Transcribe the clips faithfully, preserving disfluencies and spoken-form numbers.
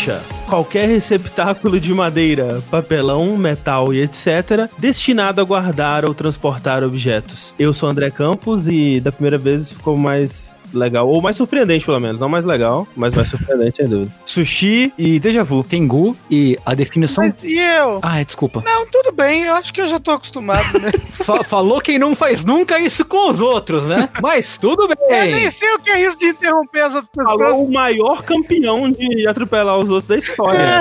Caixa. Qualquer receptáculo de madeira, papelão, metal e etcétera destinado a guardar ou transportar objetos. Eu sou André Campos e da primeira vez ficou mais legal, ou mais surpreendente pelo menos, não mais legal, mas mais surpreendente, sem dúvida. Sushi e déjà vu. Tengu e a definição... Mas e eu? Ah, desculpa. Não, tudo bem, eu acho que eu já tô acostumado, né? Fa- falou quem não faz nunca isso com os outros, né? Mas tudo bem. Eu nem sei o que é isso de interromper as outras pessoas. Falou o maior campeão de atropelar os outros da história.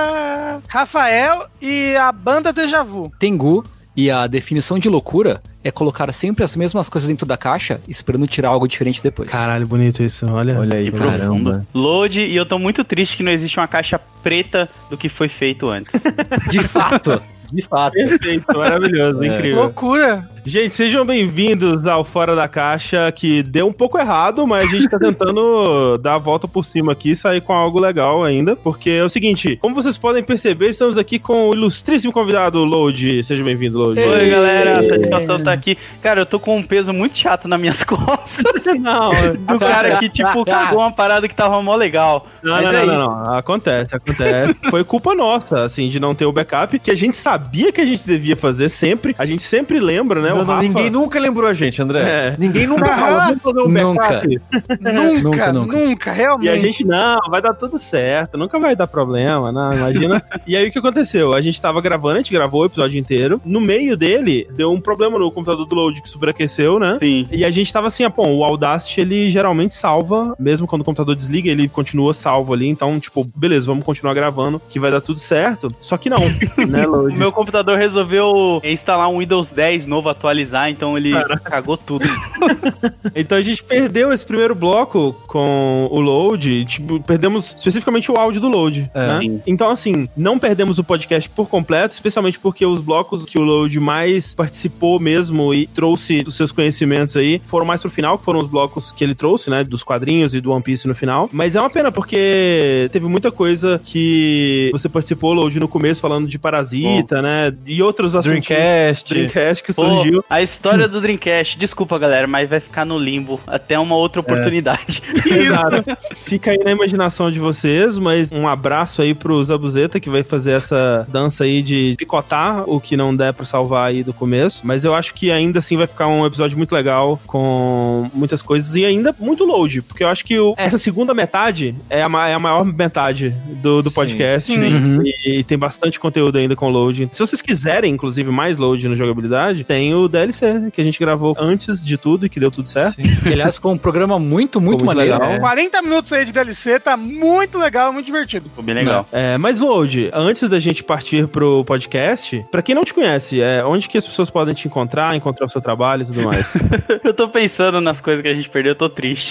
Rafael e a banda Déjà Vu. Tengu e a definição de loucura é colocar sempre as mesmas coisas dentro da caixa, esperando tirar algo diferente depois. Caralho, bonito isso, olha. Olha aí, Que caramba. profundo. Load, e eu tô muito triste que não existe uma caixa preta do que foi feito antes. De fato. De fato. Perfeito, maravilhoso, É. incrível. Loucura. Gente, sejam bem-vindos ao Fora da Caixa, que deu um pouco errado, mas a gente tá tentando dar a volta por cima aqui e sair com algo legal ainda, porque é o seguinte, como vocês podem perceber, estamos aqui com o ilustríssimo convidado, Load. Seja bem-vindo, Load. Oi, galera, satisfação tá aqui. Cara, eu tô com um peso muito chato nas minhas costas. Não, Do cara que, tipo, cagou uma parada que tava mó legal. Não, Mas não, é não, isso. não, não. Acontece, acontece. Foi culpa nossa, assim, de não ter o backup, que a gente sabia que a gente devia fazer sempre. A gente sempre lembra, né? Não, o não, Rafa... ninguém nunca lembrou a gente, André. É. Ninguém nunca falou, vamos fazer um Nunca. backup. Nunca, Nunca, nunca, nunca. realmente. E a gente, não, vai dar tudo certo, nunca vai dar problema, não, imagina. E aí o que aconteceu? A gente tava gravando, a gente gravou o episódio inteiro. No meio dele, deu um problema no computador do Load que superaqueceu, né? Sim. E a gente tava assim, ah, bom, o Audacity, ele geralmente salva, mesmo quando o computador desliga, ele continua salvo ali. Então, tipo, beleza, vamos continuar gravando, que vai dar tudo certo. Só que não, né, O Load? meu computador resolveu instalar um Windows dez novo, atualizar, então ele cagou tudo. Então a gente perdeu esse primeiro bloco com o Load, tipo, perdemos especificamente o áudio do Load, É. né? Sim. Então, assim, não perdemos o podcast por completo, especialmente porque os blocos que o Load mais participou mesmo e trouxe os seus conhecimentos aí foram mais pro final, que foram os blocos que ele trouxe, né? Dos quadrinhos e do One Piece no final. Mas é uma pena, porque teve muita coisa que você participou, Load, no começo, falando de Parasita, né? E outros assuntos. Dreamcast. Dreamcast que Pô, surgiu. a história do Dreamcast, desculpa, galera, mas vai ficar no limbo até uma outra oportunidade. Exato. Fica aí na imaginação de vocês, mas um abraço aí pro Zabuzeta, que vai fazer essa dança aí de picotar o que não der pra salvar aí do começo. Mas eu acho que ainda assim vai ficar um episódio muito legal, com muitas coisas e ainda muito Load, porque eu acho que o- essa segunda metade é a, ma- é a maior metade do, do Sim. podcast. Sim. né? Uhum. E, e tem bastante conteúdo ainda com Load. Se vocês quiserem, inclusive, mais Load no jogabilidade, tem o D L C, que a gente gravou antes de tudo e que deu tudo certo. Que, aliás, ficou um programa muito, muito, Ficou muito maneiro. legal. É. quarenta minutos aí de D L C, tá muito legal, muito divertido. Ficou bem legal. É, mas Load, antes da gente partir pro podcast, pra quem não te conhece, é, onde que as pessoas podem te encontrar, encontrar o seu trabalho e tudo mais? Eu tô pensando nas coisas que a gente perdeu, eu tô triste.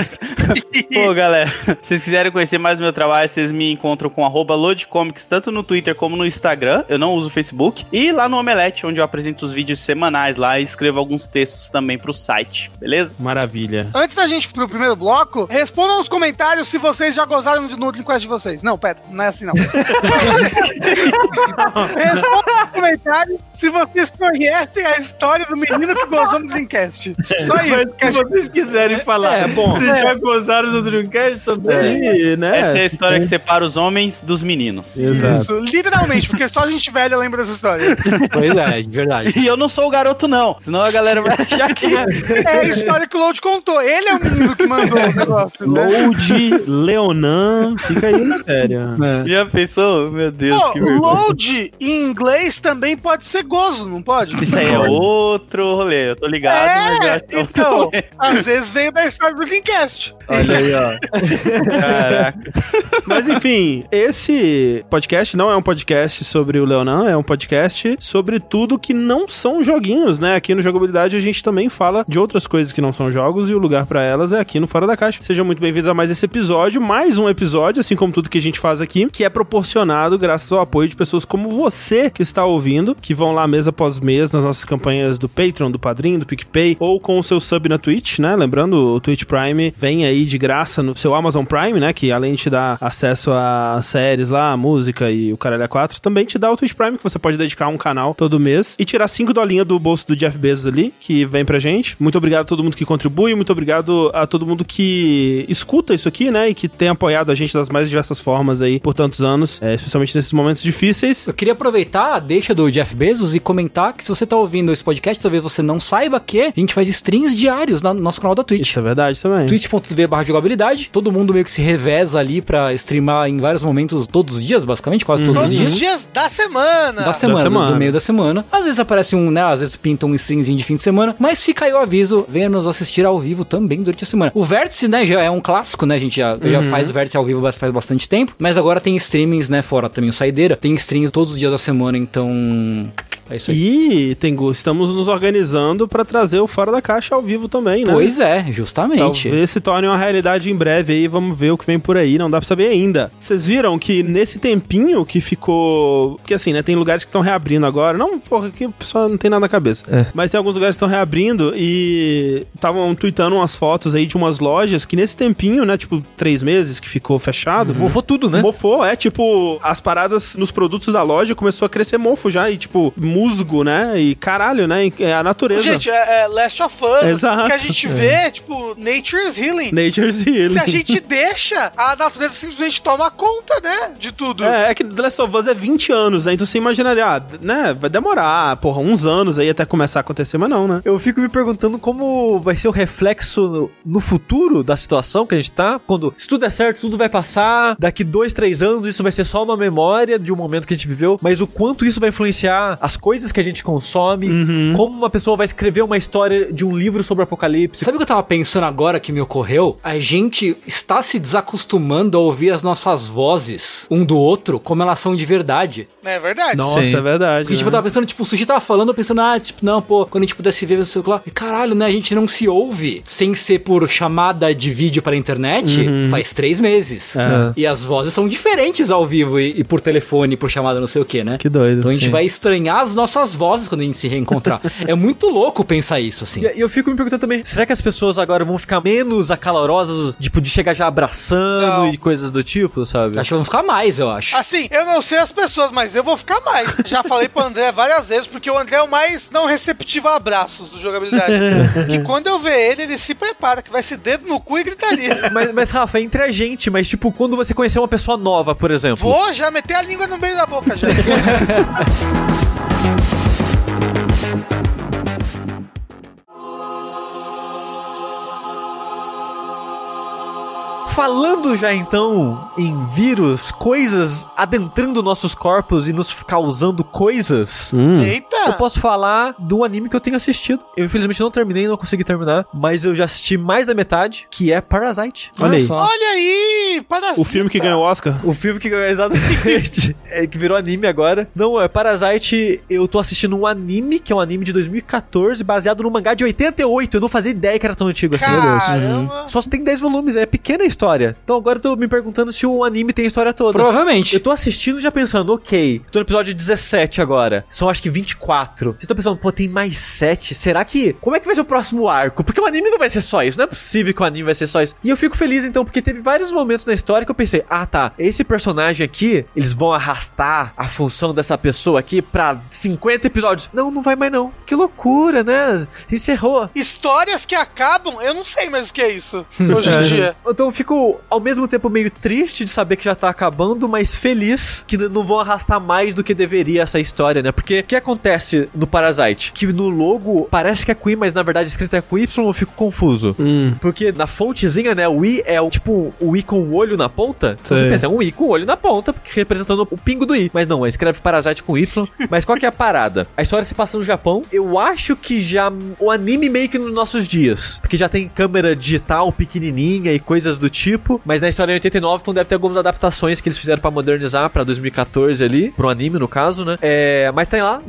Pô, galera, se vocês quiserem conhecer mais o meu trabalho, vocês me encontram com arroba loadcomics, tanto no Twitter como no Instagram. Eu não uso o Facebook. E lá no Omelete, onde eu apresento os vídeos semanais lá e escrevo alguns textos também pro site, beleza? Maravilha. Antes da gente ir pro primeiro bloco, respondam nos comentários se vocês já gozaram no Dreamcast de vocês. Não, pera, não é assim não. Respondam nos comentários se vocês conhecem a história do menino que gozou no Dreamcast. Só isso. Se vocês quiserem falar, É, bom. vocês já gozaram do Dreamcast também? Sim, né? Essa é a história que separa os homens dos meninos. Exato. Isso, literalmente, porque só a gente velha lembra dessa história. Pois é, de verdade. E eu não sou o garoto, não. Senão a galera vai achar que... É a história que o Load contou. Ele é o menino que mandou o negócio, né? Load, Leonan, fica aí na série. É. Já pensou? Meu Deus, Pô, que vergonha. load em inglês também pode ser gozo, não pode? Isso aí é outro rolê, eu tô ligado, mas eu É, acho que é outro então, rolê. às vezes veio da história do Dreamcast. Olha aí, ó. Caraca. Mas enfim, esse podcast não é um podcast sobre o Leonan, é um podcast sobre tudo que não são joguinhos, né? Aqui no Jogabilidade a gente também fala de outras coisas que não são jogos e o lugar pra elas é aqui no Fora da Caixa. Sejam muito bem-vindos a mais esse episódio, mais um episódio, assim como tudo que a gente faz aqui, que é proporcionado graças ao apoio de pessoas como você que está ouvindo, que vão lá lá mês após mês nas nossas campanhas do Patreon, do Padrim, do PicPay, ou com o seu sub na Twitch, né? Lembrando, o Twitch Prime vem aí de graça no seu Amazon Prime, né? Que além de te dar acesso a séries lá, a música e o Caralho A quatro, também te dá o Twitch Prime, que você pode dedicar um canal todo mês e tirar cinco dolinhas do bolso do Jeff Bezos ali, que vem pra gente. Muito obrigado a todo mundo que contribui, muito obrigado a todo mundo que escuta isso aqui, né? E que tem apoiado a gente das mais diversas formas aí por tantos anos, é, especialmente nesses momentos difíceis. Eu queria aproveitar a deixa do Jeff Bezos e comentar que se você tá ouvindo esse podcast, talvez você não saiba que a gente faz streams diários no nosso canal da Twitch. Isso é verdade também. twitch ponto tv barra jogabilidade. Todo mundo meio que se reveza ali pra streamar em vários momentos, todos os dias, basicamente, quase todos Todos os dias. os dias da semana. Da semana, Da semana. Do, do meio da semana. Às vezes aparece um, né? Às vezes pinta um streamzinho de fim de semana. Mas se caiu o aviso, venha nos assistir ao vivo também durante a semana. O Vértice, né? Já é um clássico, né? A gente já, uhum. já faz o Vértice ao vivo faz bastante tempo. Mas agora tem streamings, né? Fora também o Saideira. Tem streams todos os dias da semana, então... É isso aí. E, Tengu, estamos nos organizando pra trazer o Fora da Caixa ao vivo também, né? Pois é, justamente. Talvez se torne uma realidade em breve aí, vamos ver o que vem por aí, não dá pra saber ainda. Vocês viram que nesse tempinho que ficou... Porque assim, né, tem lugares que estão reabrindo agora, não, porra, aqui o pessoal não tem nada na cabeça, é. Mas tem alguns lugares que estão reabrindo e estavam tweetando umas fotos aí de umas lojas que nesse tempinho, né, tipo, três meses que ficou fechado... Uhum. Mofou tudo, né? Mofou, é, tipo, as paradas nos produtos da loja começou a crescer mofo já e, tipo, musgo, né, e caralho, né, é a natureza. Gente, é, é Last of Us. Exato. Que a gente vê, é. tipo, Nature's Healing. Nature's Healing. Se a gente deixa, a natureza simplesmente toma conta, né, de tudo. É, é que The Last of Us é vinte anos, né, então você imaginaria, ah, né, vai demorar, porra, uns anos aí até começar a acontecer, mas não, né. Eu fico me perguntando como vai ser o reflexo no, no futuro da situação que a gente tá, quando se tudo der certo, tudo vai passar, daqui dois, três anos isso vai ser só uma memória de um momento que a gente viveu, mas o quanto isso vai influenciar as coisas que a gente consome, uhum. como uma pessoa vai escrever uma história de um livro sobre o apocalipse. Sabe o que eu tava pensando agora que me ocorreu? A gente está se desacostumando a ouvir as nossas vozes um do outro como elas são de verdade. É verdade. Nossa, Sim. é verdade. Porque, né? tipo, eu tava pensando, tipo, o Sushi tava falando, eu pensando, ah, tipo, não, pô, quando a gente pudesse ver o celular. E caralho, né? A gente não se ouve sem ser por chamada de vídeo pela internet uhum. faz três meses. É. E as vozes são diferentes ao vivo e, e por telefone, por chamada, não sei o que, né? Que doido. Então a gente sim. vai estranhar as nossas vozes quando a gente se reencontrar. É muito louco pensar isso, assim. E eu fico me perguntando também, será que as pessoas agora vão ficar menos acalorosas, tipo, de chegar já abraçando não. e coisas do tipo, sabe? Acho que vão ficar mais, eu acho. Assim, eu não sei as pessoas, mas eu vou ficar mais. Já falei pro André várias vezes, porque o André é o mais não receptivo a abraços do jogabilidade. Que quando eu ver ele, ele se prepara, que vai ser dedo no cu e gritaria. Mas, mas Rafa, é entre a gente, mas tipo, quando você conhecer uma pessoa nova, por exemplo. Vou já meter a língua no meio da boca, já. Falando já então em vírus, coisas adentrando nossos corpos e nos causando coisas. Hum. Eita! Eu posso falar do anime que eu tenho assistido. Eu infelizmente não terminei, não consegui terminar, mas eu já assisti mais da metade, que é Parasite. Olha aí. Olha aí! Parasita! O filme que ganhou o Oscar. O filme que ganhou exatamente. é, que virou anime agora. Não, é Parasite. Eu tô assistindo um anime, que é um anime de dois mil e catorze, baseado no mangá de oitenta e oito. Eu não fazia ideia que era tão antigo assim. Caramba! Só tem dez volumes, é pequena a história. Então agora eu tô me perguntando se o anime tem a história toda. Provavelmente. Eu tô assistindo já pensando, ok, tô no episódio dezessete agora. São acho que vinte e quatro. Eu tô pensando, pô, tem mais sete? Será que... Como é que vai ser o próximo arco? Porque o anime não vai ser só isso. Não é possível que o anime vai ser só isso. E eu fico feliz então, porque teve vários momentos na história que eu pensei, ah tá, esse personagem aqui, eles vão arrastar a função dessa pessoa aqui pra cinquenta episódios. Não, não vai mais não. Que loucura, né? Encerrou. Histórias que acabam, eu não sei mais o que é isso hoje em dia. Então eu fico ao mesmo tempo meio triste de saber que já tá acabando, mas feliz que não vão arrastar mais do que deveria essa história, né? Porque o que acontece no Parasite? Que no logo parece que é com I, mas na verdade escrito é com Y, eu fico confuso. Hum. Porque na fontezinha, né, o I é o, tipo o I com o olho na ponta. Então você pensa, é um I com o olho na ponta, porque representando o pingo do I. Mas não, escreve Parasite com Y. Mas qual que é a parada? A história se passa no Japão. Eu acho que já o anime meio que nos nossos dias. Porque já tem câmera digital pequenininha e coisas do tipo. Mas na história é oitenta e nove, então deve ter algumas adaptações que eles fizeram pra modernizar pra dois mil e catorze ali. Pro anime, no caso, né? É, mas tá lá no Japão.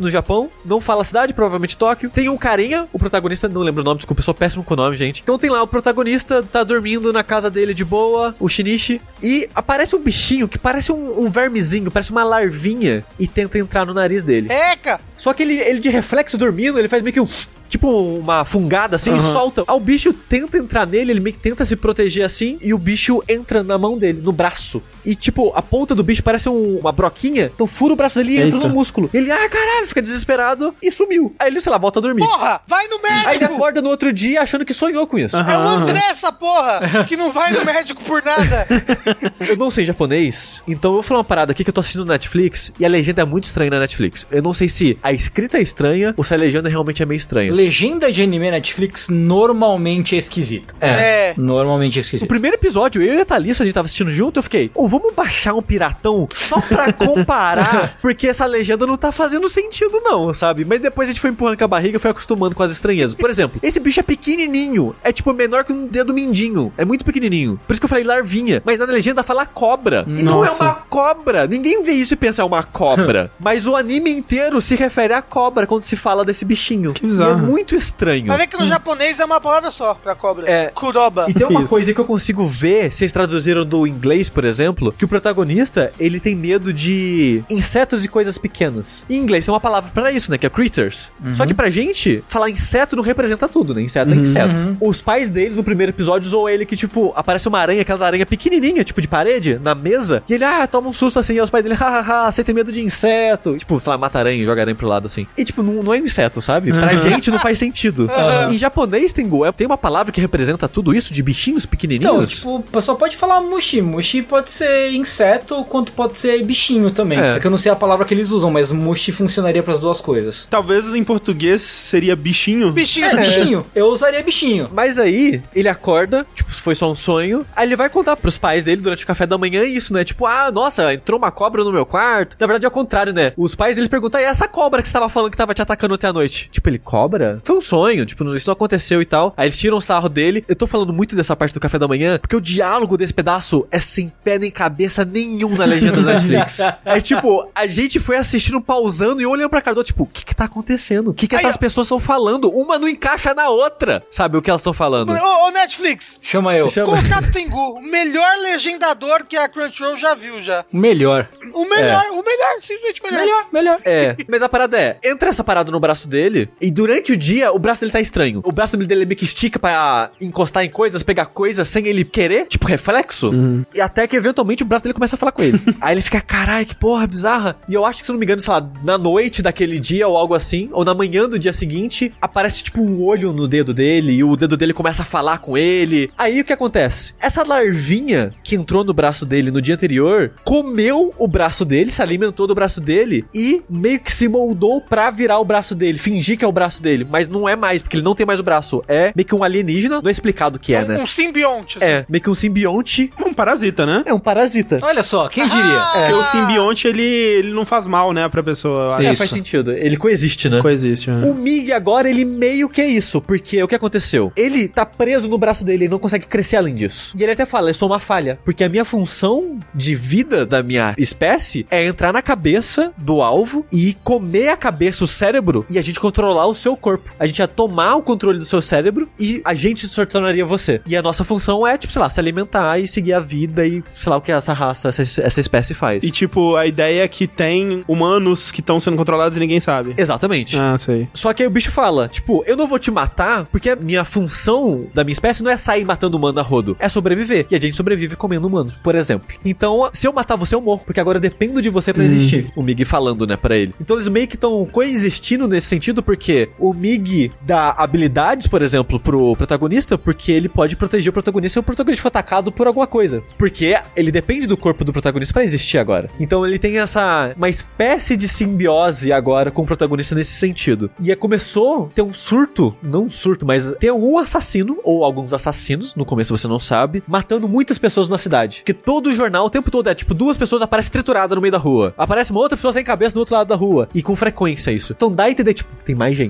Japão, não fala a cidade, provavelmente Tóquio. Tem um carinha, o protagonista, não lembro o nome, desculpa, eu sou péssimo com o nome, gente. Então tem lá o protagonista, tá dormindo na casa dele de boa, o Shinichi, e aparece um bichinho que parece um, um vermezinho, parece uma larvinha, e tenta entrar no nariz dele. Eca! Só que ele, ele de reflexo dormindo, ele faz meio que um... tipo uma fungada assim, uhum. e solta. Ah, o bicho tenta entrar nele, ele meio que tenta se proteger assim, e o bicho entra na mão dele, no braço. E tipo, a ponta do bicho parece um, uma broquinha, então fura o braço dele e entra no músculo. Ele, ah, caralho, fica desesperado e sumiu. Aí ele, sei lá, volta a dormir. Porra, vai no médico! Aí ele acorda no outro dia achando que sonhou com isso. Uhum. É o André essa porra, que não vai no médico por nada. Eu não sei japonês, então eu vou falar uma parada aqui que eu tô assistindo no Netflix, e a legenda é muito estranha na Netflix. Eu não sei se a escrita é estranha ou se a legenda realmente é meio estranha. Legenda de anime Netflix normalmente é esquisita. É. é. Normalmente é esquisita. O primeiro episódio, eu e a Thalissa, a gente tava assistindo junto, eu fiquei, ô, oh, vamos baixar um piratão só pra comparar, porque essa legenda não tá fazendo sentido não, sabe? Mas depois a gente foi empurrando com a barriga e foi acostumando com as estranhezas. Por exemplo, esse bicho é pequenininho, é tipo menor que um dedo mindinho, é muito pequenininho. Por isso que eu falei larvinha, mas na legenda fala cobra. E Nossa. não é uma cobra. Ninguém vê isso e pensa, é uma cobra. Mas o anime inteiro se refere à cobra quando se fala desse bichinho. Que bizarro. E é muito estranho. Vai ver que no hum. japonês é uma palavra só pra cobra. É. Kuroba. E tem uma Isso. coisa que eu consigo ver, vocês traduziram do inglês, por exemplo, que o protagonista, ele tem medo de insetos e coisas pequenas. Em inglês tem uma palavra pra isso, né, que é critters. Uhum. Só que pra gente, falar inseto não representa tudo, né? Inseto uhum. é inseto. Uhum. Os pais dele, no primeiro episódio, zoam ele que, tipo, aparece uma aranha, aquelas aranhas pequenininhas, tipo de parede, na mesa, e ele, ah, toma um susto assim, e os pais dele, hahaha, você tem medo de inseto. Tipo, sei lá, mata aranha e joga aranha pro lado, assim. E, tipo, não, não é um inseto, sabe? Pra uhum. gente não faz sentido. Uhum. Em japonês, Tengu, tem uma palavra que representa tudo isso, de bichinhos pequenininhos? Então, tipo, o pessoal pode falar mushi. Mushi pode ser inseto, quanto pode ser bichinho também. É. é que eu não sei a palavra que eles usam, mas mushi funcionaria pras duas coisas. Talvez em português seria bichinho. Bichinho. É, bichinho. Eu usaria bichinho. Mas aí, ele acorda, tipo, foi só um sonho, aí ele vai contar pros pais dele durante o café da manhã isso, né? Tipo, ah, nossa, entrou uma cobra no meu quarto. Na verdade, é o contrário, né? Os pais dele perguntam, e essa cobra que você tava falando que tava te atacando até a noite? Tipo, ele, cobra? Foi um sonho, tipo, isso não aconteceu e tal. Aí eles tiram o sarro dele. Eu tô falando muito dessa parte do café da manhã, porque o diálogo desse pedaço é sem pé nem cabeça nenhum na legenda da Netflix. É tipo, a gente foi assistindo, pausando e olhando pra cara do outro, tipo, o que que tá acontecendo? O que que essas Ai, pessoas estão falando? Uma não encaixa na outra, sabe o que elas estão falando? Ô, ô, Netflix! Chama eu. Chama. Contrato Tengu, o melhor legendador que a Crunchyroll já viu, já. O melhor. O melhor, é. o melhor, simplesmente melhor. Melhor, melhor. É, mas a parada é, entra essa parada no braço dele, e durante o dia, o braço dele tá estranho. O braço dele meio que estica pra encostar em coisas, pegar coisas sem ele querer, tipo reflexo. Uhum. E até que eventualmente o braço dele começa a falar com ele. Aí ele fica, carai, que porra bizarra. E eu acho que, se não me engano, sei lá, na noite daquele dia ou algo assim, ou na manhã do dia seguinte, aparece tipo um olho no dedo dele, e o dedo dele começa a falar com ele. Aí o que acontece? Essa larvinha que entrou no braço dele no dia anterior, comeu o braço dele, se alimentou do braço dele, e meio que se moldou pra virar o braço dele, fingir que é o braço dele, mas não é mais, porque ele não tem mais o braço. É meio que um alienígena, não é explicado o que é, um, né? Um simbionte, assim. É, meio que um simbionte. Um parasita, né? É um parasita. Olha só, quem diria? Ah, Porque o simbionte, ele, ele não faz mal, né, pra pessoa. É, faz sentido. Ele coexiste, né? Coexiste, né? O Mig agora, ele meio que é isso, porque o que aconteceu? Ele tá preso no braço dele e não consegue crescer além disso. E ele até fala, eu sou uma falha, porque a minha função de vida da minha espécie é entrar na cabeça do alvo e comer a cabeça, o cérebro, e a gente controlar o seu corpo. A gente ia tomar o controle do seu cérebro e a gente se tornaria você. E a nossa função é, tipo, sei lá, se alimentar e seguir a vida e sei lá o que essa raça, essa, essa espécie faz. E tipo, a ideia é que tem humanos que estão sendo controlados e ninguém sabe. Exatamente. Ah, sei. Só que aí o bicho fala, tipo, eu não vou te matar porque a minha função da minha espécie não é sair matando humano a rodo, é sobreviver. E a gente sobrevive comendo humanos, por exemplo. Então, se eu matar você, eu morro, porque agora eu dependo de você pra existir. Hum. O Mig falando, né, pra ele. Então eles meio que estão coexistindo nesse sentido, porque o Mig dá habilidades, por exemplo, pro protagonista, porque ele pode proteger o protagonista se o protagonista for atacado por alguma coisa. Porque ele depende do corpo do protagonista pra existir agora. Então ele tem essa, uma espécie de simbiose agora com o protagonista nesse sentido. E aí começou a ter um surto, não um surto, mas tem algum assassino, ou alguns assassinos, no começo você não sabe, matando muitas pessoas na cidade. Porque todo o jornal, o tempo todo, é tipo, duas pessoas aparecem trituradas no meio da rua. Aparece uma outra pessoa sem cabeça no outro lado da rua. E com frequência isso. Então dá a entender, tipo, tem mais gente. E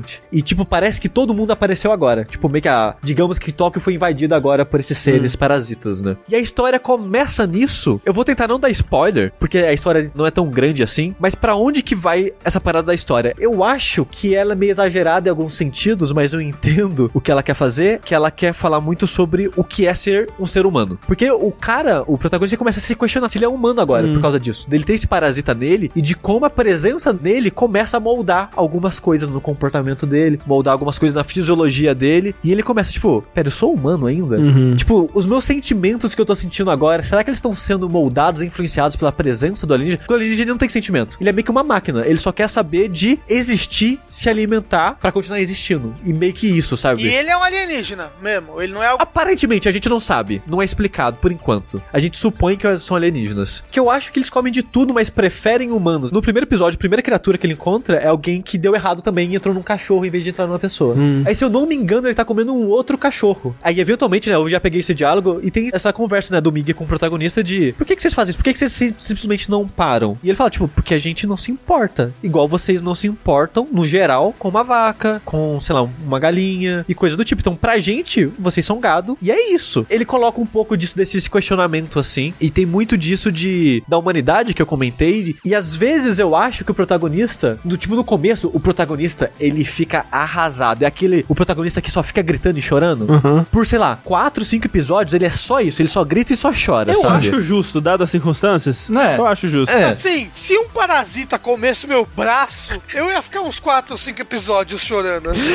tipo, parece que todo mundo apareceu agora. Tipo, meio que a... Digamos que Tóquio foi invadida agora por esses seres hum. parasitas, né? E a história começa nisso. Eu vou tentar não dar spoiler, porque a história não é tão grande assim, mas pra onde que vai essa parada da história? Eu acho que ela é meio exagerada em alguns sentidos, mas eu entendo o que ela quer fazer, que ela quer falar muito sobre o que é ser um ser humano. Porque o cara, o protagonista, começa a se questionar se ele é humano agora, hum. por causa disso. Dele ter esse parasita nele e de como a presença nele começa a moldar algumas coisas no comportamento dele, moldar algumas coisas na fisiologia dele, e ele começa, tipo, pera, eu sou humano ainda? Uhum. Tipo, os meus sentimentos que eu tô sentindo agora, será que eles estão sendo moldados, influenciados pela presença do alienígena? Porque o alienígena não tem sentimento. Ele é meio que uma máquina. Ele só quer saber de existir, se alimentar pra continuar existindo. E meio que isso, sabe? E ele é um alienígena mesmo. Ele não é... Aparentemente, a gente não sabe. Não é explicado, por enquanto. A gente supõe que são alienígenas. Que eu acho que eles comem de tudo, mas preferem humanos. No primeiro episódio, a primeira criatura que ele encontra é alguém que deu errado também e entrou num cachorro em vez de entrar numa pessoa. Hum. Aí, se eu não me engano, ele tá comendo um outro cachorro. Aí, eventualmente, né, eu já peguei esse diálogo e tem essa conversa, né, do Miguel com o protagonista de por que que vocês fazem isso? Por que que vocês sim, simplesmente não param? E ele fala, tipo, porque a gente não se importa. Igual vocês não se importam, no geral, com uma vaca, com, sei lá, uma galinha e coisa do tipo. Então, pra gente, vocês são gado. E é isso. Ele coloca um pouco disso, desse questionamento, assim. E tem muito disso de da humanidade que eu comentei. E às vezes eu acho que o protagonista, do tipo, no começo, o protagonista, ele fica arrasado. É aquele, o protagonista que só fica gritando e chorando. Uhum. Por, sei lá, quatro, cinco episódios, ele é só isso. Ele só grita e só chora, eu sabe? acho justo, dadas as circunstâncias. Não é? Eu acho justo. É. Assim, se um parasita comesse meu braço, eu ia ficar uns quatro ou cinco episódios chorando, assim.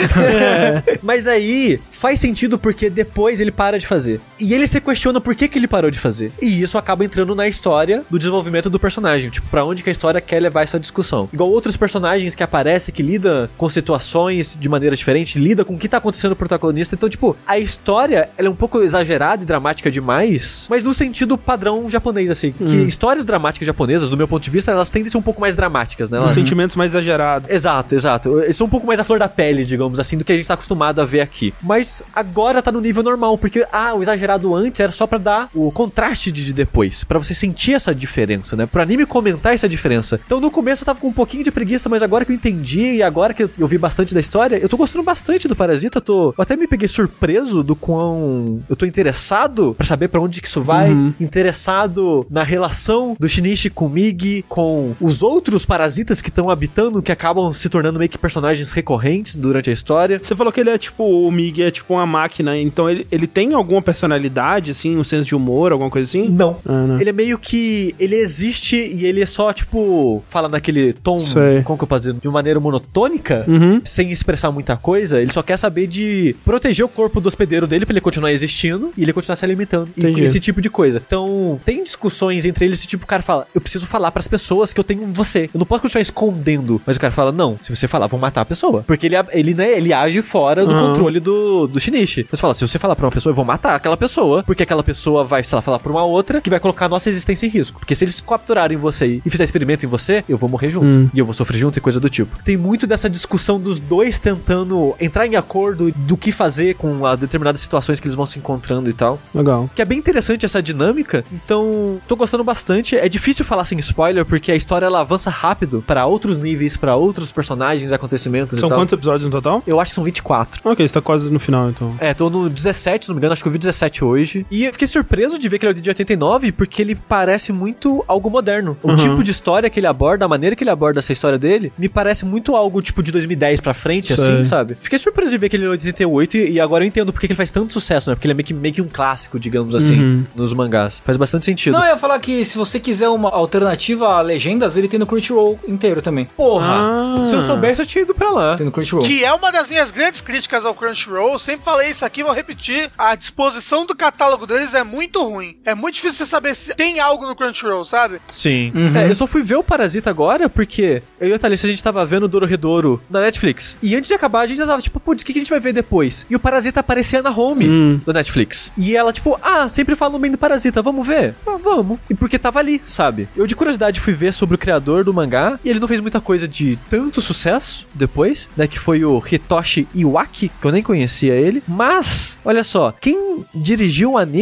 É. Mas aí, faz sentido porque depois ele para de fazer. E ele se questiona por que que ele parou de fazer. E isso acaba entrando na história do desenvolvimento do personagem. Tipo, pra onde que a história quer levar essa discussão. Igual outros personagens que aparecem, que lidam com situações de maneira diferente, lida com o que tá acontecendo no protagonista. Então, tipo, a história, ela é um pouco exagerada e dramática demais, mas no sentido padrão japonês, assim. Hum. Que histórias dramáticas japonesas, do meu ponto de vista, elas tendem a ser um pouco mais dramáticas, né? Os sentimentos mais exagerados. Exato, exato. Eles são um pouco mais à flor da pele, digamos assim, do que a gente tá acostumado a ver aqui. Mas agora tá no nível normal, porque, ah, o exagerado antes era só pra dar o contraste de depois, pra você sentir essa diferença, né? Pro anime comentar essa diferença. Então, no começo eu tava com um pouquinho de preguiça, mas agora que eu entendi e agora que eu vi bastante da história, eu tô gostando bastante do Parasita, tô... Eu até me peguei surpreso do quão... Eu tô interessado pra saber pra onde que isso vai, uhum. interessado na relação do Shinichi com o Migi, com os outros parasitas que estão habitando, que acabam se tornando meio que personagens recorrentes durante a história. Você falou que ele é tipo, o Migi é tipo uma máquina, então ele, ele tem alguma personalidade, assim, um senso de humor, alguma coisa assim? Não. Ah, não. Ele é meio que... Ele existe e ele é só, tipo, fala naquele tom, Sei. como que eu posso dizer, de uma maneira monotônica, uhum. sem expressar muita coisa. Ele só quer saber de proteger o corpo do hospedeiro dele pra ele continuar existindo e ele continuar se alimentando. E esse tipo de coisa. Então, tem discussões entre eles, esse tipo, o cara fala, eu preciso falar pras pessoas que eu tenho você. Eu não posso continuar escondendo. Mas o cara fala, não, se você falar, vão matar a pessoa. Porque ele, ele, né, ele age fora do uhum. controle do, do Shinichi. Você fala, se você falar pra uma pessoa, eu vou matar aquela pessoa, porque aquela pessoa vai, sei lá, falar pra uma outra, que vai colocar a nossa existência em risco. Porque se eles capturarem você e fizer experimento em você, eu vou morrer junto. Hum. E eu vou sofrer junto e coisa do tipo. Tem muito dessa discussão dos dois tentando entrar em acordo do que fazer com a determinadas situações que eles vão se encontrando e tal. Legal. Que é bem interessante essa dinâmica. Então, tô gostando bastante. É difícil falar sem spoiler, porque a história ela avança rápido pra outros níveis, pra outros personagens, acontecimentos São e tal. quantos episódios no total? Eu acho que são vinte e quatro. Ok, você tá quase no final, então. É, tô no dezessete, se não me engano. Acho que eu vi dezessete hoje. E eu fiquei surpreso de ver que ele é de oitenta e nove, porque ele parece muito algo moderno. O uhum. tipo de história que ele aborda, a maneira que ele aborda essa história dele, me parece muito algo tipo de dois mil e dez pra frente, Sei. assim, sabe? Fiquei surpreso de ver que ele é oitenta e oito e, e agora eu entendo porque que ele faz tanto sucesso, né? Porque ele é meio que, meio que um clássico, digamos assim, uhum. nos mangás. Faz bastante sentido. Não, eu ia falar que se você quiser uma alternativa a legendas, ele tem no Crunchyroll inteiro também. Porra! Ah. Se eu soubesse, eu tinha ido pra lá. Tem no Crunchyroll. Que é uma das minhas grandes críticas ao Crunchyroll. Eu sempre falei isso aqui, vou repetir. A disposição do catálogo deles é muito ruim. É muito difícil você saber se tem algo no Crunchyroll, sabe? Sim. Uhum. É, eu só fui ver o Parasita agora porque eu e a Thalissa, a gente tava vendo o Dororedoro na Netflix. E antes de acabar, a gente já tava tipo, putz, o que a gente vai ver depois? E o Parasita aparecia na home hum. da Netflix. E ela, tipo, ah, sempre falam bem do Parasita, vamos ver? Ah, vamos. E porque tava ali, sabe? Eu, de curiosidade, fui ver sobre o criador do mangá e ele não fez muita coisa de tanto sucesso depois, né? Que foi o Hitoshi Iwaki, que eu nem conhecia ele. Mas, olha só, quem dirigiu o anime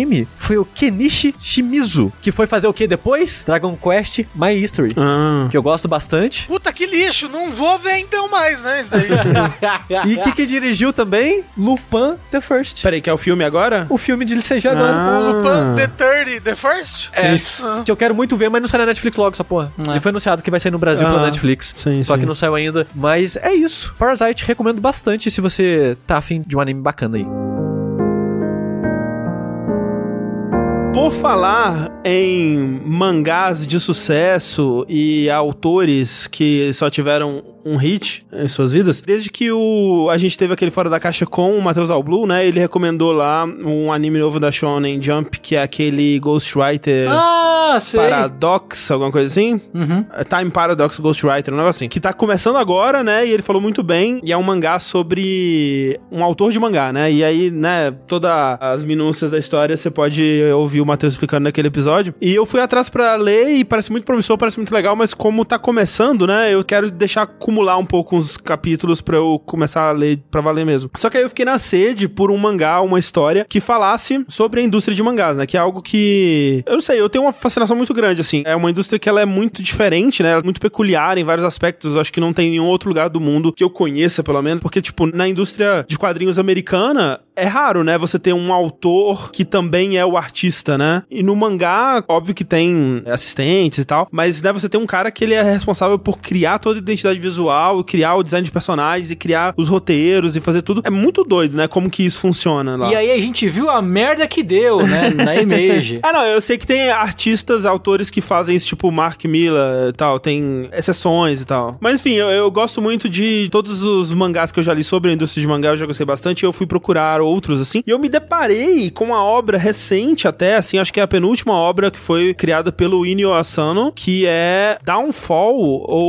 foi o Kenichi Shimizu, que foi fazer o que depois? Dragon Quest My History, Ah. que eu gosto bastante. Puta, que lixo. Não vou ver então mais, né? Isso daí. E que, que dirigiu também Lupin the First. Peraí, que é o filme agora? O filme de L C G agora. Ah. O Lupin The thirty, The First? É, Isso. que eu quero muito ver, mas não sai na Netflix logo, essa porra. É. Ele foi anunciado que vai sair no Brasil Ah, pela Netflix. sim, só sim. que não saiu ainda. Mas é isso. Parasite, recomendo bastante se você tá afim de um anime bacana aí. Por falar em mangás de sucesso e autores que só tiveram um hit em suas vidas, desde que o, a gente teve aquele Fora da Caixa com o Matheus Alblu, né, ele recomendou lá um anime novo da Shonen Jump, que é aquele Ghostwriter Ah, sei. Paradox, alguma coisa assim. Uhum. Time Paradox Ghostwriter, um negócio assim. Que tá começando agora, né? E ele falou muito bem. E é um mangá sobre um autor de mangá, né? E aí, né, todas as minúcias da história você pode ouvir o Matheus explicando naquele episódio. E eu fui atrás pra ler e parece muito promissor, parece muito legal, mas como tá começando, né? Eu quero deixar acumular um pouco os capítulos pra eu começar a ler pra valer mesmo. Só que aí eu fiquei na sede por um mangá, uma história que falasse sobre a indústria de mangás, né? Que é algo que... eu não sei, eu tenho uma fascinação muito grande, assim. É uma indústria que ela é muito diferente, né? Ela é muito peculiar em vários aspectos. Eu acho que não tem nenhum outro lugar do mundo que eu conheça, pelo menos. Porque, tipo, na indústria de quadrinhos americana, é raro, né? Você ter um autor que também é o artista, né? E no mangá, óbvio que tem assistentes e tal, mas, né, você tem um cara que ele é responsável por criar toda a identidade visual, criar o design de personagens e criar os roteiros e fazer tudo. É muito doido, né? Como que isso funciona lá. E aí a gente viu a merda que deu, né? Na Image. Ah, não, eu sei que tem artistas, autores que fazem isso, tipo Mark Millar e tal, tem exceções e tal. Mas enfim, eu, eu gosto muito de todos os mangás que eu já li sobre a indústria de mangá, eu já gostei bastante, e eu fui procurar outros, assim, e eu me deparei com uma obra recente até, assim, acho que é a penúltima obra que foi criada pelo Inyo Asano, que é Downfall,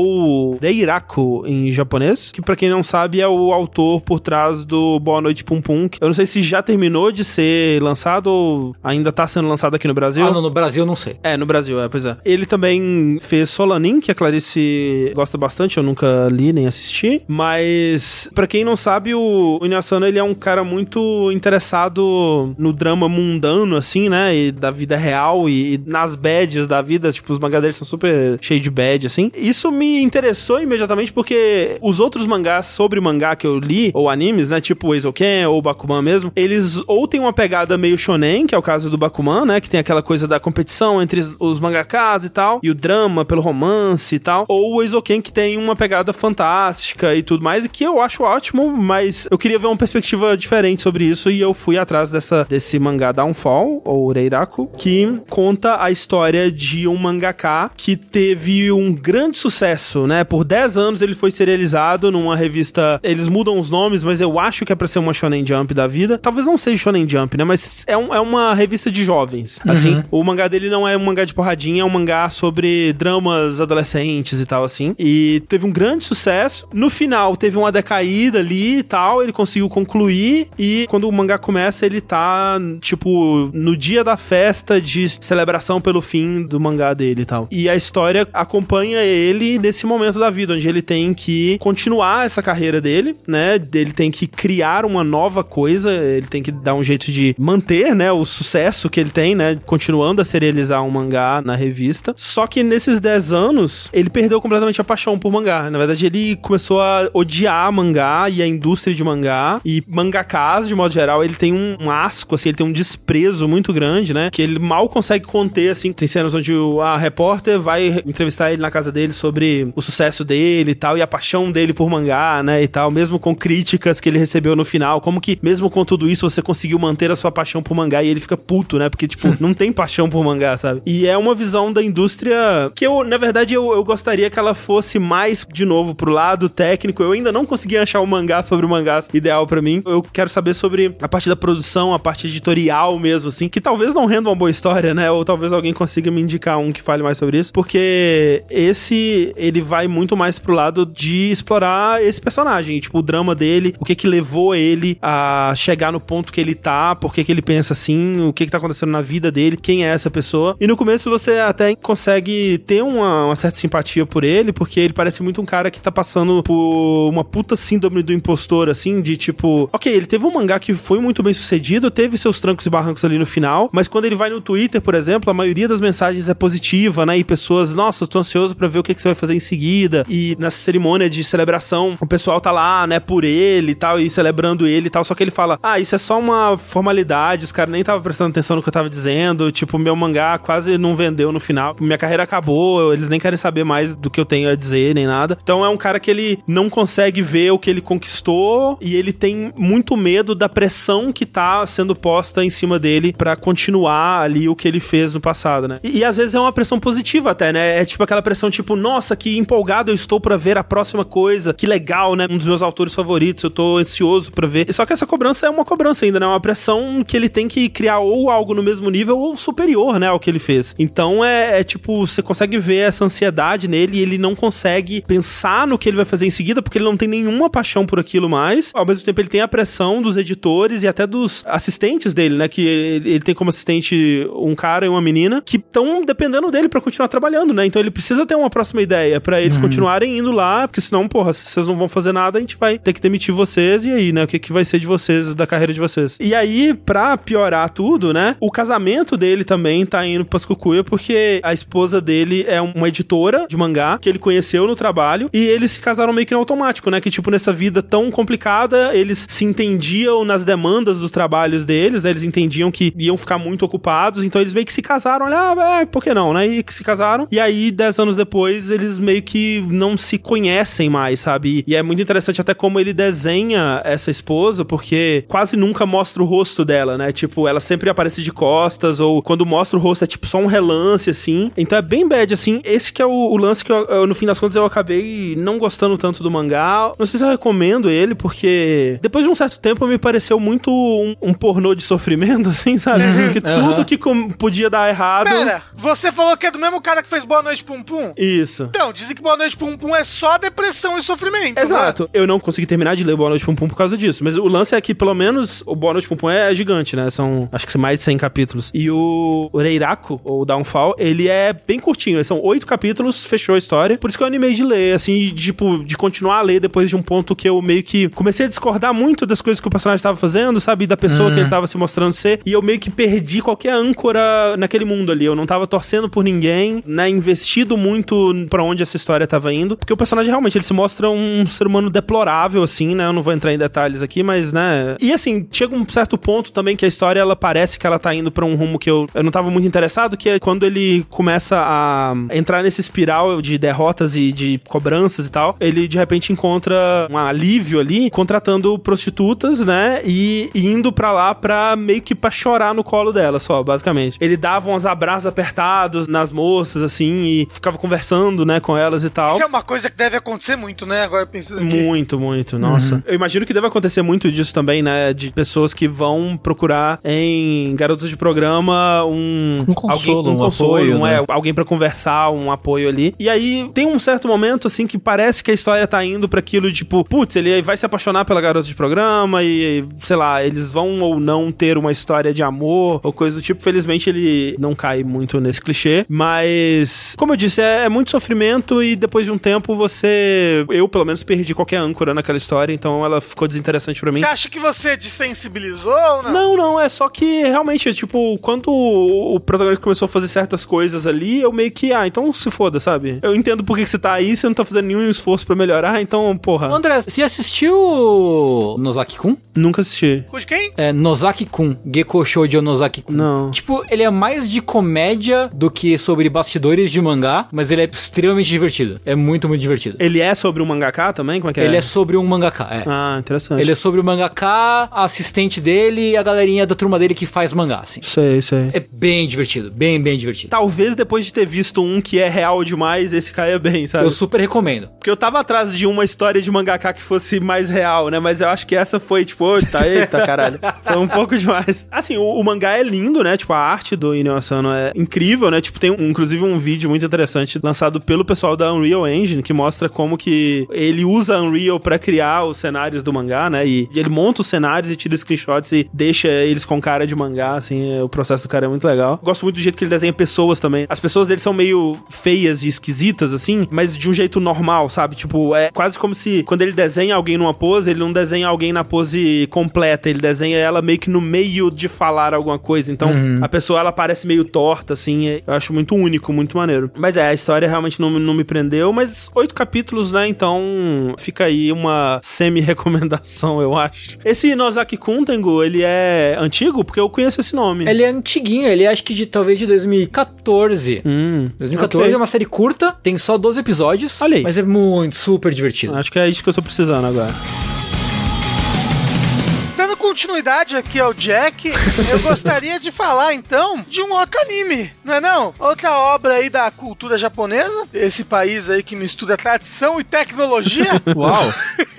ou Deiraku em japonês, que pra quem não sabe é o autor por trás do Boa Noite Pum Pum. Eu não sei se já terminou de ser lançado ou ainda tá sendo lançado aqui no Brasil. Ah, não, no Brasil eu não sei. É, no Brasil, é, pois é. Ele também fez Solanin, que a Clarice gosta bastante, eu nunca li nem assisti, mas pra quem não sabe, o Inyo Asano, ele é um cara muito interessado no drama mundano, assim, né, e da vida real e, e nas bads da vida, tipo, os mangás dele são super cheios de bad, assim. Isso me interessou imediatamente porque os outros mangás sobre mangá que eu li, ou animes, né, tipo o Eizouken ou o Bakuman mesmo, eles ou tem uma pegada meio shonen, que é o caso do Bakuman, né, que tem aquela coisa da competição entre os mangakas e tal, e o drama pelo romance e tal, ou o Eizouken, que tem uma pegada fantástica e tudo mais, e que eu acho ótimo, mas eu queria ver uma perspectiva diferente sobre isso, e eu fui atrás dessa, desse mangá Downfall, ou Reiraku, que conta a história de um mangaka que teve um grande sucesso, né, por dez anos ele foi serializado numa revista, eles mudam os nomes, mas eu acho que é pra ser uma Shonen Jump da vida, talvez não seja Shonen Jump, né, mas é, um, é uma revista de jovens, Uhum. assim, o mangá dele não é um mangá de porradinha, é um mangá sobre dramas adolescentes e tal, assim, e teve um grande sucesso, no final teve uma decaída ali e tal, ele conseguiu concluir, e quando o mangá começa, ele tá, tipo, no dia da festa de celebração pelo fim do mangá dele e tal, e a história acompanha ele nesse momento da vida, onde ele tem que continuar essa carreira dele, né, ele tem que criar uma nova coisa, ele tem que dar um jeito de manter, né, o sucesso que ele tem, né, continuando a serializar um mangá na revista, só que nesses dez anos, ele perdeu completamente a paixão por mangá, na verdade ele começou a odiar mangá e a indústria de mangá, e mangakas, de modo geral, ele tem um, um asco, assim, ele tem um desprezo muito grande, né, que ele mal consegue conter, assim, tem cenas onde a repórter vai entrevistar ele na casa dele sobre o sucesso dele e tal, e a paixão dele por mangá, né, e tal, mesmo com críticas que ele recebeu no final, como que, mesmo com tudo isso, você conseguiu manter a sua paixão por mangá, e ele fica puto, né, porque, tipo, não tem paixão por mangá, sabe? E é uma visão da indústria que eu, na verdade, eu, eu gostaria que ela fosse mais, de novo, pro lado técnico. Eu ainda não consegui achar um mangá sobre o mangá ideal pra mim. Eu quero saber sobre a parte da produção, a parte editorial mesmo, assim, que talvez não renda uma boa história, né, ou talvez alguém consiga me indicar um que fale mais sobre isso, porque esse, ele vai muito mais pro lado de explorar esse personagem, tipo, o drama dele, o que que levou ele a chegar no ponto que ele tá, por que que ele pensa assim, o que que tá acontecendo na vida dele, quem é essa pessoa. E no começo você até consegue ter uma, uma certa simpatia por ele, porque ele parece muito um cara que tá passando por uma puta síndrome do impostor, assim, de tipo, ok, ele teve um mangá que foi muito bem sucedido, teve seus trancos e barrancos ali no final, mas quando ele vai no Twitter, por exemplo, a maioria das mensagens é positiva, né? E pessoas, nossa, eu tô ansioso pra ver o que, que você vai fazer em seguida. E nessa cerimônia de celebração, o pessoal tá lá, né, por ele e tal, e celebrando ele e tal, só que ele fala, ah, isso é só uma formalidade, os caras nem estavam prestando atenção no que eu tava dizendo, tipo, meu mangá quase não vendeu no final, minha carreira acabou, eles nem querem saber mais do que eu tenho a dizer, nem nada. Então é um cara que ele não consegue ver o que ele conquistou e ele tem muito medo da pressão que tá sendo posta em cima dele pra continuar ali o que ele fez no passado, né? E, e às vezes é uma pressão positiva até, né? É tipo aquela pressão tipo, nossa, que empolgado eu estou pra ver a próxima coisa, que legal, né? Um dos meus autores favoritos, eu tô ansioso pra ver. Só que essa cobrança é uma cobrança ainda, né? É uma pressão que ele tem que criar ou algo no mesmo nível ou superior, né, ao que ele fez. Então é, é tipo, você consegue ver essa ansiedade nele e ele não consegue pensar no que ele vai fazer em seguida porque ele não tem nenhuma paixão por aquilo mais. Ao mesmo tempo ele tem a pressão dos editores e até dos assistentes dele, né, que ele, ele tem como assistente um cara e uma menina que estão dependendo dele pra continuar trabalhando, né? Então ele precisa ter uma próxima ideia pra eles uhum. continuarem indo lá, porque senão, porra, se vocês não vão fazer nada, a gente vai ter que demitir vocês e aí, né, o que, que vai ser de vocês, da carreira de vocês. E aí, pra piorar tudo, né, o casamento dele também tá indo pras cucuia porque a esposa dele é uma editora de mangá que ele conheceu no trabalho e eles se casaram meio que no automático, né, que tipo, nessa vida tão complicada, eles se entendiam nas demandas dos trabalhos deles, né, eles entendiam que iam ficar muito ocupados, então eles meio que se casaram, olha, ah, é, por que não, né, e que se casaram, e aí, dez anos depois, eles meio que não se conhecem mais, sabe, e é muito interessante até como ele desenha essa esposa, porque quase nunca mostra o rosto dela, né, tipo, ela sempre aparece de costas, ou quando mostra o rosto é tipo só um relance, assim, então é bem bad, assim, esse que é o, o lance que eu, eu, no fim das contas eu acabei não gostando tanto do mangá, não sei se eu recomendo ele, porque depois de um certo tempo me pareceu muito um, um pornô de sofrimento, assim, sabe, porque uhum. tudo que com, podia dar errado... Pera, você falou que é do mesmo cara que fez Boa Noite Pum Pum? Isso. Então, dizem que Boa Noite Pum Pum é só depressão e sofrimento. Exato. Né? Eu não consegui terminar de ler Boa Noite Pum Pum por causa disso, mas o lance é que pelo menos o Boa Noite Pum Pum é gigante, né, são acho que são mais de cem capítulos, e o Reiraku, ou Downfall, ele é bem curtinho, são oito capítulos, fechou a história, por isso que eu animei de ler, assim, de, tipo, de continuar a ler depois de um ponto que eu meio que comecei a discordar muito das coisas que o personagem estava fazendo, sabe, da pessoa uhum. que ele estava se mostrando ser, e eu meio que perdi qualquer âncora naquele mundo ali, eu não tava torcendo por ninguém, né, investido muito pra onde essa história tava indo, porque o personagem realmente, ele se mostra um ser humano deplorável, assim, né, eu não vou entrar em detalhes aqui, mas, né, e assim, chega um certo ponto também que a história, ela parece que ela tá indo pra um rumo que eu, eu não tava muito interessado, que é quando ele começa a entrar nesse espiral de derrotas e de cobranças e tal, ele de repente encontra um alívio ali, contratando prostitutas, né, e indo pra lá pra meio que pra chorar no colo dela só, basicamente. Ele dava uns abraços apertados nas moças, assim, e ficava conversando, né, com elas e tal. Isso é uma coisa que deve acontecer muito, né, agora pensando aqui. Muito, muito, nossa. Uhum. Eu imagino que deve acontecer muito disso também, né, de pessoas que vão procurar em garotos de programa um... Um consolo, alguém, um, um consolo, apoio, um, né? é, alguém pra conversar, um apoio ali. E aí, tem um certo momento, assim, que parece que a história tá indo pra aquilo, tipo, putz, ele vai se apaixonar pela garota de programa e, sei lá, eles vão ou não ter uma história de amor ou coisa do tipo. Felizmente, ele não cai muito nesse clichê, mas, como eu disse, é, é muito sofrimento e depois de um tempo você... Eu, pelo menos, perdi qualquer âncora naquela história, então ela ficou desinteressante pra mim. Você acha que você desensibilizou ou não? Não, não, é só que realmente, tipo, quando o protagonista começou a fazer certas coisas ali, eu meio que, ah, então se foda, sabe? Eu entendo por que você tá aí, você não tá fazendo nenhum esforço pra melhorar, então, porra. André, você assistiu Nozaki-kun? Nunca assisti. De quem? É, Nozaki-kun. Gekko Shoujo Nozaki-kun. Não. Tipo, ele é mais de comédia do que sobre bastidores de mangá, mas ele é extremamente divertido. É muito, muito divertido. Ele é sobre um mangaka também? Como é que é? Ele é sobre um mangaka, é. Ah, interessante. Ele é sobre o mangaka, a assistente dele e a galerinha da turma dele que faz mangá, assim. Sei, sei. É bem divertido, bem, bem divertido. Talvez depois de ter visto um que é real demais, esse caia bem, sabe? Eu super recomendo. Porque eu tava atrás de uma história de mangaka que fosse mais real, né? Mas eu acho que essa foi, tipo, eita, eita, caralho. Foi um pouco demais. Assim, o, o mangá é lindo, né? Tipo, a arte do Inio Asano é incrível, né? Tipo, tem um, inclusive um vídeo muito interessante lançado pelo pessoal da Unreal Engine, que mostra como que ele usa a Unreal pra criar os cenários do mangá, né? E, e ele monta os cenários e tira screenshots e deixa eles com cara de mangá, assim, é, o processo do cara é muito legal. Gosto muito do jeito que ele desenha pessoas também. As pessoas dele são meio feias e esquisitas, assim, mas de um jeito normal, sabe? Tipo, é quase como se quando ele desenha alguém numa pose, ele não desenha alguém na pose ele completa, ele desenha ela meio que no meio de falar alguma coisa. Então, uhum. a pessoa, ela parece meio torta, assim. Eu acho muito único, muito maneiro. Mas é, a história realmente não, não me prendeu, mas oito capítulos, né? Então, fica aí uma semi-recomendação, eu acho. Esse Nozaki-kun, Tengu, ele é antigo? Porque eu conheço esse nome. Ele é antiguinho, ele é acho que de, talvez de dois mil e quatorze. Hum, dois mil e quatorze okay. É uma série curta, tem só doze episódios. Olha aí. Mas é muito, super divertido. Acho que é isso que eu tô precisando agora. Dando continuidade aqui ao Jack, eu gostaria de falar, então, de um outro anime, não é não? Outra obra aí da cultura japonesa, esse país aí que mistura tradição e tecnologia. Uau!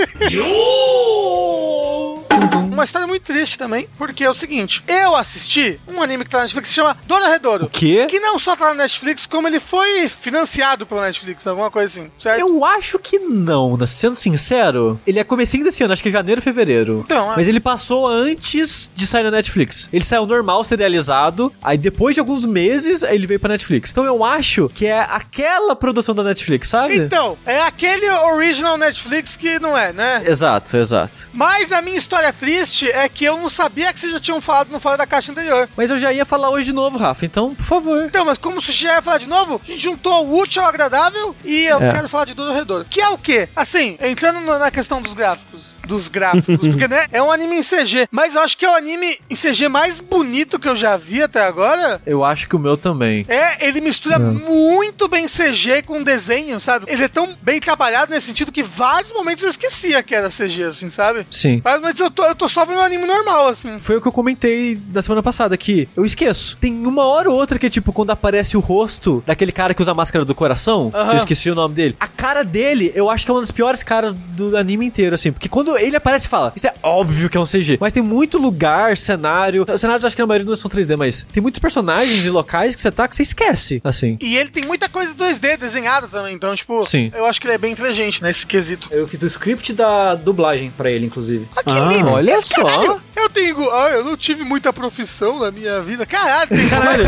Uma história muito triste também, porque é o seguinte, eu assisti um anime que tá na Netflix que se chama Dorohedoro. O quê? Que não só tá na Netflix, como ele foi financiado pela Netflix, alguma coisa assim, certo? Eu acho que não, sendo sincero, ele é comecinho desse ano, acho que é janeiro, fevereiro. Então, é. Mas ele passou antes de sair na Netflix. Ele saiu normal, serializado, aí depois de alguns meses, ele veio pra Netflix. Então eu acho que é aquela produção da Netflix, sabe? Então, é aquele original Netflix que não é, né? Exato, exato. Mas a minha história triste é que eu não sabia que vocês já tinham falado no Fora da Caixa anterior. Mas eu já ia falar hoje de novo, Rafa, então, por favor. Então, mas como você já ia falar de novo, a gente juntou o útil ao agradável e eu é. quero falar de Dorohedoro. Que é o quê? Assim, entrando na questão dos gráficos. Dos gráficos, porque, né, é um anime em C G, mas eu acho que é o anime em C G mais bonito que eu já vi até agora. Eu acho que o meu também. É, ele mistura é. muito bem C G com desenho, sabe? Ele é tão bem trabalhado nesse sentido que vários momentos eu esquecia que era C G, assim, sabe? Sim. Vários momentos eu tô, eu tô só vendo um anime normal, assim. Foi o que eu comentei na semana passada, que eu esqueço. Tem uma hora ou outra que é tipo, quando aparece o rosto daquele cara que usa a máscara do coração, uhum. que eu esqueci o nome dele. A cara dele, eu acho que é uma das piores caras do anime inteiro, assim. Porque quando ele aparece e fala, isso é óbvio que é um C G. Mas tem muito lugar, cenário. Os cenários acho que na maioria não são três D, mas tem muitos personagens e locais que você tá que você esquece, assim. E ele tem muita coisa dois D desenhada também, então, tipo, Sim. eu acho que ele é bem inteligente nesse quesito. Eu fiz o script da dublagem pra ele, inclusive. Ah, que ah, lindo. Olha Esse só. Caralho, eu tenho. Ah, eu não tive muita profissão na minha vida. Caralho, tem mais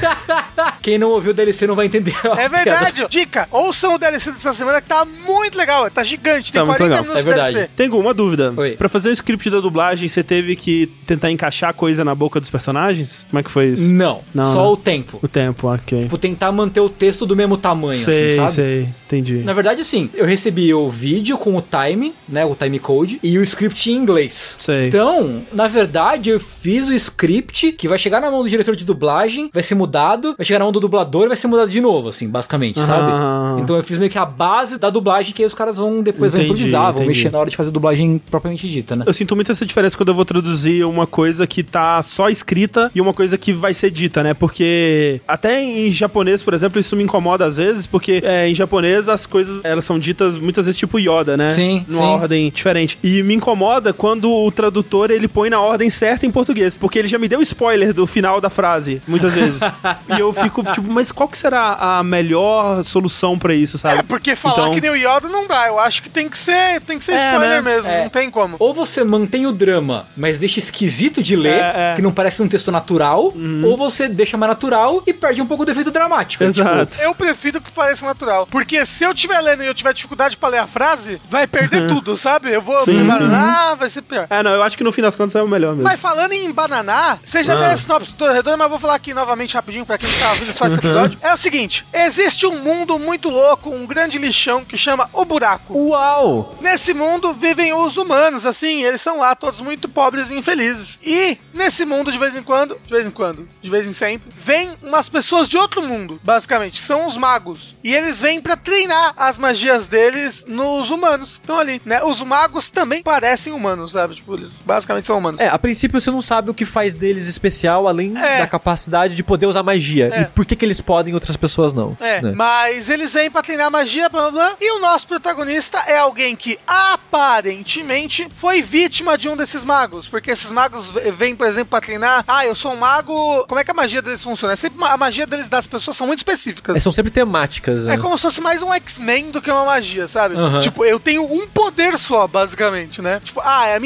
Quem não ouviu o D L C não vai entender. É verdade. Dica, ouçam o D L C dessa semana que tá muito legal. Tá gigante, tem tá quarenta minutos é verdade. de D L C. Tenho uma dúvida. Oi. Pra fazer o script da dublagem, você teve que tentar encaixar coisa na boca dos personagens? Como é que foi isso? Não, não só não. o tempo. O tempo, ok. Tipo, tentar manter o texto do mesmo tamanho, sei, assim, sabe? Sei, entendi. Na verdade, sim, eu recebi o vídeo com o time, né, o time code, e o script em inglês. Sei. Então, na verdade, eu fiz o script que vai chegar na mão do diretor de dublagem, vai ser mudado, vai chegar na mão do dublador e vai ser mudado de novo, assim, basicamente, ah. sabe? Então eu fiz meio que a base da dublagem que aí os caras vão depois entendi, vão improvisar, vão entendi. mexer na hora de fazer a dublagem propriamente dita, né? Eu sinto muito essa diferença quando eu vou traduzir uma coisa que tá só escrita e uma coisa que vai ser dita, né? Porque até em japonês, por exemplo, isso me incomoda às vezes, porque é, em japonês as coisas, elas são ditas muitas vezes tipo Yoda, né? Sim, Numa sim. ordem diferente. E me incomoda quando o tradutor, ele põe na ordem certa em português, porque ele já me deu spoiler do final da frase, muitas vezes. E eu fico tipo, mas qual que será a melhor solução pra isso, sabe? É, porque falar então... que nem o Yoda não dá. Eu acho que tem que ser, tem que ser É, spoiler né? mesmo, É. não tem como. Ou você mantém o drama, mas deixa esquisito de ler, É, é. que não parece um texto natural, ou você deixa mais natural e perde um pouco do efeito dramático. Exato. Tipo, Eu prefiro que pareça natural. Porque se eu estiver lendo e eu tiver dificuldade pra ler a frase, vai perder tudo, sabe? Eu vou Sim, me sim. bananar, vai ser pior. É, não, eu acho que no fim das contas é o melhor mesmo. Mas falando em bananar, você já Ah. deu a sinopse do Dorohedoro, mas eu vou falar aqui novamente rapidinho pra quem tá ouvindo só esse episódio. É o seguinte, existe um mundo muito louco, um grande lixão que chama O Buraco. Uau! Nesse mundo vivem os humanos, assim, eles são lá todos muito pobres e infelizes. E nesse mundo, de vez em quando, de vez em quando, de vez em sempre, vem umas pessoas de outro mundo, basicamente, são os magos. E eles vêm pra treinar as magias deles nos humanos que estão ali, né? Os magos também parecem humanos, sabe? Tipo, eles basicamente são humanos. É, a princípio você não sabe o que faz deles especial, além É. da capacidade de poder usar magia. É. E por que que eles podem e outras pessoas não. É, né? mas eles vêm pra treinar magia, blá blá blá, e o nosso protagonista é alguém que aparentemente foi vítima de um desses magos, porque esses magos v- vêm, por exemplo, pra treinar, ah, eu sou um mago, como é que a magia deles funciona? É sempre uma- a magia deles das pessoas são muito específicas. É, são sempre temáticas. É né? como se fosse mais um X-Men do que uma magia, sabe? Uhum. Tipo, eu tenho um poder só, basicamente, né? Tipo, ah, a minha magia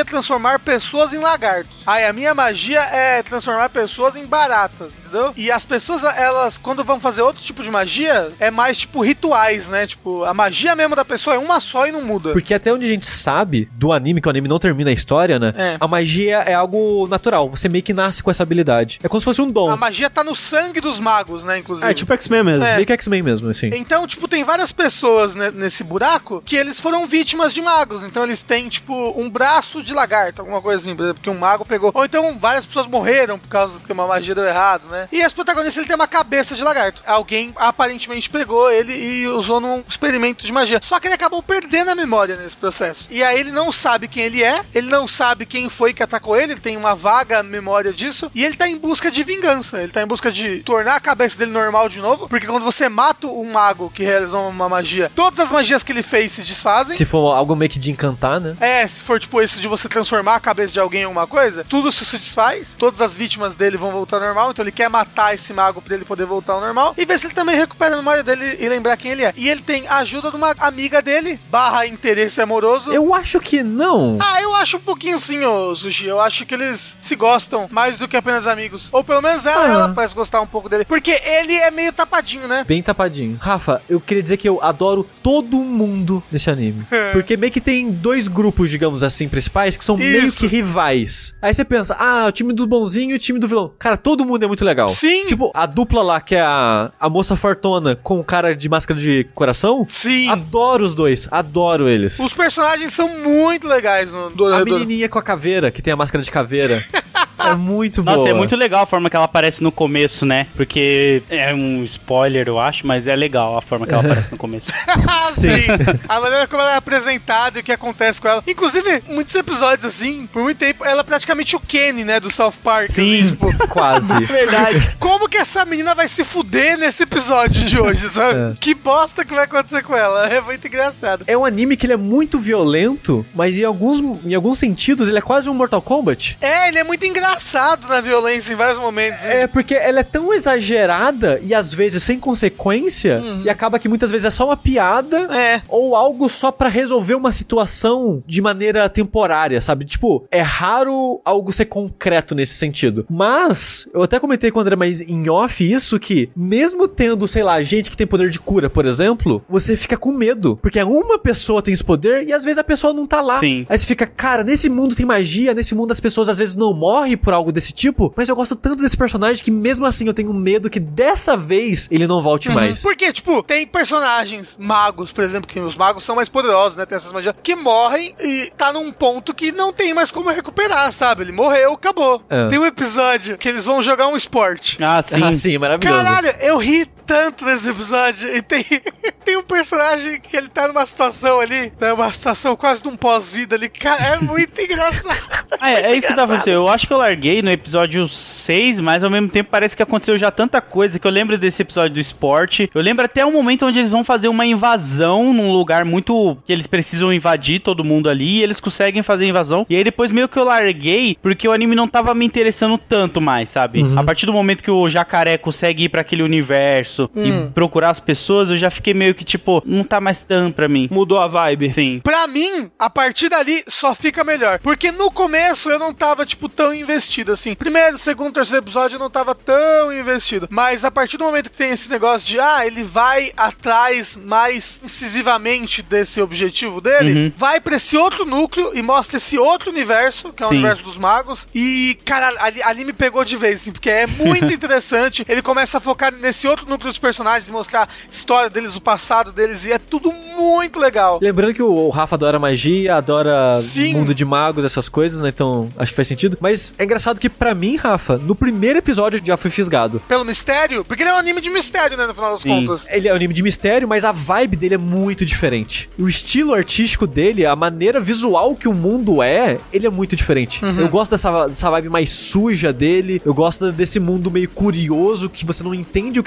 magia transformar pessoas em lagartos. Aí a minha magia é transformar pessoas em baratas, entendeu? E as pessoas, elas, quando vão fazer outro tipo de magia, é mais tipo rituais, né? Tipo, a magia mesmo da pessoa é uma só e não muda. Porque até onde a gente sabe do anime, que o anime não termina a história, né? É. A magia é algo natural. Você meio que nasce com essa habilidade. É como se fosse um dom. A magia tá no sangue dos magos, né? Inclusive. É tipo X-Men mesmo. É. Meio que X-Men mesmo, assim. Então, tipo, tem várias pessoas né, nesse buraco que eles foram vítimas de magos. Então eles têm, tipo, um braço de lagarto, alguma coisa assim, por exemplo, que um mago pegou. Ou então várias pessoas morreram por causa que uma magia deu errado, né? E esse protagonista, ele tem uma cabeça de lagarto. Alguém aparentemente pegou ele e usou num experimento de magia. Só que ele acabou perdendo a memória nesse processo. E aí ele não sabe quem ele é, ele não sabe quem foi que atacou ele, ele tem uma vaga memória disso, e ele tá em busca de vingança. Ele tá em busca de tornar a cabeça dele normal de novo, porque quando você mata um mago que realizou uma magia, todas as magias que ele fez se desfazem. Se for algo meio que de encantar, né? É, se for tipo isso de você transformar a cabeça de alguém em alguma coisa, tudo isso se desfaz, todas as vítimas dele vão voltar ao normal, então ele quer matar esse mago pra ele poder voltar ao normal, e ver se ele também recupera a memória dele e lembrar quem ele é. E ele tem a ajuda de uma amiga dele, barra interesse amoroso. Eu acho que não. Ah, eu acho um pouquinho sim, ô Sushi. Eu acho que eles se gostam mais do que apenas amigos. Ou pelo menos ela, Ah. ela parece gostar um pouco dele. Porque ele é meio tapadinho, né? Bem tapadinho. Rafa, eu queria dizer que eu adoro todo mundo nesse anime. Porque meio que tem dois grupos, digamos assim, principais, que são Isso. meio que rivais. Aí você pensa, ah, o time do bonzinho e o time do vilão. Cara, todo mundo é muito legal. Sim. Tipo, a dupla lá, que é a, a moça fortona com o cara de máscara de coração. Sim. Adoro os dois, adoro eles. Os personagens são muito legais no do A do- menininha com a caveira, que tem a máscara de caveira. É muito boa. Nossa, é muito legal a forma que ela aparece no começo, né? Porque é um spoiler, eu acho, mas é legal a forma que ela aparece no começo. Ah, Sim. sim. A maneira como ela é apresentada e o que acontece com ela. Inclusive, muitos episódios assim, por muito tempo, ela é praticamente o Kenny, né, do South Park. Sim. Assim, tipo, Quase. Verdade. como que essa menina vai se fuder nesse episódio de hoje, sabe? É. Que bosta que vai acontecer com ela. É muito engraçado. É um anime que ele é muito violento, mas em alguns, em alguns sentidos ele é quase um Mortal Kombat. É, ele é muito engraçado na violência em vários momentos. É, porque ela é tão exagerada e às vezes sem consequência, e acaba que muitas vezes é só uma piada É. ou algo só pra resolver uma situação de maneira temporária, sabe? Tipo, é raro algo ser concreto nesse sentido. Mas, eu até comentei com o André, mas em off isso, que mesmo tendo, sei lá, gente que tem poder de cura, por exemplo, você fica com medo, porque uma pessoa tem esse poder e às vezes a pessoa não tá lá. Sim. Aí você fica, cara, nesse mundo tem magia, nesse mundo as pessoas às vezes não morrem por algo desse tipo, mas eu gosto tanto desse personagem que mesmo assim eu tenho medo que dessa vez ele não volte mais. Porque, tipo, tem personagens magos, por exemplo, que os magos são mais poderosos, né? Tem essas magias que morrem e tá num ponto que não tem mais como recuperar, sabe? Ele morreu, acabou. É. Tem um episódio que eles vão jogar um esporte. Ah, sim. Ah, sim, maravilhoso. Caralho, eu ri tanto nesse episódio. E tem, tem um personagem que ele tá numa situação ali, né? Uma situação quase de um pós-vida ali. Cara, é muito engraçado. Ah, é, Muito é isso que tá engraçado. acontecendo. Eu acho que eu larguei no episódio seis, mas ao mesmo tempo parece que aconteceu já tanta coisa que eu lembro desse episódio do esporte. Eu lembro até o momento onde eles vão fazer uma invasão num lugar muito... que eles precisam invadir todo mundo ali e eles conseguem fazer a invasão. E aí depois meio que eu larguei porque o anime não tava me interessando tanto mais, sabe? Uhum. A partir do momento que o jacaré consegue ir pra aquele universo Hum. e procurar as pessoas, eu já fiquei meio que tipo, não tá mais tanto pra mim. Mudou a vibe. Sim. Pra mim, a partir dali só fica melhor. Porque no começo eu não tava, tipo, tão investido assim. Primeiro, segundo, terceiro episódio eu não tava tão investido. Mas a partir do momento que tem esse negócio de, ah, ele vai atrás mais incisivamente desse objetivo dele, Uhum. vai pra esse outro núcleo e mostra esse outro universo, que é o Sim. universo dos magos. E, cara, ali, ali me pegou de vez, assim, porque é muito interessante. Ele começa a focar nesse outro núcleo dos personagens e mostrar a história deles, o passado deles, e é tudo muito legal. Lembrando que o Rafa adora magia, adora Sim. mundo de magos, essas coisas, né? Então, acho que faz sentido. Mas é engraçado que pra mim, Rafa, no primeiro episódio eu já fui fisgado. Pelo mistério, porque ele é um anime de mistério, né, no final das Sim. contas. Ele é um anime de mistério, mas a vibe dele é muito diferente. O estilo artístico dele, a maneira visual que o mundo é, ele é muito diferente. Eu gosto dessa, dessa vibe mais suja dele, eu gosto desse mundo meio curioso, que você não entende o que tá acontecendo,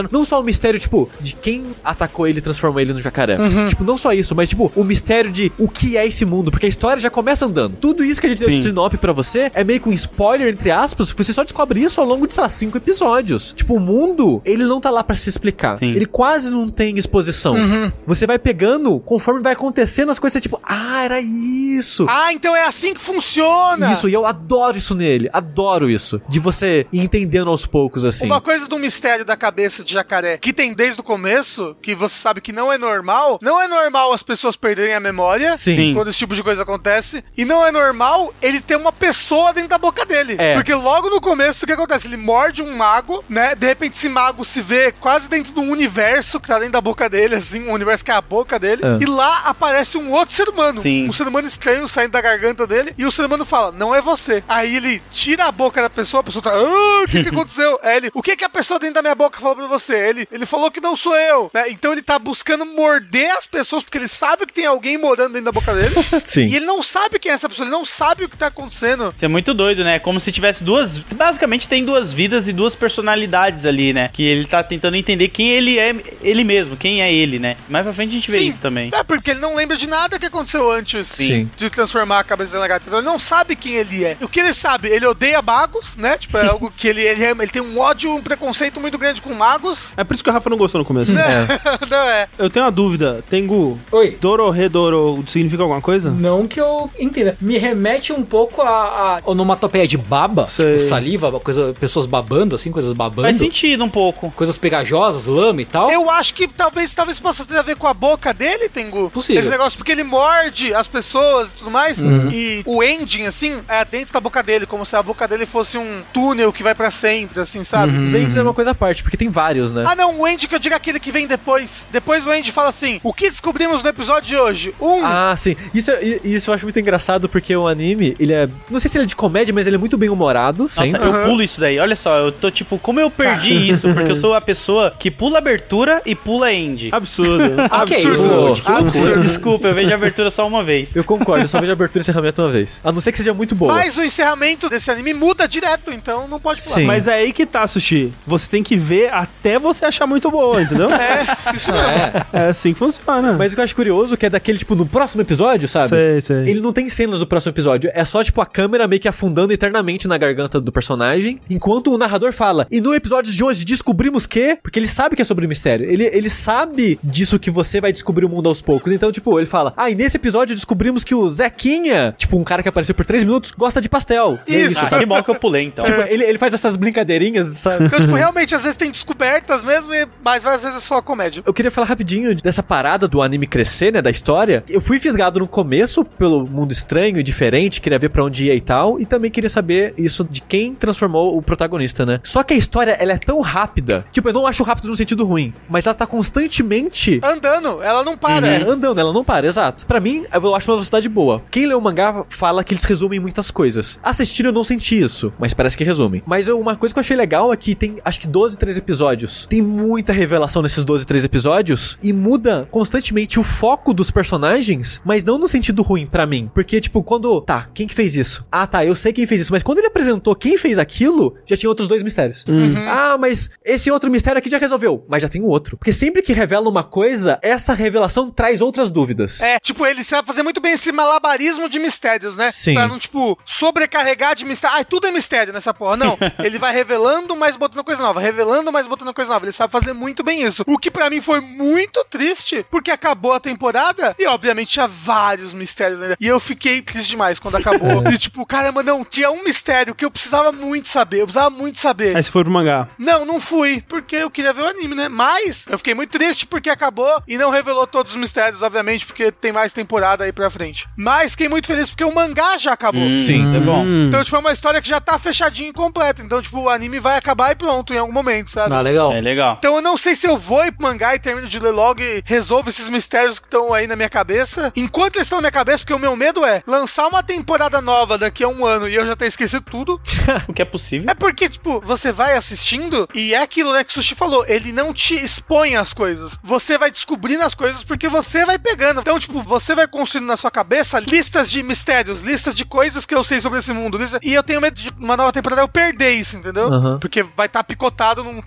trazendo não só o mistério, tipo, de quem atacou ele e transformou ele no jacaré. Uhum. Tipo, não só isso, mas, tipo, o mistério de o que é esse mundo, porque a história já começa andando. Tudo isso que a gente deu de sinopse pra você é meio que um spoiler, entre aspas, porque você só descobre isso ao longo de, sei lá, cinco episódios. Tipo, o mundo, ele não tá lá pra se explicar. Sim. Ele quase não tem exposição. Uhum. Você vai pegando, conforme vai acontecendo as coisas, você, tipo, ah, era isso. Ah, então é assim que funciona. Isso, e eu adoro isso nele. Adoro isso. De você ir entendendo aos poucos, assim. Uma coisa do mistério da cabeça de jacaré, que tem desde o começo, que você sabe que não é normal, não é normal as pessoas perderem a memória. Sim. Quando esse tipo de coisa acontece. E não é normal ele ter uma pessoa dentro da boca dele. É. Porque logo no começo, o que acontece? Ele morde um mago, né? De repente esse mago se vê quase dentro do universo que tá dentro da boca dele, assim, um universo que é a boca dele. É. E lá aparece um outro ser humano. Sim. Um ser humano estranho saindo da garganta dele. E o ser humano fala, não é você. Aí ele tira a boca da pessoa, a pessoa tá, ah, o que que aconteceu? Aí ele, o que que a pessoa dentro da minha boca falou pra você? Ele, ele falou que não sou eu, né? Então ele tá buscando morder as pessoas, porque ele sabe que tem alguém morando dentro da boca dele. Sim. E ele não sabe quem é essa pessoa, ele não sabe o que tá acontecendo. Isso é muito doido, né? Como se tivesse duas... Basicamente tem duas vidas e duas personalidades ali, né? Que ele tá tentando entender quem ele é, ele mesmo, quem é ele, né? Mais pra frente a gente vê Sim. isso também. É, porque ele não lembra de nada que aconteceu antes Sim. de transformar a cabeça dele na gata. Então ele não sabe quem ele é. O que ele sabe? Ele odeia magos, né? Tipo, é algo que ele, ele, é, ele tem um ódio, um preconceito muito grande com magos. É por isso que o Rafa não gostou no começo. É. Não é. Eu tenho uma dúvida. Tengu, Oi. Dororedoro significa alguma coisa? Não que eu entenda. Me remete um pouco a, a onomatopeia de baba, Sei. tipo saliva, coisa, pessoas babando, assim, coisas babando. Faz sentido um pouco. Coisas pegajosas, lama e tal. Eu acho que talvez, talvez possa ter a ver com a boca dele, Tengu. Possível. Esse negócio, porque ele morde as pessoas e tudo mais. Uhum. E o ending, assim, é dentro da boca dele, como se a boca dele fosse um túnel que vai pra sempre, assim, sabe? Uhum. Zends é uma coisa à parte, porque tem vários, né? Ah, não, o end que eu digo é aquele que vem depois. Depois o end fala assim, o que descobrimos no episódio de hoje? Um... Ah, sim. Isso, é- isso eu acho muito engraçado, porque o anime, ele é... Não sei se ele é de comédia, mas ele é muito bem humorado, Nossa, sempre. eu pulo isso daí. Olha só, eu tô tipo, como eu perdi isso? Porque eu sou a pessoa que pula abertura e pula end. Absurdo. Absurdo. Que loucura. Desculpa, eu vejo a abertura só uma vez. Eu concordo, eu só vejo a abertura e encerramento uma vez. A não ser que seja muito boa. Mas o encerramento desse anime muda direto, então não pode pular. Sim. Mas é aí que tá, Sushi. Você tem que ver até você achar muito boa, entendeu? É, isso mesmo. É. É assim que funciona. Mas o que eu acho curioso é que é daquele, tipo, no próximo episódio, sabe? Sei, sei. Ele não tem cenas do próximo episódio. É só, tipo, a câmera meio que afundando eternamente na garganta do personagem, enquanto o narrador fala. E no episódio de hoje descobrimos que... Porque ele sabe que é sobre mistério. Ele, ele sabe disso que você vai descobrir o mundo aos poucos. Então, tipo, ele fala... Ah, e nesse episódio descobrimos que o Zequinha, tipo, um cara que apareceu por três minutos, gosta de pastel. E é Isso. Ah, que bom que eu pulei, então. Tipo, ele, ele faz essas brincadeirinhas, sabe? Então, tipo, realmente, às vezes tem descobertas mesmo, e- mas várias vezes é só comédia. Eu queria falar rapidinho dessa parada do anime crescer, né, da história. Eu fui fisgado no começo pelo mundo estranho e diferente, queria ver pra onde ia e tal, e também queria saber isso de quem transformou o protagonista, né? Só que a história, ela é tão rápida, tipo, eu não acho rápido no sentido ruim, mas ela tá constantemente... Andando, ela não para. É, andando, ela não para, exato. Pra mim, eu acho uma velocidade boa. Quem lê o mangá fala que eles resumem muitas coisas. Assistindo eu não senti isso, mas parece que resumem. Mas eu- uma coisa que eu achei legal é que tem, acho que doze, treze episódios. Tem muita revelação nesses doze, treze episódios e muda constantemente o foco dos personagens, mas não no sentido ruim pra mim. Porque, tipo, quando... Tá, quem que fez isso? Ah, tá, eu sei quem fez isso, mas quando ele apresentou quem fez aquilo, já tinha outros dois mistérios. Ah, mas esse outro mistério aqui já resolveu. Mas já tem um outro. Porque sempre que revela uma coisa, essa revelação traz outras dúvidas. É, tipo, ele sabe fazer muito bem esse malabarismo de mistérios, né? Sim. Pra não, tipo, sobrecarregar de mistério. Ai, tudo é mistério nessa porra. Não, ele vai revelando, mas botando coisa nova. Revelando, mas botando coisa nova. Ele sabe fazer muito bem isso. O que pra mim foi muito triste, porque acabou a temporada e, obviamente, tinha vários mistérios ainda. E eu fiquei triste demais quando acabou. E, tipo, caramba, não, tinha um mistério que eu precisava muito saber. Eu precisava muito saber. Aí você foi pro mangá. Não, não fui, porque eu queria ver o anime, né? Mas eu fiquei muito triste porque acabou e não revelou todos os mistérios, obviamente, porque tem mais temporada aí pra frente. Mas fiquei muito feliz porque o mangá já acabou. Sim. É bom. Hum. Então, tipo, é uma história que já tá fechadinha e completa. Então, tipo, o anime vai acabar e pronto, em algum momento, sabe? Ah, legal. É legal. Então eu não sei se eu vou ir pro mangá e termino de ler logo e resolvo esses mistérios que estão aí na minha cabeça. Enquanto eles estão na minha cabeça, porque o meu medo é lançar uma temporada nova daqui a um ano e eu já ter esquecido tudo. O que é possível. É porque, tipo, você vai assistindo e é aquilo, né, que o Sushi falou. Ele não te expõe as coisas. Você vai descobrindo as coisas porque você vai pegando. Então, tipo, você vai construindo na sua cabeça listas de mistérios, listas de coisas que eu sei sobre esse mundo. lista- E eu tenho medo de uma nova temporada eu perder isso, entendeu? Aham. Porque vai estar picotado num tempo muito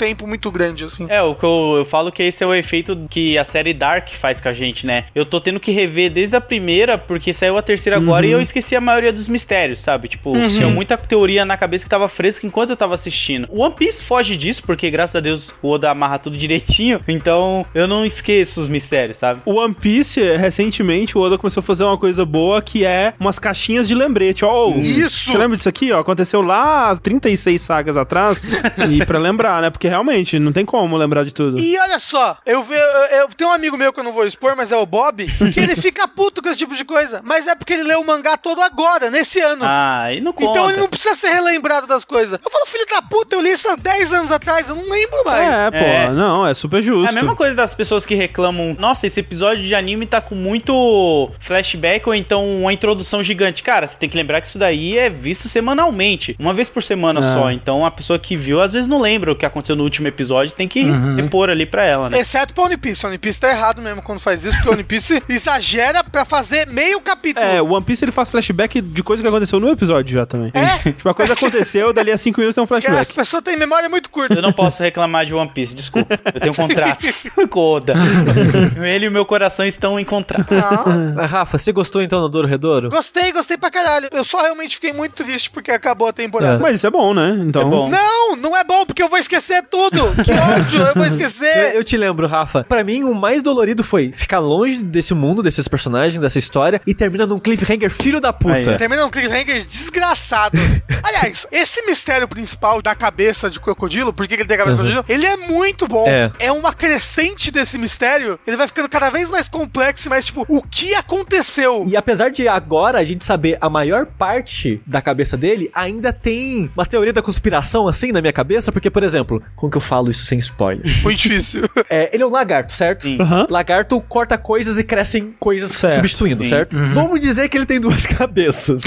muito grande, assim. É, o que eu, eu falo que esse é o efeito que a série Dark faz com a gente, né? Eu tô tendo que rever desde a primeira, porque saiu a terceira agora Uhum. e eu esqueci a maioria dos mistérios, sabe? Tipo, Uhum. tinha muita teoria na cabeça que tava fresca enquanto eu tava assistindo. O One Piece foge disso, porque graças a Deus o Oda amarra tudo direitinho, então eu não esqueço os mistérios, sabe? O One Piece, recentemente, o Oda começou a fazer uma coisa boa, que é umas caixinhas de lembrete. Ó, oh, Isso! Você lembra disso aqui? Ó, aconteceu lá há trinta e seis sagas atrás. E pra lembrar, né? Porque realmente não tem como lembrar de tudo. E olha só, eu, ve- eu, eu tenho um amigo meu que eu não vou expor, mas é o Bob, que ele fica puto com esse tipo de coisa. Mas é porque ele leu o mangá todo agora, nesse ano. Ah, e não conta. Então ele não precisa ser relembrado das coisas. Eu falo, filho da puta, eu li isso há dez anos atrás, eu não lembro mais. É, pô, É. não, é super justo. É a mesma coisa das pessoas que reclamam, nossa, esse episódio de anime tá com muito flashback ou então uma introdução gigante. Cara, você tem que lembrar que isso daí é visto semanalmente, uma vez por semana É. só. Então a pessoa que viu, às vezes não lembra o que aconteceu no último episódio, tem que repor ali pra ela, né? Exceto pra One Piece. O One Piece tá errado mesmo quando faz isso, porque o One Piece exagera pra fazer meio capítulo. É, o One Piece ele faz flashback de coisa que aconteceu no episódio já também. É? Tipo, a coisa aconteceu, dali a cinco minutos tem um Porque as flashback. pessoas têm memória muito curta. Eu não posso reclamar de One Piece, desculpa. Eu tenho um contrato com o Oda. Ele e o meu coração estão em contrato. Não. Ah, Rafa, você gostou então do Doro Redouro? Gostei, gostei pra caralho. Eu só realmente fiquei muito triste porque acabou a temporada. Mas isso é bom, né? Então. É bom. Não, não é bom, porque eu vou esquecer tudo. Que ódio, eu vou Eu, esquecer. eu te lembro, Rafa. Pra mim, o mais dolorido foi ficar longe desse mundo, desses personagens, dessa história, e termina num cliffhanger filho da puta. Aí, é. Termina um cliffhanger desgraçado. Aliás, esse mistério principal da cabeça de crocodilo, por que que ele tem a cabeça de crocodilo, ele é muito bom. É. É uma crescente desse mistério, ele vai ficando cada vez mais complexo, mas tipo, o que aconteceu? E apesar de agora a gente saber a maior parte da cabeça dele, ainda tem umas teorias da conspiração assim na minha cabeça, porque, por exemplo, como que eu falo isso sem spoiler? Muito difícil. É, ele é um lagarto, certo? Sim. Aham. Lagarto corta coisas e crescem coisas Certo. substituindo, Sim. certo? Vamos dizer que ele tem duas cabeças.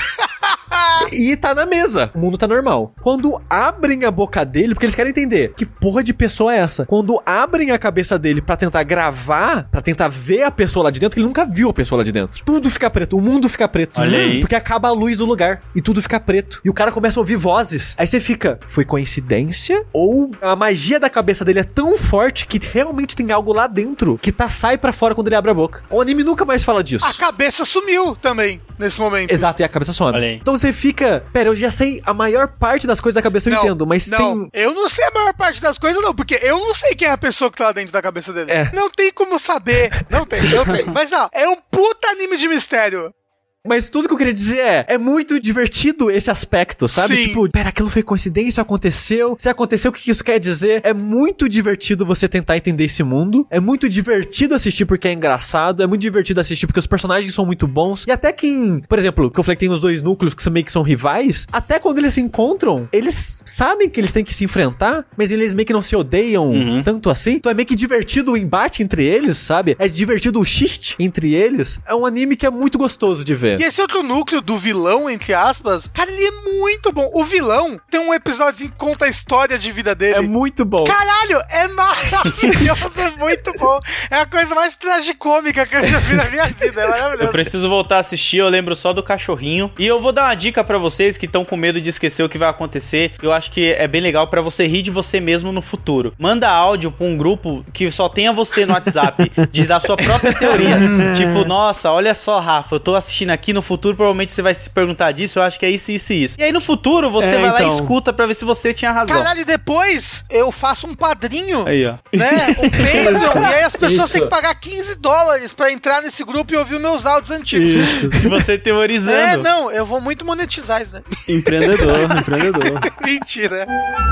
E tá na mesa. O mundo tá normal. Quando abrem a boca dele, porque eles querem entender que porra de pessoa é essa. Quando abrem a cabeça dele pra tentar gravar, pra tentar ver a pessoa lá de dentro, ele nunca viu a pessoa lá de dentro. Tudo fica preto, o mundo fica preto. Olha aí. Porque acaba a luz do lugar e tudo fica preto. E o cara começa a ouvir vozes. Aí você fica, foi coincidência? Ou a magia da cabeça dele é tão forte que realmente tem algo lá dentro que tá sai pra fora quando ele abre a boca. O anime nunca mais fala disso. A cabeça sumiu também, nesse momento. Exato, e a cabeça some. Olha aí. Então você fica, pera, eu já sei a maior parte das coisas da cabeça, eu entendo, mas não, tem... eu não sei a maior parte das coisas, não, porque eu não sei quem é a pessoa que tá lá dentro da cabeça dele. É. Não tem como saber. Não tem, não tem. Mas ó, é um puta anime de mistério. Mas tudo que eu queria dizer é, é muito divertido esse aspecto, sabe? Sim. Tipo, pera, aquilo foi coincidência, aconteceu? Se aconteceu, o que isso quer dizer? É muito divertido você tentar entender esse mundo. É muito divertido assistir porque é engraçado. É muito divertido assistir porque os personagens são muito bons. E até quem, por exemplo, que eu falei que tem os dois núcleos que são meio que são rivais, até quando eles se encontram, eles sabem que eles têm que se enfrentar, mas eles meio que não se odeiam Uhum. tanto assim. Então é meio que divertido o embate entre eles, sabe? É divertido o xiste entre eles. É um anime que é muito gostoso de ver. E esse outro núcleo do vilão, entre aspas, cara, ele é muito bom. O vilão tem um episódio que conta a história de vida dele. É muito bom. Caralho, é maravilhoso, é muito bom. É a coisa mais tragicômica que eu já vi na minha vida. É maravilhoso. Eu preciso voltar a assistir, eu lembro só do cachorrinho. E eu vou dar uma dica pra vocês que estão com medo de esquecer o que vai acontecer. Eu acho que é bem legal pra você rir de você mesmo no futuro. Manda áudio pra um grupo que só tenha você no WhatsApp, de dar sua própria teoria. Tipo, nossa, olha só, Rafa, eu tô assistindo aqui no futuro, provavelmente você vai se perguntar disso, eu acho que é isso, isso e isso. E aí no futuro você É, vai lá e então. escuta pra ver se você tinha razão. Caralho, e depois eu faço um padrinho, Aí, ó. né? Um Patreon, e aí as pessoas Isso. têm que pagar quinze dólares pra entrar nesse grupo e ouvir meus áudios antigos. Isso. E você teorizando. É, não, eu vou muito monetizar isso, né? Empreendedor, empreendedor. Mentira.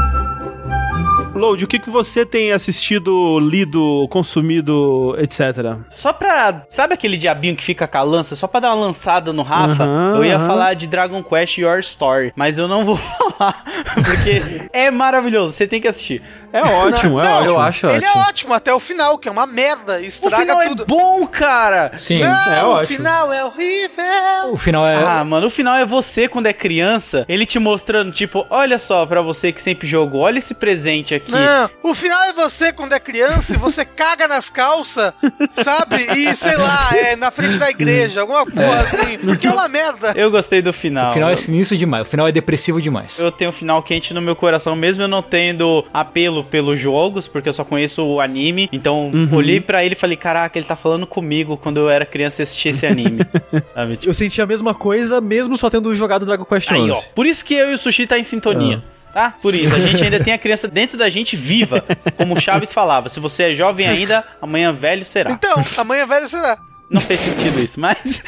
Load, o que, que você tem assistido, lido, consumido, etcétera? Só pra... Sabe aquele diabinho que fica com a lança? Só pra dar uma lançada no Rafa, Aham, eu ia aham. falar de Dragon Quest Your Story, mas eu não vou falar, porque é maravilhoso, você tem que assistir. É ótimo, é Não, ótimo. Eu acho Ele ótimo. é ótimo até o final, que é uma merda, O estraga final tudo. é bom, cara! Sim. Não, é o ótimo. final é horrível. O final é... Ah, mano, o final é você quando é criança, ele te mostrando, tipo, olha só, pra você que sempre jogou, olha esse presente aqui. Não, o final é você quando é criança e você caga nas calças, sabe? E, sei lá, é na frente da igreja, alguma porra assim. Porque é uma merda. Eu gostei do final. O final é eu, sinistro demais. O final é depressivo demais. eu tenho um final quente no meu coração, mesmo eu não tendo apelo pelo, pelos jogos, porque eu só conheço o anime. Então, Uhum. olhei pra ele e falei, caraca, ele tá falando comigo quando eu era criança e assistia esse anime. Sabe? Tipo, Eu senti a mesma coisa, mesmo só tendo jogado Dragon Quest aí, ó. onze. Por isso que eu e o Sushi tá em sintonia. Tá? Por isso, a gente ainda tem a criança dentro da gente viva. Como o Chaves falava, se você é jovem ainda, amanhã velho será. Então, amanhã velho será. Não fez sentido isso, mas...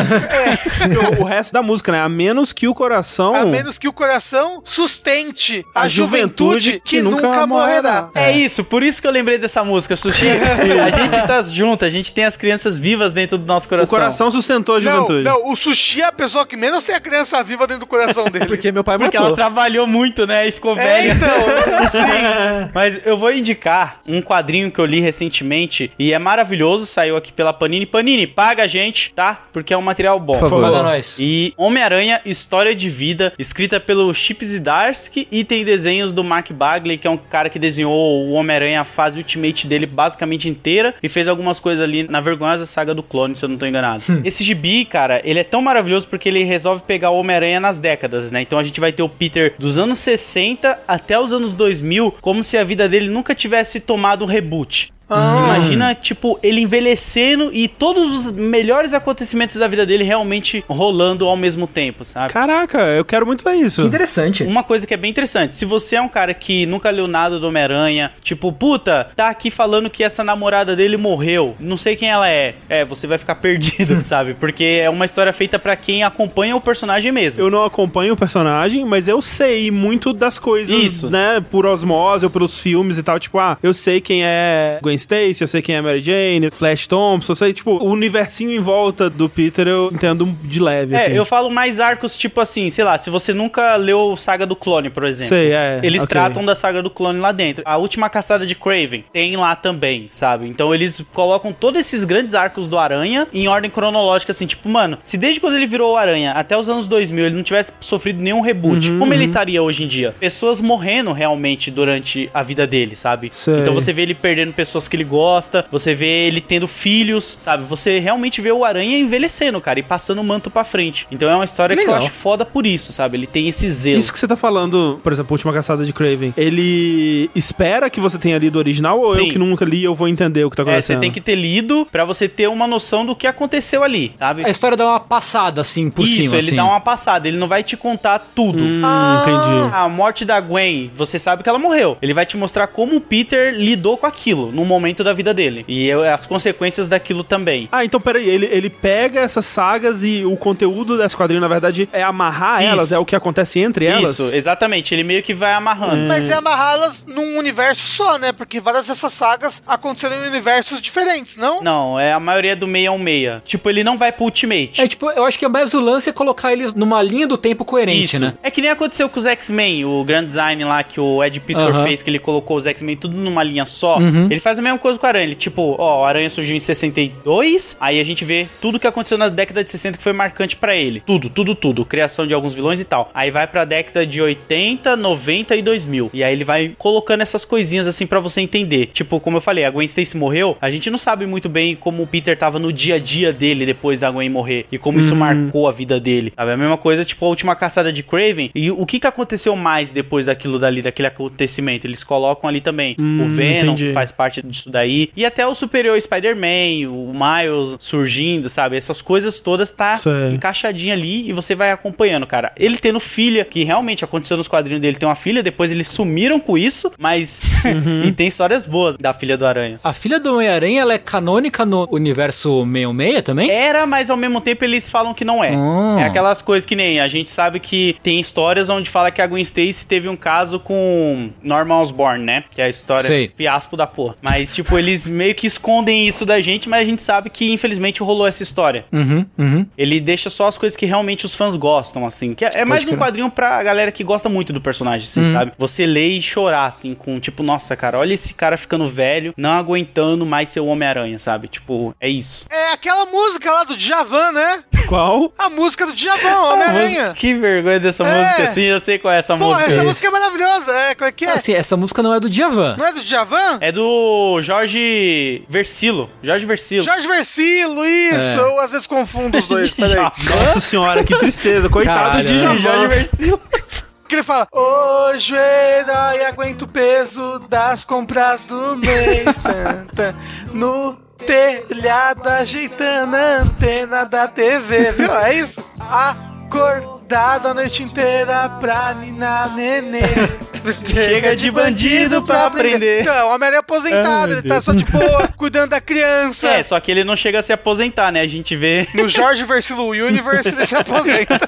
o, o resto da música, né? A menos que o coração... A menos que o coração sustente a, A juventude, juventude que, que nunca, nunca morrerá. É isso, por isso que eu lembrei dessa música, Sushi. A gente tá junto, a gente tem as crianças vivas dentro do nosso O coração. coração sustentou a Não, juventude. não, o Sushi é a pessoa que menos tem a criança viva dentro do coração dele. Porque meu pai Porque matou. ela trabalhou muito, né, e ficou É, velha. então, sim. Mas eu vou indicar um quadrinho que eu li recentemente e é maravilhoso, saiu aqui pela Panini. Panini, paga a gente, tá? Porque é um material bom. Por favor. Paga nós. E Homem-Aranha, História de Vida, escrita pelo Chip Zdarsky e tem desenhos do Mark Bagley, que é um cara que desenhou o Homem-Aranha, a fase Ultimate dele basicamente inteira e fez algumas coisas ali na vergonhosa saga do Clone, se eu não tô enganado. Esse gibi, cara, ele é tão maravilhoso porque ele resolve pegar o Homem-Aranha nas décadas, né? Então a gente vai ter o Peter dos anos sessenta até os anos dois mil, como se a vida dele nunca tivesse tomado um reboot. Ah. Imagina, tipo, ele envelhecendo e todos os melhores acontecimentos da vida dele realmente rolando ao mesmo tempo, sabe? Caraca, eu quero muito ver isso. Que interessante. Uma coisa que é bem interessante, se você é um cara que nunca leu nada do Homem-Aranha, tipo, puta, tá aqui falando que essa namorada dele morreu, não sei quem ela é, é, você vai ficar perdido, sabe? Porque é uma história feita pra quem acompanha o personagem mesmo. Eu não acompanho o personagem, mas eu sei muito das coisas, Isso. né? Por osmose ou pelos filmes e tal. Tipo, ah, eu sei quem é Gwen Stacy, eu sei quem é Mary Jane, Flash Thompson, eu sei, tipo, o universinho em volta do Peter eu entendo de leve, É, assim. eu falo mais arcos, tipo assim, sei lá, se você nunca leu Saga do Clone, por exemplo. Sei, é. Eles ok. tratam da Saga do Clone lá dentro. A Última Caçada de Kraven tem lá também, sabe? Então eles colocam todos esses grandes arcos do Aranha em ordem cronológica, assim, tipo, mano, se desde quando ele virou o Aranha até os anos dois mil ele não tivesse sofrido nenhum reboot, Uhum, como ele uhum. estaria hoje em dia? Pessoas morrendo realmente durante a vida dele, sabe? Sei. Então você vê ele perdendo pessoas que ele gosta, você vê ele tendo filhos, sabe? Você realmente vê o Aranha envelhecendo, cara, e passando o manto pra frente. Então é uma história Que que, eu legal. acho foda por isso, sabe? Ele tem esse zelo. Isso que você tá falando, por exemplo, a Última Caçada de Kraven, ele espera que você tenha lido o original ou Sim. eu que nunca li eu vou entender o que tá É, você acontecendo? tem que ter lido pra você ter uma noção do que aconteceu ali, sabe? A história dá uma passada, assim, por Isso, cima, ele assim. dá uma passada, ele não vai te contar tudo. Hum, Ah. entendi. A morte da Gwen, você sabe que ela morreu. Ele vai te mostrar como o Peter lidou com aquilo no momento da vida dele. E as consequências daquilo também. Ah, então peraí, ele, ele pega essas sagas e o conteúdo desse quadrinho, na verdade, é amarrar Isso. elas, é o que acontece entre elas? Isso, exatamente. Ele meio que vai amarrando. Mas é amarrá-las num universo só, né? Porque várias dessas sagas aconteceram em universos diferentes, não? Não, é a maioria do meia ao meia. Tipo, ele não vai pro Ultimate. É, tipo, eu acho que mais o lance é colocar eles numa linha do tempo coerente, Isso. né? É que nem aconteceu com os X-Men, o Grand Design lá que o Ed Piskor Aham. fez, que ele colocou os X-Men tudo numa linha só. Uhum. Ele faz a mesma coisa com o Aranha. Ele, tipo, ó, o Aranha surgiu em sessenta e dois, aí a gente vê tudo que aconteceu na década de sessenta que foi marcante pra ele. Tudo, tudo, tudo. Criação de alguns vilões e tal. Aí vai pra década de oitenta, noventa e dois mil. E aí ele vai colocando essas coisinhas assim pra você entender. Tipo, como eu falei, a Gwen Stacy morreu, a gente não sabe muito bem como o Peter tava no dia a dia dele depois da Gwen morrer e como isso Uhum. marcou a vida dele. Sabe? A mesma coisa, tipo, a Última Caçada de Kraven. E o que que aconteceu mais depois daquilo dali, daquele acontecimento? Eles colocam ali também Hum, o Venom, entendi. que faz parte disso daí, e até o Superior Spider-Man, o Miles surgindo, sabe? Essas coisas todas tá Sei. encaixadinha ali e você vai acompanhando, cara. Ele tendo filha, que realmente aconteceu nos quadrinhos dele, tem uma filha, depois eles sumiram com isso, mas... Uhum. e tem histórias boas da filha do Aranha. A filha do Homem-Aranha, ela é canônica no universo seiscentos e sessenta e seis também? Era, mas ao mesmo tempo eles falam que não é. Hum. É aquelas coisas que nem a gente sabe que tem histórias onde fala que a Gwen Stacy teve um caso com Norman Osborn, né? Que é a história Sei. fiasco da porra. Mas, tipo, eles meio que escondem isso da gente, mas a gente sabe que infelizmente rolou essa história. Uhum, uhum. Ele deixa só as coisas que realmente os fãs gostam, assim. Que é, é mais um crer. quadrinho pra galera que gosta muito do personagem, assim, Uhum. sabe? Você lê e chorar, assim, com tipo, nossa, cara, olha esse cara ficando velho, não aguentando mais ser o Homem-Aranha, sabe? Tipo, é isso. É aquela música lá do Djavan, né? Qual? A música do Djavan, Homem-Aranha. Que vergonha dessa É. música, assim, eu sei qual é essa Porra, música. essa música é maravilhosa. É, como é que é? Assim, essa música não é do Djavan. Não é do Djavan? É do Jorge Versilo. Jorge Versilo. Jorge Versilo, isso. É. Eu às vezes confundo os dois, peraí. Nossa senhora, que tristeza. Coitado Caralho. de Djavan. Jorge Versilo. Que ele fala, hoje o herói aguenta o peso das compras do mês. tan, tan, no telhado ajeitando a antena da T V, viu? É isso? Acordado a noite inteira pra ninar nenê. Chega de bandido pra aprender. Então, o homem é aposentado, Ai, ele tá só de boa, cuidando da criança. É, só que ele não chega a se aposentar, né? A gente vê... No Jorge Versilo Universe ele se aposenta.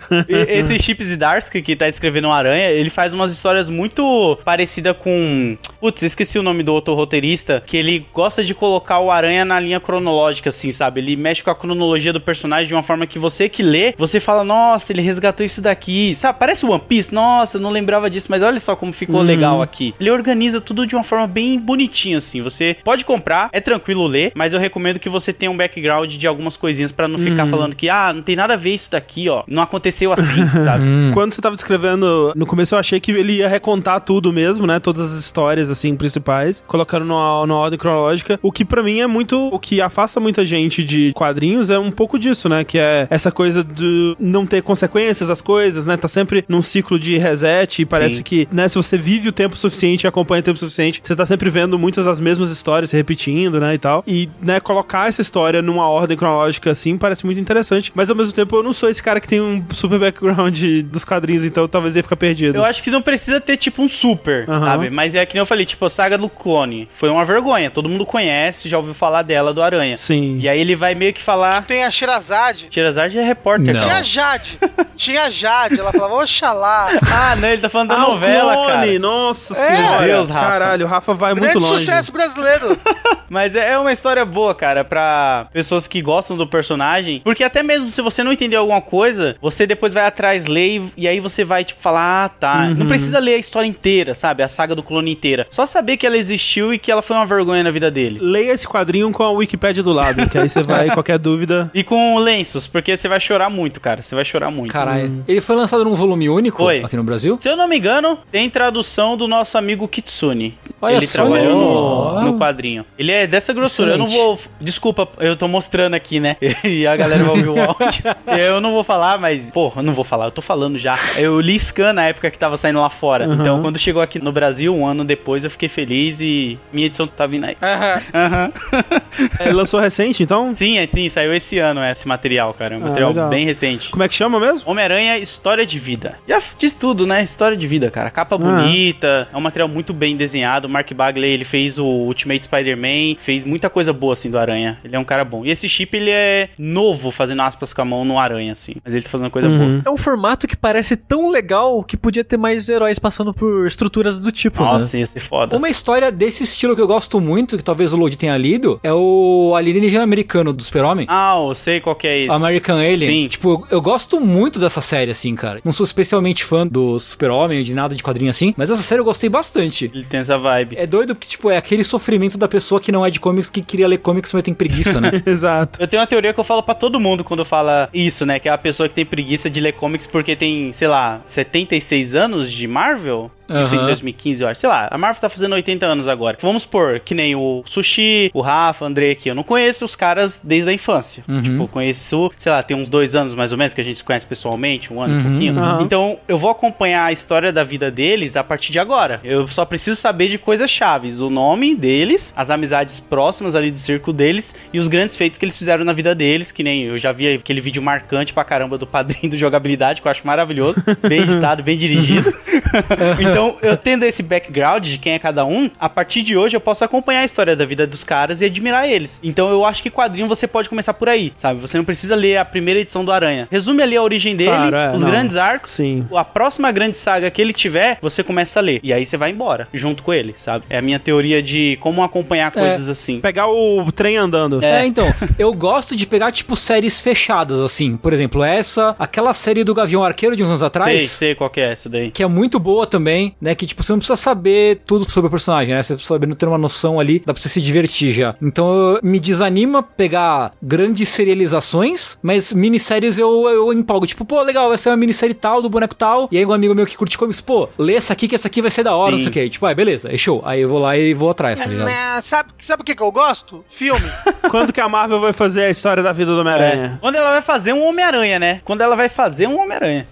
E esse Chip Zdarsky que tá escrevendo o Aranha, ele faz umas histórias muito parecidas com... Putz, esqueci o nome do outro roteirista, que ele gosta de colocar o Aranha na linha cronológica, assim, sabe? Ele mexe com a cronologia do personagem de uma forma que você que lê, você fala, nossa, ele resgatou isso daqui. Sabe, parece One Piece. Nossa, eu não lembrava disso, mas olha só como ficou uhum. legal aqui. Ele organiza tudo de uma forma bem bonitinha, assim. Você pode comprar, é tranquilo ler, mas eu recomendo que você tenha um background de algumas coisinhas pra não uhum. ficar falando que, ah, não tem nada a ver isso daqui, ó. Não aconteceu assim, sabe? Quando você tava descrevendo, no começo eu achei que ele ia recontar tudo mesmo, né? Todas as histórias, assim, principais, colocando numa, numa ordem cronológica. O que pra mim é muito... O que afasta muita gente de quadrinhos é um pouco disso, né? Que é essa coisa de não ter consequências as coisas, né? Tá sempre num ciclo de reset e parece Sim. que, né? Se você vive o tempo suficiente e acompanha o tempo suficiente, você tá sempre vendo muitas das mesmas histórias se repetindo, né? E tal. E, né? Colocar essa história numa ordem cronológica assim parece muito interessante. Mas ao mesmo tempo eu não sou esse cara que tem um super background dos quadrinhos, então talvez ia ficar perdido. Eu acho que não precisa ter tipo um super, uhum. sabe? Mas é que nem eu falei, tipo, a saga do clone foi uma vergonha. Todo mundo conhece, já ouviu falar dela, do Aranha. Sim. E aí ele vai meio que falar... Tem a Sherazade. Sherazade é repórter. Não. Tinha a Jade. Tinha a Jade. Ela falava, oxalá. Ah, não, ele tá falando da ah, novela, clone, cara. Nossa é. senhora. Deus, Rafa. Caralho, o Rafa vai Grande muito longe. sucesso brasileiro. Mas é uma história boa, cara, pra pessoas que gostam do personagem. Porque até mesmo se você não entender alguma coisa, você depois vai atrás, lê e, e aí você vai, tipo, falar, ah, tá. Uhum. Não precisa ler a história inteira, sabe? A saga do clone inteira. Só saber que ela existiu e que ela foi uma vergonha na vida dele. Leia esse quadrinho com a Wikipédia do lado, que aí você vai, qualquer dúvida... E com lenços, porque você vai chorar muito, cara. Você vai chorar muito. Caralho. Hum. Ele foi lançado num volume único foi. Aqui no Brasil? Se eu não me engano, tem tradução do nosso amigo Kitsune. Olha ele só, trabalhou no, no quadrinho. Ele é dessa grossura. Excelente. Eu não vou... Desculpa, eu tô mostrando aqui, né? E a galera vai ouvir o áudio. Eu não vou falar, mas... Pô, eu não vou falar. Eu tô falando já. Eu li Scan na época que tava saindo lá fora. Uhum. Então, quando chegou aqui no Brasil, um ano depois, eu fiquei feliz e minha edição tá vindo aí. Aham. Uhum. É, lançou recente, então? Sim, é, sim. Saiu esse ano esse material, cara. É um ah, material legal. Bem recente. Como é que chama mesmo? Homem-Aranha, História de Vida. Já diz tudo, né? História de vida, cara. Capa ah. bonita. É um material muito bem desenhado. O Mark Bagley, ele fez o Ultimate Spider-Man. Fez muita coisa boa, assim, do Aranha. Ele é um cara bom. E esse chip, ele é novo, fazendo aspas com a mão no Aranha, assim. Mas ele tá fazendo coisa uhum. boa. É um formato que parece tão legal que podia ter mais heróis passando por estruturas do tipo, Nossa, né? ia ser foda. Uma história desse estilo que eu gosto muito, que talvez o Lodi tenha lido, é o Alienígena Americano do Super-Homem. Ah, eu sei qual que é esse. American Alien. Sim. Tipo, eu gosto muito dessa série, assim, cara. Não sou especialmente fã do Super-Homem, de nada de quadrinho assim, mas essa série eu gostei bastante. Ele tem essa vibe. É doido que, tipo, é aquele sofrimento da pessoa que não é de comics, que queria ler comics, mas tem preguiça, né? Exato. Eu tenho uma teoria que eu falo pra todo mundo quando fala isso, né? Que é a pessoa que tem preguiça de ler comics porque tem, sei lá, setenta e seis anos de Marvel. Isso uhum. em dois mil e quinze, eu acho. Sei lá, a Marvel tá fazendo oitenta anos agora. Vamos supor, que nem o Sushi, o Rafa, o André aqui. Eu não conheço os caras desde a infância. Uhum. Tipo, eu conheço, sei lá, tem uns dois anos mais ou menos que a gente se conhece pessoalmente, um ano e uhum. pouquinho. Uhum. Então, eu vou acompanhar a história da vida deles a partir de agora. Eu só preciso saber de coisas chaves. O nome deles, as amizades próximas ali do círculo deles e os grandes feitos que eles fizeram na vida deles, que nem eu já vi aquele vídeo marcante pra caramba do padrinho do Jogabilidade, que eu acho maravilhoso. Bem editado, bem dirigido. Então, eu tendo esse background de quem é cada um, a partir de hoje eu posso acompanhar a história da vida dos caras e admirar eles. Então eu acho que quadrinho você pode começar por aí, sabe? Você não precisa ler a primeira edição do Aranha. Resume ali a origem dele, claro, é, os não. grandes arcos. Sim. A próxima grande saga que ele tiver, você começa a ler. E aí você vai embora, junto com ele, sabe? É a minha teoria de como acompanhar coisas é. assim. Pegar o trem andando. É, é então, eu gosto de pegar, tipo, séries fechadas, assim. Por exemplo, essa, aquela série do Gavião Arqueiro de uns anos atrás. Sei, sei qual que é essa daí. Que é muito boa também, né? Que, tipo, você não precisa saber tudo sobre o personagem, né? Você sabendo ter uma noção ali, dá pra você se divertir já. Então, me desanima pegar grandes serializações, mas minisséries eu, eu empolgo. Tipo, pô, legal, essa é uma minissérie tal, do boneco tal. E aí um amigo meu que curte comics, pô, lê essa aqui que essa aqui vai ser da hora, Sim. não sei o que. Tipo, ah, beleza, é show. Aí eu vou lá e vou atrás, tá ligado? É, sabe, sabe o que que eu gosto? Filme. Quando que a Marvel vai fazer a história da vida do Homem-Aranha? É. Quando ela vai fazer um Homem-Aranha, né? Quando ela vai fazer um Homem-Aranha.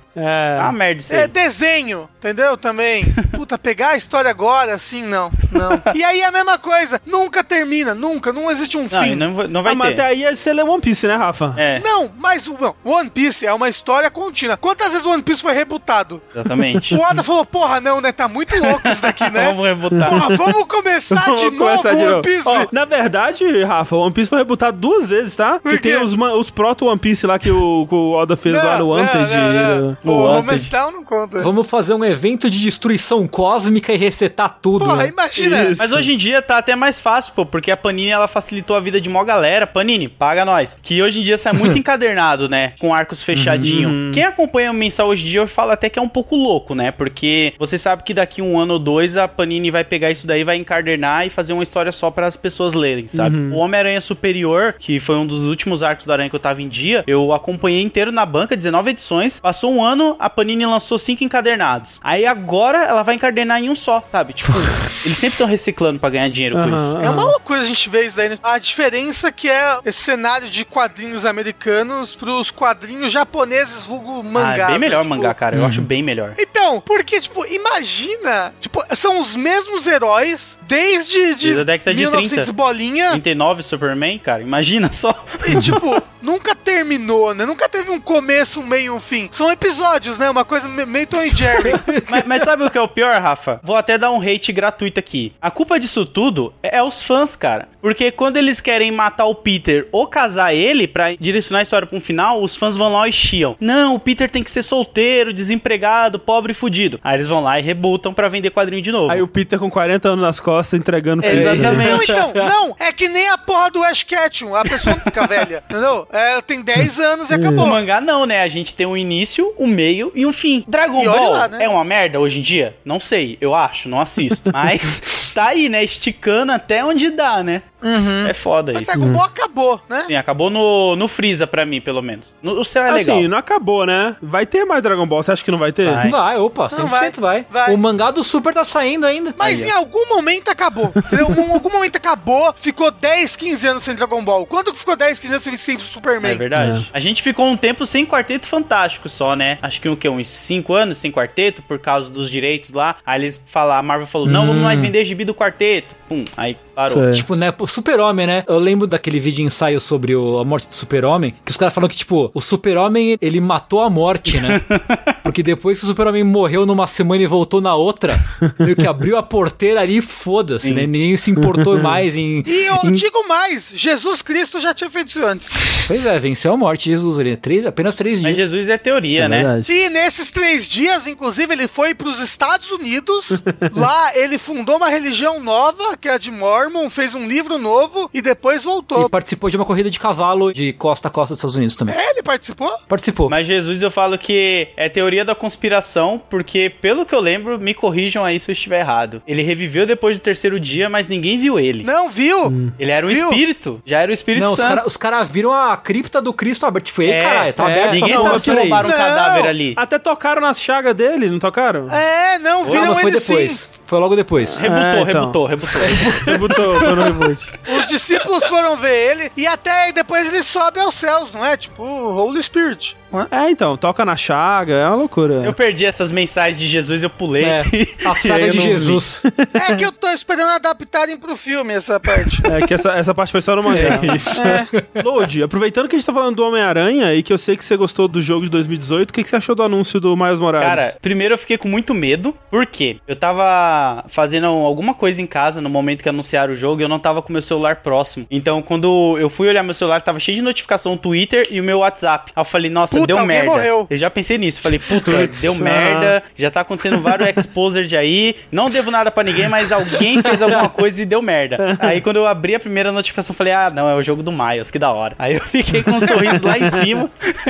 É. Ah, merda isso É aí. desenho, entendeu? Também. Puta, pegar a história agora, assim, não. Não. E aí a mesma coisa. Nunca termina, nunca. Não existe um Não, fim. não, vai- não vai Ah, mas ter. até aí você lê One Piece, né, Rafa? É, Não, mas o não, One Piece é uma história contínua. Quantas vezes o One Piece foi rebutado? exatamente. O Oda falou, porra, não, né? Tá muito louco isso daqui, né? Vamos rebutar. Porra, vamos começar de Vamos novo começar de One novo. Piece. Ó, na verdade, Rafa, o One Piece foi rebutado duas vezes, tá? Por Porque quê? tem os, ma- os proto One Piece lá que o, que o Oda fez lá no Wanted. Não, não, não. No O Wanted. Homestead não conta. Vamos fazer um evento de destruição cósmica e resetar tudo. Porra, né? imagina. Isso. Mas hoje em dia tá até mais fácil, pô, porque a Panini ela facilitou a vida de mó galera. Panini, paga nós. Que hoje em dia sai muito encadernado, né? Com arcos fechadinho. Uhum. Quem acompanha o mensal hoje em dia, eu falo até que é um pouco louco, né? Porque você sabe que daqui um ano ou dois a Panini vai pegar isso daí, vai encadernar e fazer uma história só para as pessoas lerem, sabe? Uhum. O Homem-Aranha Superior, que foi um dos últimos arcos do Aranha que eu tava em dia, eu acompanhei inteiro na banca, dezenove edições. Passou um ano, a Panini lançou cinco encadernados. Aí agora ela vai encadernar em um só, sabe? Tipo, eles sempre estão reciclando pra ganhar dinheiro com Aham. isso. É uma loucura a gente ver isso daí, né? A diferença que é esse cenário de quadrinhos americanos pros quadrinhos japoneses, vulgo mangá. Ah, é bem melhor né? mangá, cara. Eu acho bem melhor. Então, porque, tipo, imagina, tipo, são os mesmos heróis desde de Desde a década de mil e novecentos trinta. bolinha trinta e nove Superman, cara, imagina só. e, tipo, nunca terminou, né? Nunca teve um começo, um meio e um fim. São episódios, né? Uma coisa me- meio Tom e Jerry. mas, mas sabe o que é o pior, Rafa? Vou até dar um hate gratuito aqui. A culpa disso tudo é, é os fãs, cara. Porque quando eles querem matar o Peter ou casar ele pra direcionar a história pra um final, os fãs vão lá e chiam. Não, o Peter tem que ser solteiro, desempregado, pobre e fudido. Aí eles vão lá e rebutam pra vender quadrinho de novo. Aí o Peter com quarenta anos nas costas entregando É, presente. exatamente. Não, então, não, é que nem a porra do Ash Ketchum. A pessoa não fica velha, entendeu? Ela tem dez anos e acabou. O mangá não, né? A gente tem um início, um meio e um fim. Dragon E olha Ball lá, né? é uma merda hoje em dia? Não sei, eu acho, não assisto. Mas tá aí, né? Esticando até onde dá, né? Uhum. É foda Mas isso. Dragon Ball acabou, né? Sim, acabou no, no Freeza pra mim, pelo menos. No, o céu é legal. Assim, não acabou, né? Vai ter mais Dragon Ball, você acha que não vai ter? Vai. Vai, opa, cem por cento vai. vai. O mangá do Super tá saindo ainda. Mas Aí, em algum momento acabou, entendeu? Em algum momento acabou, ficou dez, quinze anos sem Dragon Ball. Quanto que ficou dez, quinze anos sem, sem Superman? É verdade. A gente ficou um tempo sem Quarteto Fantástico só, né? Acho que o que? Uns cinco anos sem Quarteto, por causa dos direitos lá. Aí eles falaram, a Marvel falou, não, vamos mais vender gibi do Quarteto. Pum, aí parou. Sei. Tipo, né, o Super-Homem, né? Eu lembro daquele vídeo ensaio sobre o- a morte do Super-Homem, que os caras falam que, tipo, o Super-Homem, ele matou a morte, né? Porque depois que o Super-Homem morreu numa semana e voltou na outra, meio que abriu a porteira ali e foda-se, né? Ninguém se importou mais em... E eu em- digo mais, Jesus Cristo já tinha feito isso antes. Pois é, venceu a morte de Jesus ali. Três, apenas três Mas dias. Jesus é teoria, É né? verdade. E nesses três dias, inclusive, ele foi pros Estados Unidos. Lá ele fundou uma religião nova, que é a de Mormon, fez um livro novo e depois voltou. E participou de uma corrida de cavalo de costa a costa dos Estados Unidos também. É, ele participou? Participou. Mas Jesus eu falo que é teoria da conspiração, porque pelo que eu lembro, me corrijam aí se eu estiver errado. Ele reviveu depois do terceiro dia, mas ninguém viu ele. Não, viu? Ele era um Viu? espírito, já era o Espírito Não, os Santo. caras os cara viram a cripta do Cristo aberta. Tipo, ei, É, caralho, tá é, aberto Ninguém essa não, sabe se peraí. roubaram um Não. cadáver ali. Até tocaram nas chagas dele, não tocaram? É, não, Ah, viram mas foi ele depois. sim. Foi logo depois. Rebutou, É, então. rebutou, rebutou. Rebutou, foi no reboot. Os discípulos foram ver ele e até depois ele sobe aos céus, não é? Tipo, o Holy Spirit. Não é? É, então, toca na chaga, é uma loucura. Eu perdi essas mensagens de Jesus, eu pulei. É, a E saga aí eu de não vi. Jesus. É que eu tô esperando adaptarem pro filme essa parte. É que essa, essa parte foi só no mangá. É isso. Lodi, aproveitando que a gente tá falando do Homem-Aranha e que eu sei que você gostou do jogo de dois mil e dezoito, o que, que você achou do anúncio do Miles Morales? Cara, primeiro eu fiquei com muito medo, porque eu tava fazendo alguma coisa em casa no momento que anunciaram o jogo e eu não tava com meu celular próximo. Então, quando eu fui olhar meu celular, tava cheio de notificação no Twitter e o meu WhatsApp. Aí eu falei, nossa, Puta, deu alguém merda. morreu. Eu já pensei nisso. Falei, puta, Putz, deu ah. merda. Já tá acontecendo vários exposed aí. Não devo nada pra ninguém, mas alguém fez alguma coisa e deu merda. Aí, quando eu abri a primeira notificação, eu falei, ah, não, é o jogo do Miles, que da hora. Aí eu fiquei com um sorriso lá em cima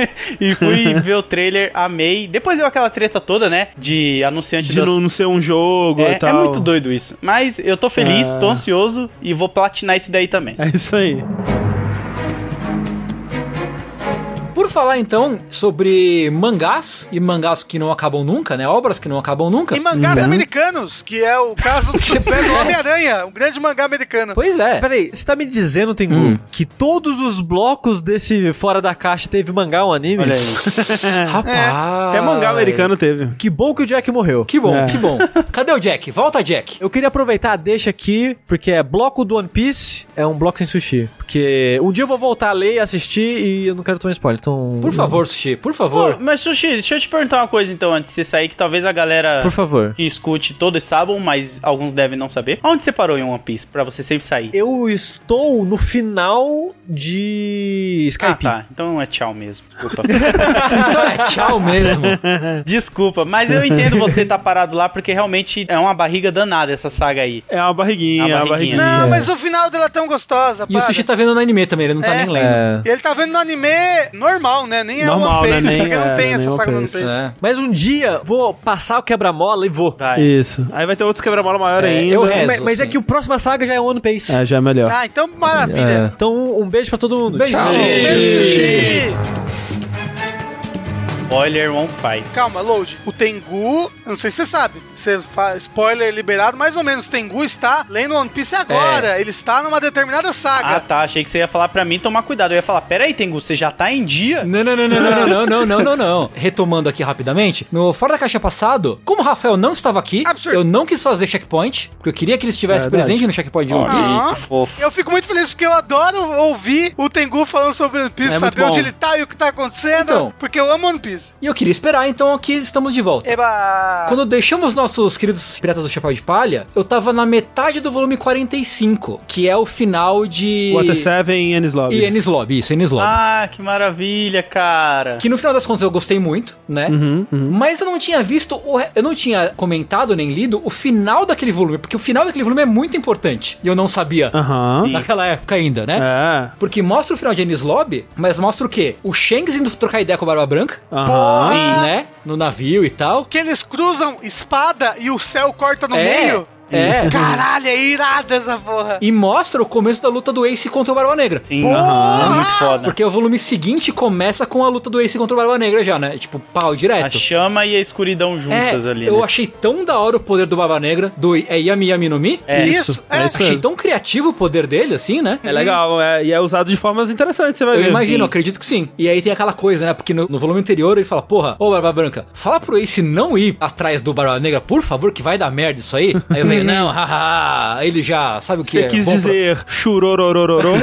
e fui ver o trailer, amei. Depois deu aquela treta toda, né, de anunciante De das... não, não ser um jogo É, e tal. é muito doido isso. Mas eu tô feliz, Ah. tô ansioso e vou platinar esse daí também. É isso aí. Por falar então sobre mangás e mangás que não acabam nunca, né? Obras que não acabam nunca. E mangás Hum. americanos, que é o caso do Homem-Aranha, um grande mangá americano. Pois é. Peraí, você tá me dizendo, Tengu, Hum. que todos os blocos desse Fora da Caixa teve mangá ou anime? Olha aí. Rapaz. Até mangá americano teve. Que bom que o Jack morreu. Que bom, É. que bom. Cadê o Jack? Volta, Jack. Eu queria aproveitar, deixa aqui, porque é bloco do One Piece, é um bloco sem sushi. Porque um dia eu vou voltar a ler e assistir e eu não quero tomar spoiler, então... Por favor, Sushi, por favor. Pô, mas, Sushi, deixa eu te perguntar uma coisa, então, antes de você sair, que talvez a galera Por favor. que escute todos saibam, mas alguns devem não saber. Onde você parou em One Piece, pra você sempre sair? Eu estou no final de Skype. Ah, tá. Então é tchau mesmo. Desculpa. Então é tchau mesmo. Desculpa, mas eu entendo você estar parado lá, porque realmente é uma barriga danada essa saga aí. É uma barriguinha, É é uma uma barriguinha. barriguinha. Não, mas o final dela é tão gostosa, E o para. Sushi tá vendo no anime também, ele não tá É. nem lendo. É. E ele tá vendo no anime normal, né? Nem é Normal, One Piece, né? Nem- porque não é, tem nem essa One saga no One Piece. Piece. É. Mas um dia vou passar o quebra-mola e vou. Vai. Isso. Aí vai ter outros quebra-mola maior É, ainda. eu rezo. Mas, mas é assim. que o próxima saga já é One Piece. É, já é melhor. Ah, então maravilha. Então um beijo pra todo mundo. Beijo, Tchau. Sushi. Beijo, Sushi. Spoiler One Five. Calma, Load. O Tengu, eu não sei se você sabe, você faz spoiler liberado, mais ou menos. O Tengu está lendo One Piece agora. Ele está numa determinada saga. Ah, tá. Achei que você ia falar pra mim tomar cuidado. Eu ia falar, pera aí, Tengu, você já tá em dia? Não, não, não, não, não, não, não, não, não, não. Retomando aqui rapidamente, no Fora da Caixa passado, como o Rafael não estava aqui, Absurdo. eu não quis fazer checkpoint, porque eu queria que ele estivesse Verdade. presente no checkpoint de One Piece. Ah. Que fofo. Eu fico muito feliz porque eu adoro ouvir o Tengu falando sobre One Piece, É muito saber onde bom. ele tá e o que tá acontecendo, Então. porque eu amo One Piece. E eu queria esperar, então aqui estamos de volta. Eba! Quando deixamos nossos queridos Piratas do Chapéu de Palha, eu tava na metade do volume quarenta e cinco, que é o final de... Water seven e Enies Lobby. E Enies Lobby, isso, Enies Lobby. Ah, que maravilha, cara. Que no final das contas eu gostei muito, né? Uhum, uhum. Mas eu não tinha visto, o re- eu não tinha comentado nem lido o final daquele volume, porque o final daquele volume é muito importante. E eu não sabia Aham. naquela época ainda, né? É. Porque mostra o final de Enies Lobby, mas mostra o quê? O Shanks indo trocar ideia com a Barba Branca, Aham. né? No navio e tal. Que eles cruzam espada e o céu corta no É. meio. É. Caralho, é irada essa porra. E mostra o começo da luta do Ace contra o Barba Negra. Sim, Porra! é muito foda. Porque o volume seguinte começa com a luta do Ace contra o Barba Negra já, né? Tipo, pau, A direto. chama e a escuridão juntas É, ali, eu né? achei tão da hora o poder do Barba Negra, do é Yami Yami no Mi. É. Isso, é. É isso Achei mesmo. tão criativo o poder dele, assim, né? É legal, é, e é usado de formas interessantes, você vai Eu ver. imagino, sim. acredito que sim. E aí tem aquela coisa, né? Porque no, no volume anterior ele fala, porra, ô Barba Branca, fala pro Ace não ir atrás do Barba Negra, por favor, que vai dar merda isso aí. Aí eu falei, não, haha, ele já sabe o que Você é. quis bom pra- dizer churororororô.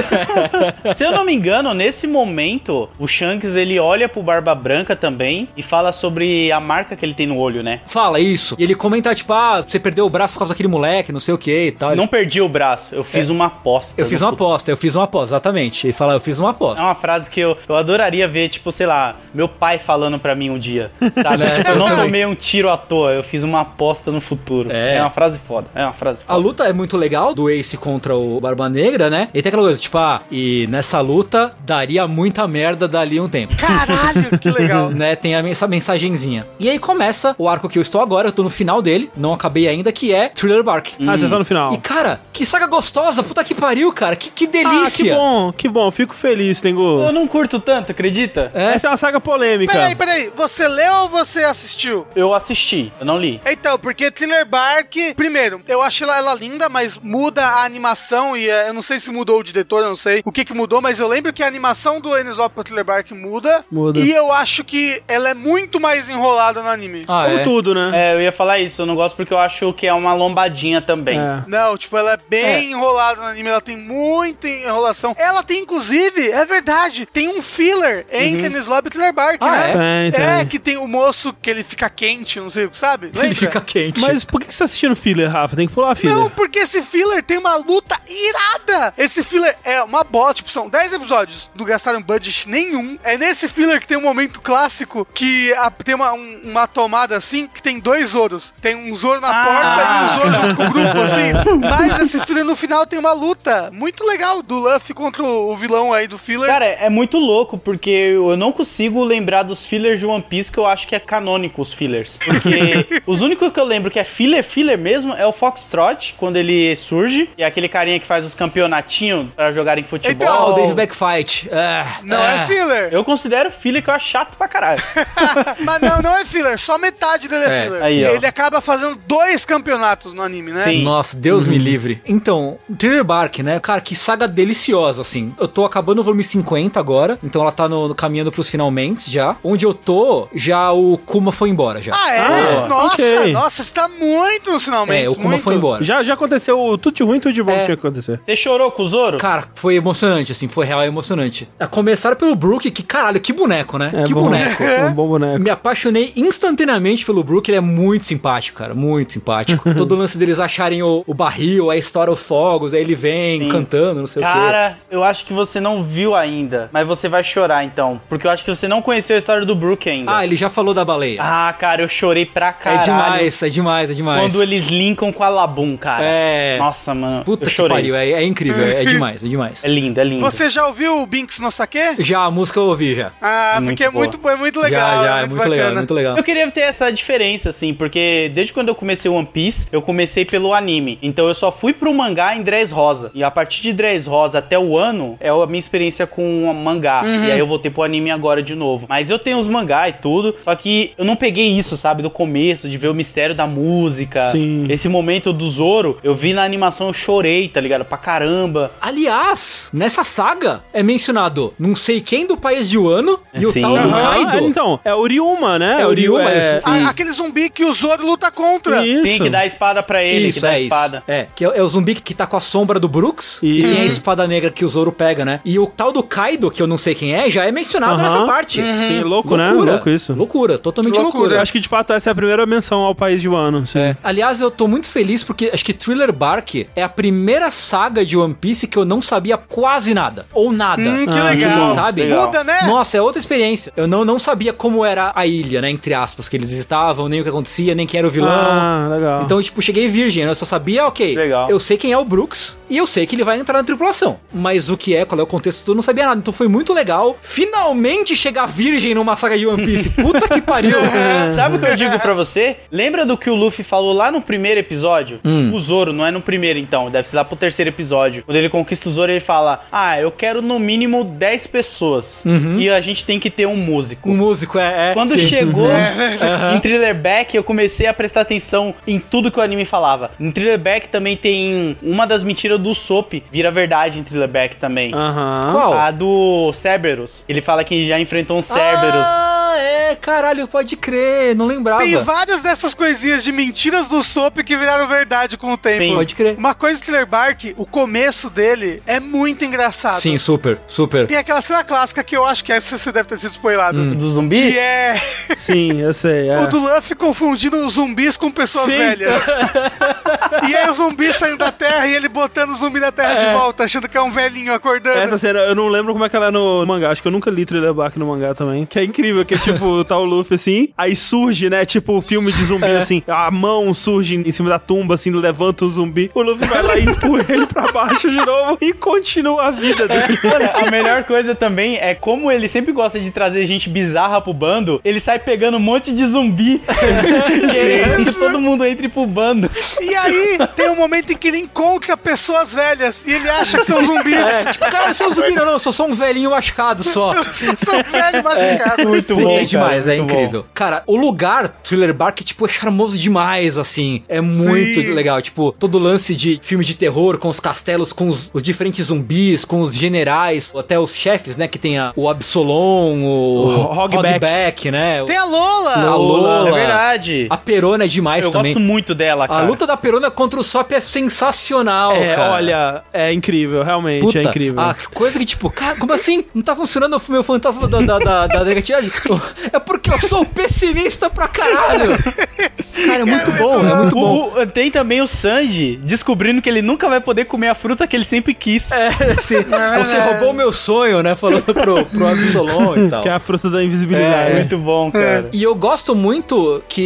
Se eu não me engano, nesse momento, o Shanks, ele olha pro Barba Branca também e fala sobre a marca que ele tem no olho, né? Fala isso. E ele comenta, tipo, ah, você perdeu o braço por causa daquele moleque, não sei o que e tal. Ele- Não perdi o braço, eu fiz uma aposta. Eu fiz no uma futuro. aposta, eu fiz uma aposta, exatamente. Ele fala, eu fiz uma É aposta. uma frase que eu, eu adoraria ver, tipo, sei lá, meu pai falando pra mim um dia, sabe? Né? Tipo, eu não Eu também. tomei um tiro à toa, eu fiz uma aposta no futuro. É. É, uma frase foda, é uma frase A foda. luta é muito legal, do Ace contra o Barba Negra, né? E tem aquela coisa, tipo, ah, e nessa luta daria muita merda dali um tempo. Caralho, que legal. Né, tem a essa mensagenzinha. E aí começa o arco que eu estou agora, eu tô no final dele, não acabei ainda, que é Thriller Bark. Ah, você tá no final. E cara, que saga gostosa, puta que pariu, cara, que, que Ah, que delícia. bom, que bom, fico feliz, Tengu. Eu não curto tanto, acredita? É. Essa é uma saga polêmica. Peraí, peraí, você leu ou você assistiu? Eu assisti, eu não li. Então, porque Thriller Bark, primeiro, eu acho ela, ela linda, mas muda a animação e eh, eu não sei se mudou o diretor, eu não sei o que que mudou, mas eu lembro que a animação do Enies Lobby pra Thriller Bark muda. Muda. E eu acho que ela é muito mais enrolada no anime. Ah, Como é. tudo, né? É, eu ia falar isso, eu não gosto porque eu acho que é uma lombadinha também. É. Não, tipo, ela é bem enrolada no anime, ela tem muita enrolação. Ela tem, inclusive, é verdade, tem um filler entre Enies Lobby e Thriller Bark, Ah, né? Tem, tem. É, que tem o moço que ele fica quente, não sei, sabe? Lembra? Ele fica quente. Mas por que você tá assistindo filler, Rafa? Tem que pular a filler. Não, porque esse filler tem uma luta irada. Esse filler é uma bosta, tipo, são dez episódios, não gastaram budget nenhum. É nesse filler que tem um momento clássico que a- tem uma, um- uma tomada assim, que tem dois Zoros. Tem um Zoro na Ah. porta e um Zoro junto com o grupo, assim. Mas esse filler no final tem uma luta muito legal do Luffy contra o, o vilão aí do filler. Cara, é muito louco, porque eu não consigo lembrar dos fillers de One Piece que eu acho que é canônico, os fillers. Porque os únicos que eu lembro que é filler, filler mesmo, é o Foxtrot, quando ele surge, e é aquele carinha que faz os campeonatinhos pra jogar em futebol. Então, Ah, o Dave Backfight. É, Não é, filler. Eu considero filler que eu acho chato pra caralho. Mas não, não é filler. Só metade dele é, É. filler. Aí, ó. Ele acaba fazendo dois campeonatos no anime, né? Sim. Nossa, Deus me livre. Então, Thriller Bark, né? Cara, que saga deliciosa, assim. Eu tô acabando o volume cinquenta agora, então ela tá no, caminhando pros finalmente já. Onde eu tô, já o Kuma foi embora já. Ah, é? Ah, nossa, ok. nossa, você tá muito no finalmente. É, o Kuma muito. foi embora. Já, já aconteceu tudo de ruim, tudo de bom É. que tinha que acontecer. Você chorou com o Zoro? Cara, foi emocionante, assim, foi real emocionante. A começar pelo Brook, que caralho, que boneco, né? É que bom. boneco. É um bom boneco. Me apaixonei instantaneamente pelo Brook, ele é muito simpático, cara, muito simpático. Todo o lance deles acharem o, o barril, a história os fogos, aí ele vem Sim. cantando, não sei o quê. Cara, eu acho que você não viu ainda, mas você vai chorar então, porque eu acho que você não conheceu a história do Brook ainda. Ah, ele já falou da baleia. Ah, cara, eu chorei pra é caralho. demais, é demais, é demais. Quando eles linkam com a Labum, cara. É. Nossa, mano. Puta eu que chorei. pariu, é, é incrível, é, é demais, é demais. É lindo, é lindo. Você já ouviu o Binks no Sake? Já, a música eu ouvi já. Ah, É muito porque é boa. muito, é muito legal. já, já, é muito legal, é bacana. muito legal. Eu queria ter essa diferença, assim, porque desde quando eu comecei One Piece, eu comecei pelo anime. Então eu só fui pro mangá em Dressrosa. E a partir de Dressrosa até o ano, é a minha experiência com o mangá. E aí eu voltei pro anime agora de novo. Mas eu tenho os mangá e tudo, só que eu não peguei isso, sabe, do começo, de ver o mistério da música. Sim. Esse momento do Zoro, eu vi na animação, eu chorei, tá ligado? Pra caramba. Aliás, nessa saga é mencionado não sei quem do país de Wano e o Sim. tal do Aham, Kaido. Ah, então, é o Ryuma, né? É o Ryuma, é... isso. Ah, aquele zumbi que o Zoro luta contra. Isso. Sim, que dá a espada pra ele, Isso, que dá é a espada. isso. É, que é, é o zumbi que, que tá com a sombra do Brooks e Isso. tem a espada negra que o Zoro pega, né? E o tal do Kaido, que eu não sei quem é, já é mencionado Aham. nessa parte. Sim, louco, né? Loucura. Louco isso. Loucura, totalmente Que loucura. loucura. Eu acho que de fato essa é a primeira menção ao país de Wano. Sim. É. Aliás, eu tô muito feliz porque acho que Thriller Bark é a primeira saga de One Piece que eu não sabia quase nada. Ou nada. Hum, que Ah, legal. sabe? Legal. Muda, né? Nossa, é outra experiência. Eu não, não sabia como era a ilha, né? Entre aspas, que eles estavam, nem o que acontecia, nem quem era o vilão. Ah, legal. Então, tipo, cheguei virgem, né? Eu só sabia, ok, Legal. eu sei quem é o Brooks e eu sei que ele vai entrar na tripulação. Mas o que é, qual é o contexto, tudo, eu não sabia nada. Então foi muito legal finalmente chegar virgem numa saga de One Piece. Puta que pariu. Sabe o que eu digo pra você? Lembra do que o Luffy falou lá no primeiro episódio? Hum. O Zoro, não é no primeiro então, deve ser lá pro terceiro episódio. Quando ele conquista o Zoro, ele fala: ah, eu quero no mínimo dez pessoas. E a gente tem que ter um músico. Um músico, é. é Quando sim. chegou em Thriller Back, eu comecei a prestar atenção em tudo que o anime falava. Em Thriller Back também tem uma das mentiras do Sop, vira verdade em Thriller Back também. Aham. Qual? A do Cerberus. Ele fala que já enfrentou um Cerberus. Ah, é, caralho, pode crer, não lembrava. Tem várias dessas coisinhas de mentiras do Soap que viraram verdade com o tempo. Sim. Pode crer. Uma coisa de Thriller Bark, o começo dele é muito engraçado. Sim, super, super. Tem aquela cena clássica que eu acho que essa você deve ter sido spoilado. Do zumbi? Que é Sim, eu sei. É. o do Luffy confundindo os zumbis com pessoas Sim. velhas. E aí o zumbi saindo da terra e ele botando o zumbi na terra de volta, achando que é um velhinho acordando. Essa cena, eu não lembro como é que ela é no mangá. Acho que eu nunca li Thriller Bark no mangá também. Que é incrível, que é tipo, tá o Luffy assim, aí surge, né, tipo o filme de zumbi assim, a mão surge em cima da tumba, assim, levanta o zumbi. O Luffy vai lá e empurra ele pra baixo de novo e continua a vida dele. Mano, a melhor coisa também é como ele sempre gosta de trazer gente bizarra pro bando, ele sai pegando um monte de zumbi querendo que todo mundo entre pro bando. E aí tem um momento em que ele encontra pessoas velhas e ele acha que são zumbis. É, tipo, cara, você é um zumbi, não, não, eu sou só um velhinho machucado só. São velhos machucados. Muito Puta, bom, é demais, cara, é muito incrível. Cara, o lugar Thriller Bark, tipo, é charmoso demais, assim. É muito Sim. legal. Tipo, todo o lance de filme de terror, com os castelos, com os, os diferentes zumbis, com os generais, até os chefes, né? Que tem a, o Absolon, o, O Hogback. Hogback, né? Tem a Lola. A Lola. É verdade. A Perona é demais Eu também. gosto muito dela, A cara. luta da Perona contra o Sop é sensacional, É, cara. olha, é incrível, realmente, Puta, é incrível. a coisa que, tipo, cara, como assim? Não tá funcionando o meu fantasma da, da, da, da negatividade? É porque eu sou pessimista pra caralho. Cara, é muito bom, é muito bom. O- o- tem também o Sanji descobrindo que ele nunca vai poder comer a fruta que ele sempre quis. É, assim, você roubou meu sonho, né? Falando pro, pro Absolon e tal. Que é a fruta da invisibilidade. É. Muito bom, cara. E eu gosto muito que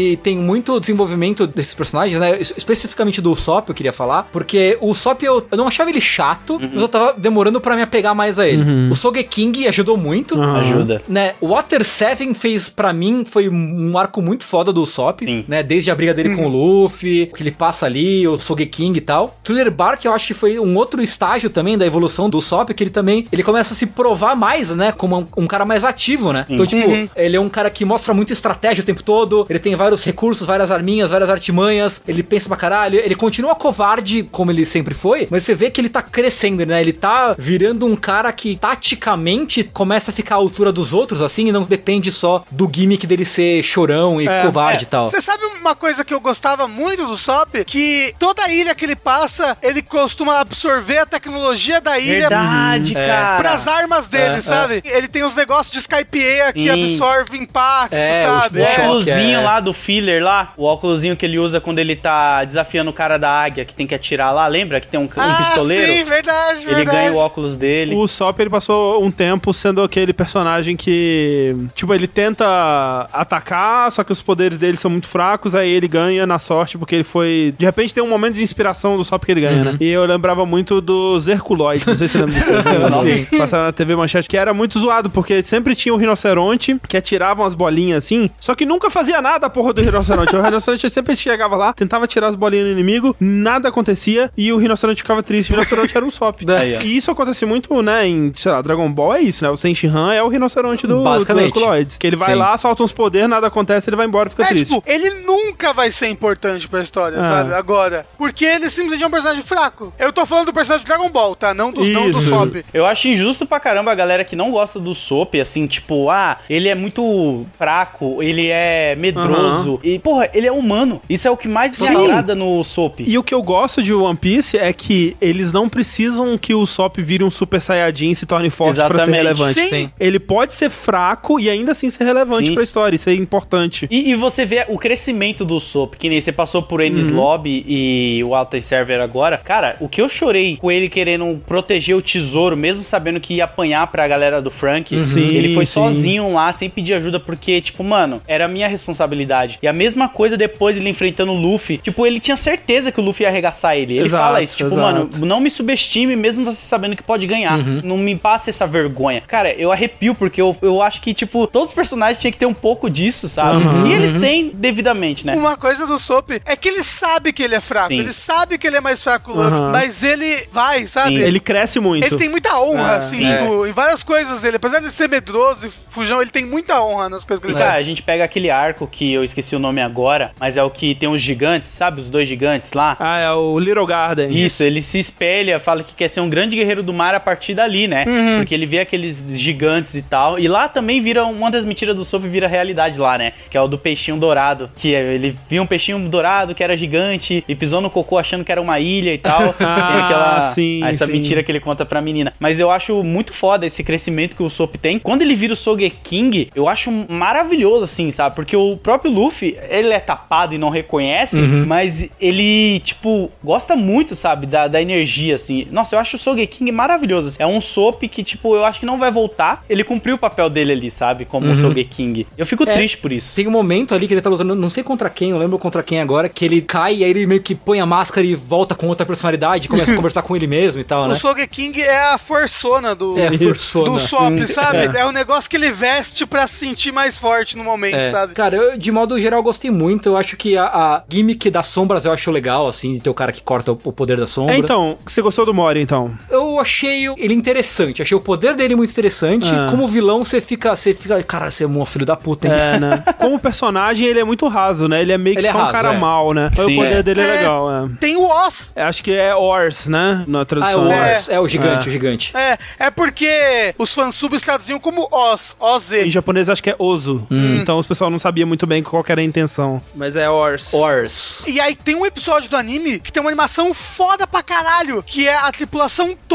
ele tem muito desenvolvimento desses personagens, né? Especificamente do Usopp, eu queria falar, porque o Usopp, eu, eu não achava ele chato, uhum. mas eu tava demorando pra me apegar mais a ele. Uhum. O Sogeking ajudou muito. Uhum. Ajuda. Né? O Water seven fez, pra mim, foi um arco muito foda do Usopp, Sim. né? Desde a briga dele uhum. com o Luffy, o que ele passa ali, o Sogeking e tal. Thriller Bark, eu acho que foi um outro estágio também da evolução do Usopp, que ele também, ele começa a se provar mais, né? Como um, um cara mais ativo, né? Sim. Então, tipo, uhum. ele é um cara que mostra muita estratégia o tempo todo, ele tem vários recursos, várias arminhas, várias artimanhas, ele pensa pra caralho, ele continua covarde como ele sempre foi, mas você vê que ele tá crescendo, né? Ele tá virando um cara que taticamente começa a ficar à altura dos outros, assim, e não depende só do gimmick dele ser chorão e é, covarde é. e tal. Você sabe uma coisa que eu gostava muito do Usopp? Que toda ilha que ele passa, ele costuma absorver a tecnologia da ilha Verdade, é. cara. pras armas dele, é, sabe? É. Ele tem os negócios de Skype A que Sim. absorve impacto, é, sabe? O é. óculosinho é. lá do filler lá, o óculosinho que ele usa quando ele tá desafiando o cara da águia, que tem que atirar lá, lembra? Que tem um, ah, um pistoleiro. Sim, verdade, Ele verdade. ganha o óculos dele. O Usopp, ele passou um tempo sendo aquele personagem que, tipo, ele tenta atacar, só que os poderes dele são muito fracos, aí ele ganha na sorte, porque ele foi... De repente tem um momento de inspiração do Usopp que ele ganha, uhum. né? E eu lembrava muito dos Herculoides, não sei se você lembra disso. Sim. Passava na T V Manchete, que era muito zoado, porque sempre tinha um rinoceronte que atirava umas bolinhas assim, só que nunca fazia nada a porra do rinoceronte. O rinoceronte sempre chegava lá, tentava tirar as bolinhas do inimigo, nada acontecia, e o rinoceronte ficava triste. O rinoceronte era o Usopp. E isso acontece muito, né, em, sei lá, Dragon Ball é isso, né? O Senshinhan é o rinoceronte do, do Herculoides. Que ele vai Sim. lá, solta uns poderes, nada acontece, ele vai embora e fica é, triste. Tipo, ele nunca vai ser importante pra história, ah. sabe? Agora. Porque ele simplesmente é um personagem fraco. Eu tô falando do personagem de Dragon Ball, tá? Não do, não do Usopp. Eu acho injusto pra caramba a galera que não gosta do Usopp, assim, tipo, ah, ele é muito fraco, ele é medroso. Uhum. E, porra, ele é humano. Isso é o que mais me agrada no Usopp. E o que eu gosto de One Piece é que eles não precisam que o Usopp vire um Super Saiyajin e se torne forte Exatamente. pra ser relevante. Sim. Sim. Ele pode ser fraco e ainda assim ser relevante Sim. pra história. Isso é importante. E, e você vê o crescimento do Usopp, que nem você passou por Enies uhum. Lobby e o Alter Server agora. Cara, o que eu chorei com ele querendo proteger o tesouro, mesmo sabendo que ia apanhar pra galera do Frank, uhum. sim, ele foi sim. sozinho lá, sem pedir ajuda, porque, tipo, mano, era a minha responsabilidade. E a mesma coisa depois ele enfrentando o Luffy. Tipo, ele tinha certeza que o Luffy ia arregaçar ele. Ele exato, fala isso, tipo, exato. mano, não me subestime mesmo você sabendo que pode ganhar. Uhum. Não me passe essa vergonha. Cara, eu arrepio, porque eu, eu acho que, tipo, todos os personagens tinham que ter um pouco disso, sabe? Uhum. E eles têm devidamente, né? Uma coisa do Usopp é que ele sabe que ele é fraco. Sim. Ele sabe que ele é mais fraco que o Luffy, uhum. mas ele vai, sabe? Sim. Ele cresce muito. Ele tem muita honra, é, assim, é. tipo, em várias coisas dele. Apesar de ser medroso e fujão, ele tem muita honra nas coisas que ele faz. Cara, a gente pega aquele arco que eu esqueci o nome agora, mas é o que tem os gigantes, sabe? Os dois gigantes lá. Ah, é o Little Garden. Isso, Isso. ele se espelha, fala que quer ser um grande guerreiro do mar a partir dali, né? Uhum. Porque ele vê aqueles gigantes e tal. E lá também vira uma das mentiras do Usopp, vira realidade lá, né? Que é o do peixinho dourado. Que ele viu um peixinho dourado que era gigante e pisou no cocô achando que era uma ilha e tal. ah, tem aquela, sim, essa sim. mentira que ele conta pra menina. Mas eu acho muito foda esse crescimento que o Usopp tem. Quando ele vira o Sogeking, eu acho maravilhoso, assim, sabe? Porque o próprio Luffy, ele é tapado e não reconhece, uhum. mas ele, tipo, gosta muito, sabe? Da, da energia, assim. Nossa, eu acho o Sogeking maravilhoso. É um Usopp que, tipo, eu acho que não vai voltar. Ele cumpriu o papel dele ali, sabe? Como uhum. o Sogeking. Eu fico é, triste por isso. Tem um momento ali que ele tá lutando, não sei contra quem, eu lembro contra quem agora, que ele cai e aí ele meio que põe a máscara e volta com outra personalidade, começa a conversar com ele mesmo e tal, né? O Sogeking é a forçona do, é, do, forçona. do Usopp, sabe? É. é um negócio que ele veste pra se sentir mais forte no momento, é. sabe? Cara, eu, de modo geral, gostei muito. Eu acho que a, a gimmick das sombras eu acho legal, assim, de ter o cara que corta o, o poder da sombra. É, então, você gostou do Mori, então? Eu achei ele interessante, achei o poder dele muito interessante. Ah. Como vilão, você fica, você fica, cara, você é um filho da puta, hein? É, né? Como personagem, ele é muito raso, né? Ele é meio que só um raso, cara é. mal, né? Sim, o poder é. dele é, é legal, é. Tem o Oz. É, acho que é Ors, né? Na tradução. Ah, é o Ors, é, é o gigante, é. o gigante. É, é porque os fansubs traduziam como Oz, O Z. Em japonês acho que é Ozu. Hum. Então os pessoal não sabia muito bem qual que era a intenção. Mas é Ors. Ors. E aí tem um episódio do anime que tem uma animação foda pra caralho, que é a tripulação toda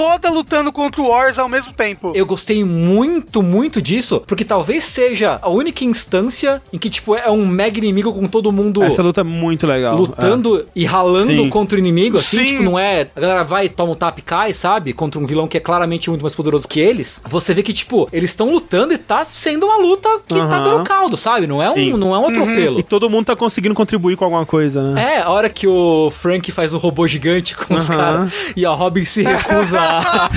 toda lutando contra o Wars ao mesmo tempo. Eu gostei muito, muito disso, porque talvez seja a única instância em que, tipo, é um mega inimigo com todo mundo Essa luta é muito legal. lutando é. e ralando Sim. contra o inimigo, assim, Sim. tipo, não é... A galera vai, toma um tapa e cai, sabe? Contra um vilão que é claramente muito mais poderoso que eles. Você vê que, tipo, eles estão lutando e tá sendo uma luta que tá Aham. dando caldo, sabe? Não é Sim. um, não é um atropelo. E todo mundo tá conseguindo contribuir com alguma coisa, né? É, a hora que o Frank faz o robô gigante com os Aham. caras e a Robin se recusa a,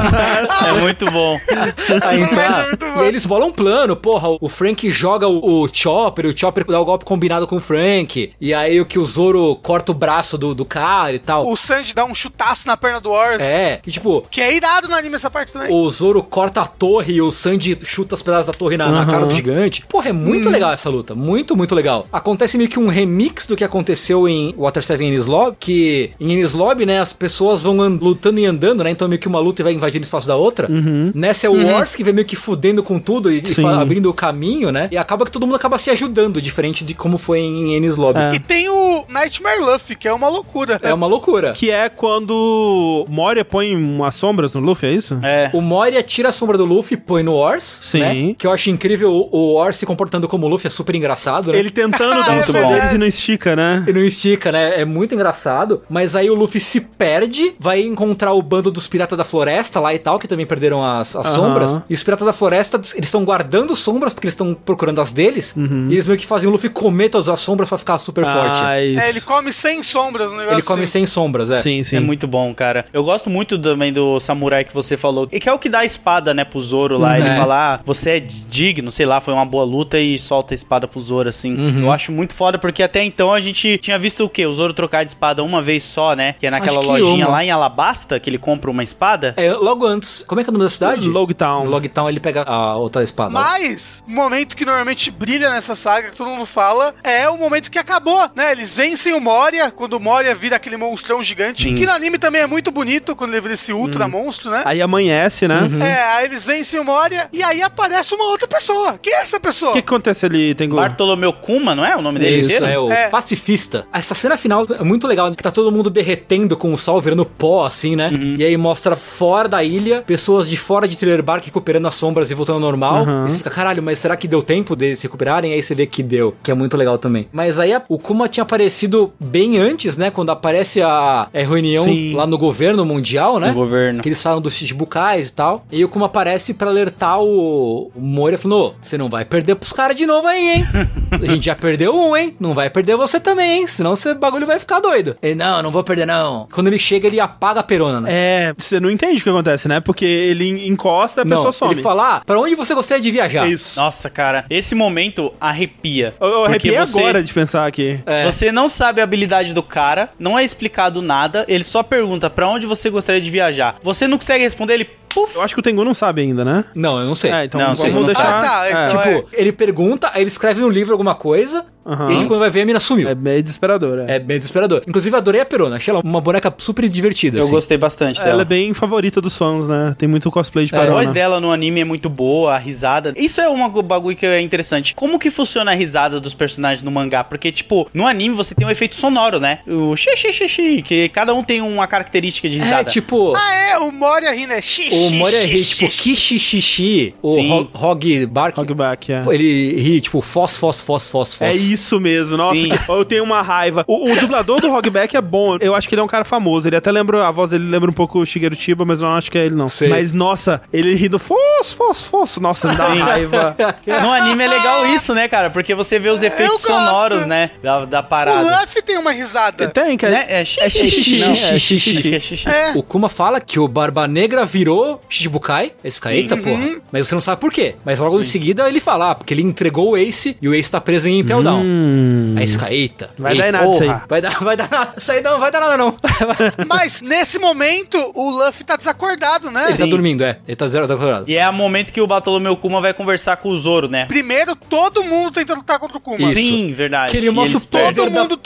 É muito bom. a entrar. É muito bom. E aí eles bolam um plano, porra, o Frank joga o, o Chopper, o Chopper dá o golpe combinado com o Frank, e aí o que o Zoro corta o braço do, do cara e tal. O Sanji dá um chutaço na perna do Wars. É, que tipo, Que é irado no anime essa parte também. o Zoro corta a torre e o Sanji chuta os pedaços da torre na, na Aham. cara do gigante. Porra, é muito legal essa luta. Muito, muito legal. Acontece meio que um remix do que aconteceu em Water seven Enies Lobby, que em Enies Lobby, né, as pessoas vão and- lutando e andando, né, então meio que uma luta vai invadindo o espaço da outra. Nessa é o Wars que vem meio que fudendo com tudo e, e Sim. fa- abrindo o caminho, né, e acaba que todo mundo acaba se ajudando, diferente de como foi em Enies Lobby. É. E tem o Nightmare Luffy, que é uma loucura. É uma loucura. Que é quando Moria põe umas sombras no Luffy, é isso? É. O Moria tira a sombra do Luffy e põe no Wars, Sim. né? Que eu acho incrível o, o Wars se comportando como o Luffy, é super engraçado, né? Ele tentando dar É os verdade. poderes e não estica, né? E não estica, né? É muito engraçado. Mas aí o Luffy se perde, vai encontrar o bando dos Piratas da Floresta lá e tal, que também perderam as, as Aham. sombras. E os Piratas da Floresta, eles estão guardando sombras, porque eles estão procurando as deles. E eles meio que fazem o Luffy comer todas as sombras pra ficar super forte. Ah, isso. É, ele come sem sombras no negócio. Ele come assim. sem sombras, é. Sim, sim. É muito bom, cara. Eu gosto muito também do samurai que você falou. E que é o que dá a espada, né, pro Zoro lá. Ele É. fala, ah, você é digno, sei lá, foi uma boa luta e solta a espada pro Zoro, assim. Eu acho muito foda, porque até então a gente tinha visto o quê? O Zoro trocar de espada uma vez só, né? Que é naquela Acho que lojinha uma. lá em Alabasta, que ele compra uma espada. É, logo antes. Como é que é o nome da cidade? Logtown. No Logtown ele pega a outra espada. Mas, o momento que normalmente brilha nessa saga, que todo mundo fala, é o momento que acabou, né? Eles vencem o Moria, quando o Moria vira aquele monstrão gigante, Sim. que no anime também é muito bonito, quando ele vira esse ultra monstro, né? Aí amanhece, né? Uhum. É, aí eles vencem o Moria, e aí aparece uma outra pessoa. Quem é essa pessoa? O que, que acontece ali, Tengu? Bartolomeu Kuma, não é o nome dele Isso, inteiro? é o É. pacifista. Essa cena final é muito legal, que tá todo mundo derretendo com o sol, virando pó, assim, né? E aí mostra fora da ilha, pessoas de fora de Thriller Bark recuperando as sombras e voltando ao normal. Uhum. E você fica, caralho, mas será que deu tempo deles se recuperarem? Aí você vê que deu, que é muito legal também. Mas aí a- o Kuma tinha aparecido bem antes, né? Quando aparece a, a reunião Sim. lá no governo mundial, né? No governo. Que eles falam dos Chichibukais e tal. E o Kuma aparece pra alertar o, o Moria, falando, ô, você não vai perder pros caras de novo aí, hein? A gente já perdeu um, hein? Não vai perder você também, hein? Senão o bagulho vai ficar doido. Ele, não, não vou perder não. Quando ele chega, ele apaga a perona, né? É, você não entende o que acontece, né? Porque ele encosta, a não, pessoa some. ele fala, ah, pra onde você gostaria de viajar? Isso. Nossa, cara, esse momento arrepia. Eu, eu Porque arrepiei você- agora de pensar aqui. É. Você não sabe a habilidade do cara, não é explicado nada, ele só pergunta pra onde você gostaria de viajar. Você não consegue responder, ele puf. Eu acho que o Tengu não sabe ainda, né? Não, eu não sei. É, então Não, você vamos não deixar... sabe. Ah, tá, é, então- Tipo, ele pergunta, aí ele escreve no livro alguma coisa, Aham. e a gente, quando vai ver, a mina sumiu. é meio desesperador, é. É bem desesperador. Inclusive, adorei a perona. Achei ela uma boneca super divertida, Eu assim. gostei bastante dela. Ela é bem favorita dos fãs, né? Tem muito cosplay de A Perona. voz dela no anime é muito boa, a risada. Isso é um bagulho que é interessante. Como que funciona a risada dos personagens no mangá? Porque, tipo, no anime você tem um efeito sonoro, né? O xixi, xixi, que cada um tem uma característica de risada. É, tipo... Ah, é, o Moria ri, né? Xixi, O Moria ri, xixi, tipo, xixi. Kishishixi, o Sim. Hog, Hog Bark, Hogback, é. ele ri, tipo, fos, fos, fos, fos, fos. É isso mesmo, nossa, Sim. que- eu tenho uma raiva. O, o dublador do Hogback é bom, eu acho que ele é um cara famoso, ele até lembra, a voz dele lembra um pouco o Shigeru Chiba, mas eu não acho que é ele não. Sei. Mas, nossa, ele ri do fos, fos, fos, nossa, me dá Sim. raiva. No anime é legal isso, né, cara? Porque você vê os efeitos gosto. sonoros, né? Da, da O parada. Luffy tem uma risada. Tem, que Né? é... É xixi, xixi, não, é xixi. Acho que é xixi. É. O Kuma fala que o Barba Negra virou Shichibukai. Aí você fica, eita, Uhum. porra. Mas você não sabe por quê. Mas logo em seguida ele fala, ah, porque ele entregou o Ace e o Ace tá preso em Impel Down. Aí você fica, eita. Vai eita, dar em nada isso aí. porra. Vai dar, vai dar nada. Isso aí não vai dar nada, não. Mas, nesse momento, o Luffy tá desacordado, né? Ele tá dormindo, é. Ele tá zero, tá acordado. E é o momento que o Bartolomeu Kuma vai conversar com o Zoro, né? Primeiro, todo mundo tenta lutar contra o Kuma. Isso. Sim, verdade. Que ele E mostra o eles perdem. poder Todo da mundo toma um patinha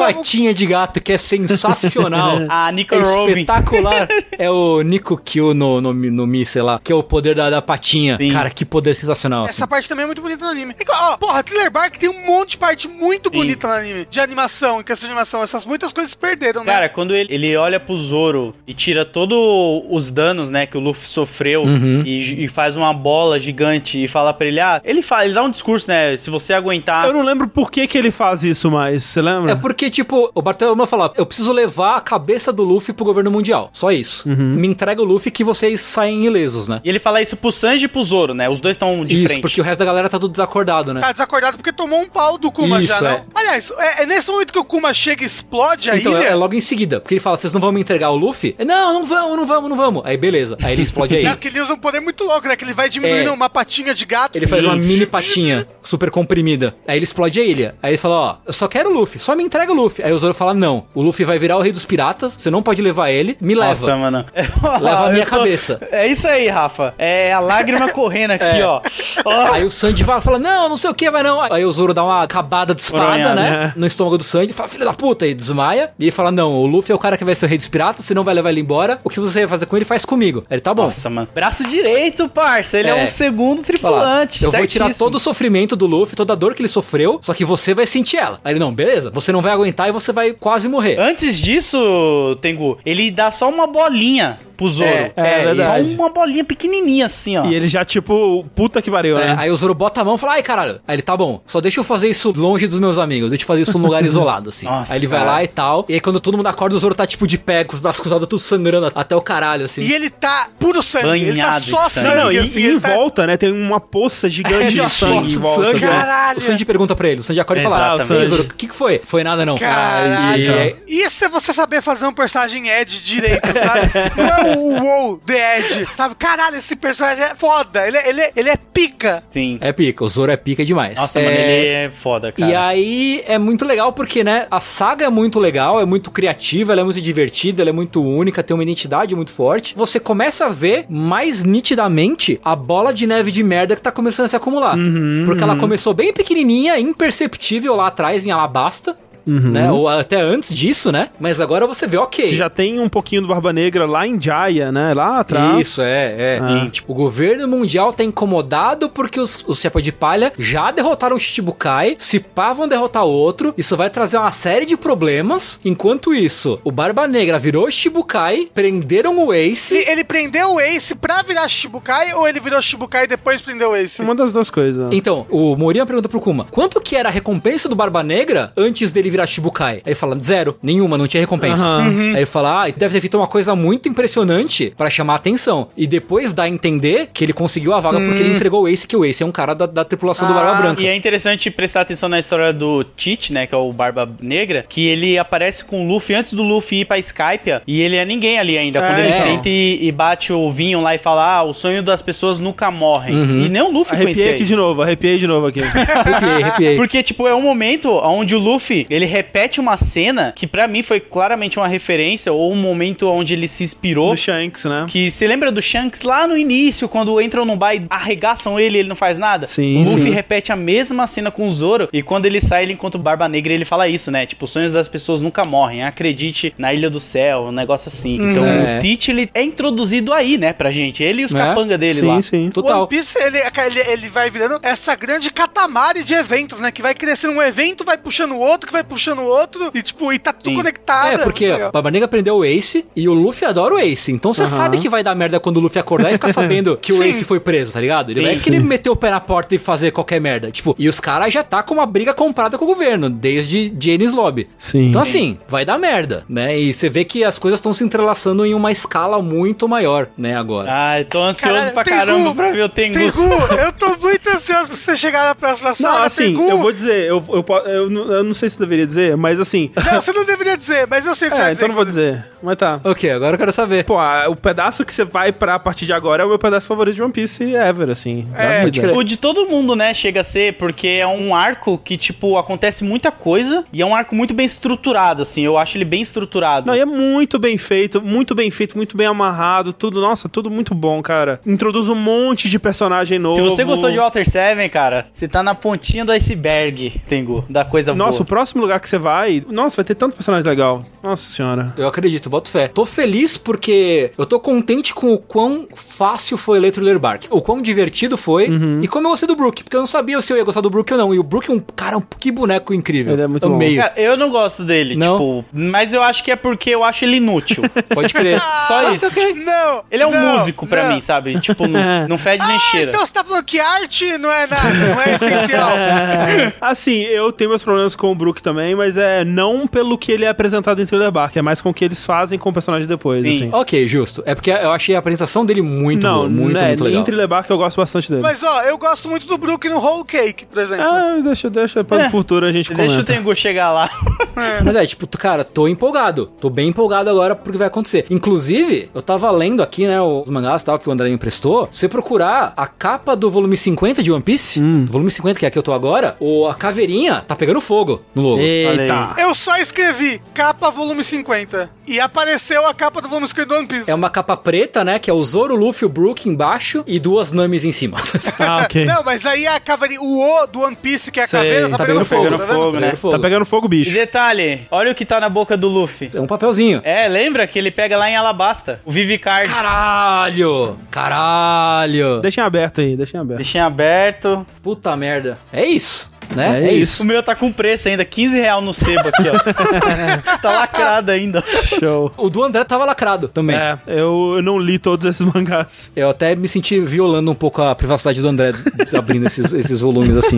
patinha de gato, que é sensacional. A Nico É Robin. espetacular. É o Nico Kyo no, no, no Mi, sei lá, que é o poder da, da patinha. Sim. Cara, que poder sensacional. Essa assim. parte também é muito bonita no anime. E, ó, porra, Thriller Bark tem um monte de parte muito bonita no anime. De animação, em questão de animação. Essas muitas coisas se perderam, né? Cara, quando ele, ele olha pro Zoro e tira todos os danos, né, que o Luffy sofreu Uhum. e, e faz uma bola gigante e fala pra ele, ah, ele, fala, ele dá um discurso, né, se você aguentar... Eu não lembro por que que ele faz isso mais, você lembra? É porque, tipo, o Bartolomeu fala, eu preciso levar a cabeça do Luffy pro governo mundial. Só isso. Me entrega o Luffy que vocês saem ilesos, né? E ele fala isso pro Sanji e pro Zoro, né, os dois estão de Isso, frente. porque o resto da galera tá tudo desacordado, né? Tá desacordado porque tomou um pau do Kuma Isso, já, é. não? Aliás, é, é nesse momento que o Kuma chega e explode a Então, ilha. é, é logo em seguida, porque ele fala, vocês não vão me entregar o Luffy? Não, não vamos, não vamos, não vamos. Aí, beleza. Aí ele explode a É ilha. que ele usa um poder muito louco, né? Que ele vai diminuindo É. uma patinha de gato. Ele faz uma Isso. mini patinha super comprimida. Aí ele explode a ilha. Aí ele fala, ó, eu só quero o Luffy, só me entrega o Luffy. Aí o Zoro fala, não, o Luffy vai virar o rei dos piratas, você não pode levar ele, me Nossa, leva. mano. Leva a minha Eu tô- cabeça. É isso aí, Rafa. É a lágrima correndo aqui, É. ó. Ó. Aí o Sanji fala, fala, não, não sei o que, vai não. Aí o Zoro dá uma acabada de espada, Coronhada, né? né? No estômago do Sanji, fala, filho da puta, e desmaia. E ele fala, não, o Luffy é o cara que vai ser o rei dos piratas, você não vai levar ele embora. O que você vai fazer com ele, faz comigo. Aí ele, tá bom. Nossa, mano. Braço direito, parça. Ele é, É. um segundo Fala, tripulante. eu vou tirar certíssimo. todo o sofrimento do Luffy, toda a dor que ele sofreu, só que você vai sentir ela. Aí ele, não, beleza, você não vai aguentar e você vai quase morrer. Antes disso, Tengu, ele dá só uma bolinha pro Zoro. É, É, é, verdade. isso. Só uma bolinha pequenininha assim, ó. E ele já, tipo, puta que pariu, É, né? aí o Zoro bota a mão e fala, ai caralho. Aí ele, tá bom, só deixa eu fazer isso longe dos meus amigos, deixa eu fazer isso num lugar isolado, assim. Nossa, aí ele vai cara. lá e tal, e aí quando todo mundo acorda, o Zoro tá tipo de pé, com os braços cruzados, tudo sangrando até o caralho, assim. E ele tá puro sangue. ele tá Banhado só de sangue. sangue. Não, não, e, assim, e ele em tá- volta, né, tem uma poça gigante de É, sangue em nossa, volta. sangue, né? né? Caralho. O Sanji pergunta pra ele, o Sanji acorda e fala, Exatamente. e aí, Zoro, o que que foi? Foi nada não. Caralho. E aí- Isso é você saber fazer um personagem Ed direito, sabe? Não é o WoW The Ed, sabe? Caralho, esse personagem é foda. Ele é, ele é, ele é pica. Sim. É pica, o Zoro é pica demais. Nossa, é... mano, ele é foda, cara. E aí é muito legal porque, né, a saga é muito legal, é muito criativa, ela é muito divertida, ela é muito única, tem uma identidade muito forte. Você começa a ver mais nitidamente a bola de neve de merda que tá começando a se acumular. Porque ela começou bem pequenininha, imperceptível lá atrás em Alabasta. Né? Ou até antes disso, né? Mas agora você vê, ok. Você já tem um pouquinho do Barba Negra lá em Jaya, né? Lá atrás. Isso, é, é. Ah. E, tipo, o governo mundial tá incomodado porque os, os Chapéu de Palha já derrotaram o Shichibukai, se pá vão derrotar outro, isso vai trazer uma série de problemas. Enquanto isso, o Barba Negra virou o Shichibukai, prenderam o Ace. Ele, ele prendeu o Ace pra virar Shichibukai ou ele virou Shichibukai e depois prendeu o Ace? Uma das duas coisas. Então, o Morinha pergunta pro Kuma, quanto que era a recompensa do Barba Negra antes dele virar Shichibukai? Aí ele fala, zero, nenhuma, não tinha recompensa. Aham. Aí ele fala, ah, deve ter feito uma coisa muito impressionante pra chamar a atenção. E depois dá a entender que ele conseguiu a vaga porque ele entregou o Ace, que o Ace é um cara da, da tripulação do Ah, Barba Branca. E é interessante prestar atenção na história do Tite, né, que é o Barba Negra, que ele aparece com o Luffy antes do Luffy ir pra Skypiea, e ele é ninguém ali ainda. Quando É. ele senta e, e bate o vinho lá e fala, ah, o sonho das pessoas nunca morrem. Uhum. E nem o Luffy Arrepiei conhecia aqui ele. de novo, arrepiei de novo aqui. Arrepiei, arrepiei. Porque, tipo, é um momento onde o Luffy, ele repete uma cena que pra mim foi claramente uma referência, ou um momento onde ele se inspirou. Do Shanks, né? Que você lembra do Shanks lá no início, quando entram no bar e arregaçam ele e ele não faz nada? Sim, O Luffy sim. repete a mesma cena com o Zoro, e quando ele sai, ele encontra o Barba Negra e ele fala isso, né? Tipo, os sonhos das pessoas nunca morrem, acredite na Ilha do Céu, um negócio assim. Então, É. o Teach, ele é introduzido aí, né, pra gente. Ele e os É. capanga dele Sim, lá. sim. O Total. One Piece, ele, ele, ele vai virando essa grande catamari de eventos, né? Que vai crescendo um evento, vai puxando o outro, que vai puxando o outro, e tipo, e tá tudo Sim. conectado. É, porque muito legal. o Barba Negra prendeu o Ace e o Luffy adora o Ace. Então você sabe que vai dar merda quando o Luffy acordar e ficar sabendo que o Sim. Ace foi preso, tá ligado? Ele Sim, vai sim. querer meter o pé na porta e fazer qualquer merda. Tipo, e os caras já tá com uma briga comprada com o governo, desde Janie's Lobby. Sim. Então assim, vai dar merda, né? E você vê que as coisas estão se entrelaçando em uma escala muito maior, né, agora. Ah, eu tô ansioso Caralho, pra Tengu, caramba pra ver o Tengu. Tengu, eu tô muito ansioso pra você chegar na próxima Não, sala, assim, Tengu. eu vou dizer, eu, eu, po- eu, não- eu não sei se eu deveria dizer, mas assim. Não, você não deveria dizer, mas eu sei o que você É, vai então dizer. não vou dizer. Mas tá. Ok, agora eu quero saber. Pô, a- o pedaço que você vai pra partir de agora é o meu pedaço favorito de One Piece ever, assim. da É, vida. crer. O de todo mundo, né, chega a ser, porque é um arco que, tipo, acontece muita coisa e é um arco muito bem estruturado, assim. Eu acho ele bem estruturado. Não, e é muito bem feito, muito bem feito, muito bem amarrado, tudo, nossa, tudo muito bom, cara. Introduz um monte de personagem novo. Se você gostou de Walter Seven, cara, você tá na pontinha do iceberg, Tengu, da coisa Nossa, o boa. próximo lugar lugar que você vai, nossa, vai ter tanto personagem legal. Nossa senhora. Eu acredito, boto fé. Tô feliz porque eu tô contente com o quão fácil foi ler Thriller Bark. O quão divertido foi. Uhum. E como eu gostei do Brook, porque eu não sabia se eu ia gostar do Brook ou não. E o Brook é um, cara, um, que boneco incrível. Ele é muito Amei. bom. Cara, eu não gosto dele, Não? tipo, mas eu acho que é porque eu acho ele inútil. Pode crer. Só isso. Não! Ele é um não, músico pra não. mim, sabe? Tipo, não, não fede nem Ah, cheira. então você tá falando que arte não é nada, não é essencial. Assim, eu tenho meus problemas com o Brook também, mas é não pelo que ele é apresentado em Thriller Bark, é mais com o que eles fazem com o personagem depois, Sim. assim. Ok, justo. É porque eu achei a apresentação dele muito não, boa, muito, né, muito legal. em Thriller Bark eu gosto bastante dele. Mas ó, eu gosto muito do Brook no Whole Cake, por exemplo. Ah, deixa, deixa para É. o futuro a gente Deixa o comenta. Tengu chegar lá. Mas é, tipo, cara, tô empolgado. Tô bem empolgado agora porque vai acontecer. Inclusive, eu tava lendo aqui, né, os mangás e tal que o André me emprestou. Se você procurar a capa do volume cinquenta de One Piece, Hum. volume cinquenta, que é a que eu tô agora, o, a caveirinha tá pegando fogo no logo. Eita. Eu só escrevi capa volume cinquenta e apareceu a capa do volume cinquenta do One Piece. É uma capa preta, né, que é o Zoro, o Luffy, o Brook embaixo e duas Namis em cima. Ah, ok. Não, mas aí a caveirinha, o O do One Piece, que é a Sei. caveira, tá, Tá pegando, pegando fogo, fogo, pegando tá vendo? fogo, né? Pegando fogo. Tá pegando fogo, E bicho. detalhe, olha o que tá na boca do Luffy. É um papelzinho. É, lembra que ele pega lá em Alabasta, o Vivicard. Caralho! Caralho! Deixem aberto aí, deixem aberto. Deixinho aberto. Puta merda. É isso, né? É É, O isso. meu tá com preço ainda, quinze real no sebo aqui, ó. Tá lacrado ainda. Show. O do André tava lacrado também. É, eu, eu não li todos esses mangás. Eu até me senti violando um pouco a privacidade do André des- abrindo esses, esses volumes assim.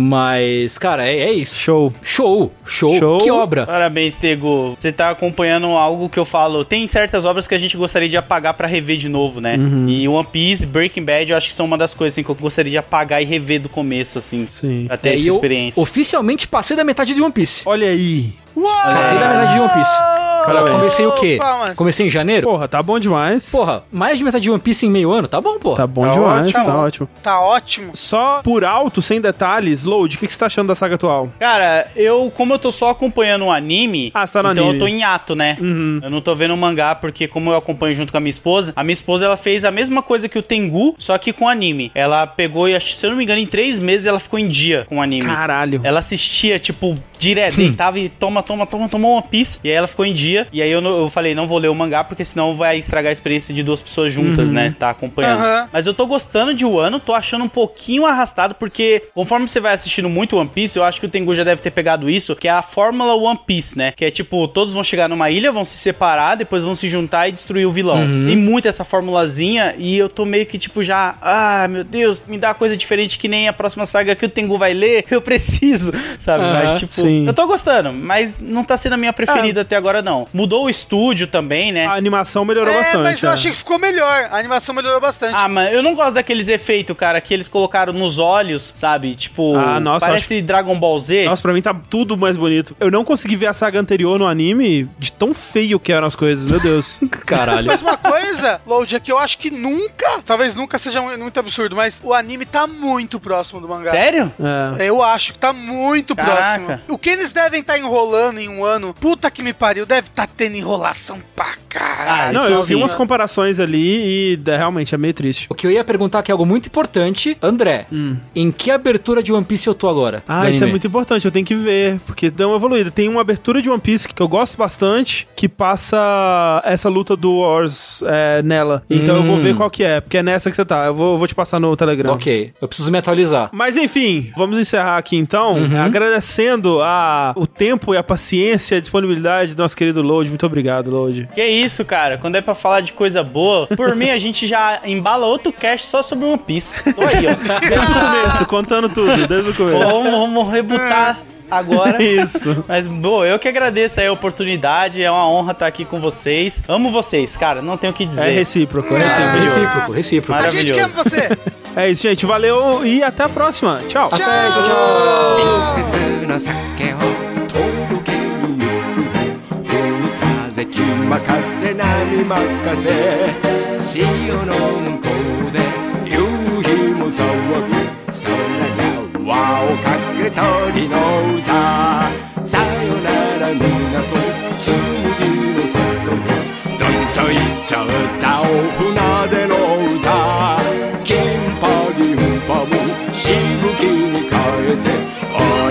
Mas, cara, é, é isso. Show. Show, show, Show. que obra. Parabéns, Tego. Você tá acompanhando algo que eu falo. Tem certas obras que a gente gostaria de apagar pra rever de novo, né? E One Piece, Breaking Bad, eu acho que são uma das coisas assim, que eu gostaria de apagar e rever do começo, assim. Sim. Pra ter É, essa e eu experiência. oficialmente passei da metade de One Piece. Olha aí. Uou! Passei da metade de One Piece. Parabéns. Comecei o quê? Palmas. Comecei em janeiro? Porra, tá bom demais. Porra, mais de metade de One Piece em meio ano? Tá bom, porra. Tá bom Tá demais, ótimo. tá ótimo. Tá ótimo. Só por alto, sem detalhes, Load, o que, que você tá achando da saga atual? Cara, eu, como eu tô só acompanhando o anime, Ah, você tá no então anime. eu tô em ato, né? Uhum. Eu não tô vendo o mangá, porque como eu acompanho junto com a minha esposa, a minha esposa, ela fez a mesma coisa que o Tengu, só que com anime. Ela pegou e, acho que, se eu não me engano, em três meses ela ficou em dia com o anime. Caralho. Ela assistia, tipo, direto, deitava e toma, toma, toma, tomou One Piece. E aí ela ficou em dia. E aí eu, não- eu falei, não vou ler o mangá, porque senão vai estragar a experiência de duas pessoas juntas, né? Tá acompanhando. Aham. Mas eu tô gostando de Wano, tô achando um pouquinho arrastado, porque conforme você vai assistindo muito One Piece, eu acho que o Tengu já deve ter pegado isso, que é a fórmula One Piece, né? Que é tipo, todos vão chegar numa ilha, vão se separar, depois vão se juntar e destruir o vilão. Tem muito essa formulazinha e eu tô meio que tipo já, ah, meu Deus, me dá uma coisa diferente que nem a próxima saga que o Tengu vai ler, eu preciso, sabe? Aham, Mas tipo, sim. eu tô gostando, mas não tá sendo a minha preferida até agora não. Mudou o estúdio também, né? A animação melhorou É, bastante. mas eu é. achei que ficou melhor. A animação melhorou bastante. Ah, mas eu não gosto daqueles efeitos, cara, que eles colocaram nos olhos, sabe? Tipo, Ah, nossa, parece Dragon Ball Z. Nossa, pra mim tá tudo mais bonito. Eu não consegui ver a saga anterior no anime de tão feio que eram as coisas, meu Deus. Caralho. Mas uma coisa, Load, é que eu acho que nunca, talvez nunca seja mu- muito absurdo, mas o anime tá muito próximo do mangá. Sério? É. Eu acho que tá muito Caraca. próximo. O que eles devem estar enrolando em um ano, puta que me pariu, deve estar tendo enrolação pra caralho. Ah, Não, isso eu vi sim. umas comparações ali e é, realmente é meio triste. O que eu ia perguntar que é algo muito importante, André, em que abertura de One Piece eu tô agora? Ah, do isso é anime? muito importante, eu tenho que ver, porque deu uma evoluída. Tem uma abertura de One Piece que eu gosto bastante, que passa essa luta do Wars é, nela. Então eu vou ver qual que é, porque é nessa que você tá. Eu vou, eu vou te passar no Telegram. Ok, eu preciso me atualizar. Mas enfim, vamos encerrar aqui então, agradecendo a, o tempo e a paciência e a disponibilidade do nosso querido Load. Muito obrigado, Load. Que isso, cara. Quando é pra falar de coisa boa, por mim a gente já embala outro cast só sobre One Piece. Tô aí, ó. Desde o começo, contando tudo, desde o começo. Vamos, vamos rebutar agora. Isso. Mas, boa, eu que agradeço aí a oportunidade. É uma honra estar aqui com vocês. Amo vocês, cara. Não tenho o que dizer. É recíproco, é É, recíproco. recíproco, recíproco. A gente que ama você. É isso, gente. Valeu e até a próxima. Tchau. Até, tchau, tchau. 普通の酒を届けに行く風気任せ波任せ潮の向こうで夕日も騒ぐ空が輪をかく鳥の歌さよなら港紬の里へどんと行っちゃったお船での歌金パ銀パもしぶきに変えて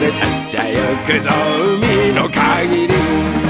れ立っちゃよくぞ海の限り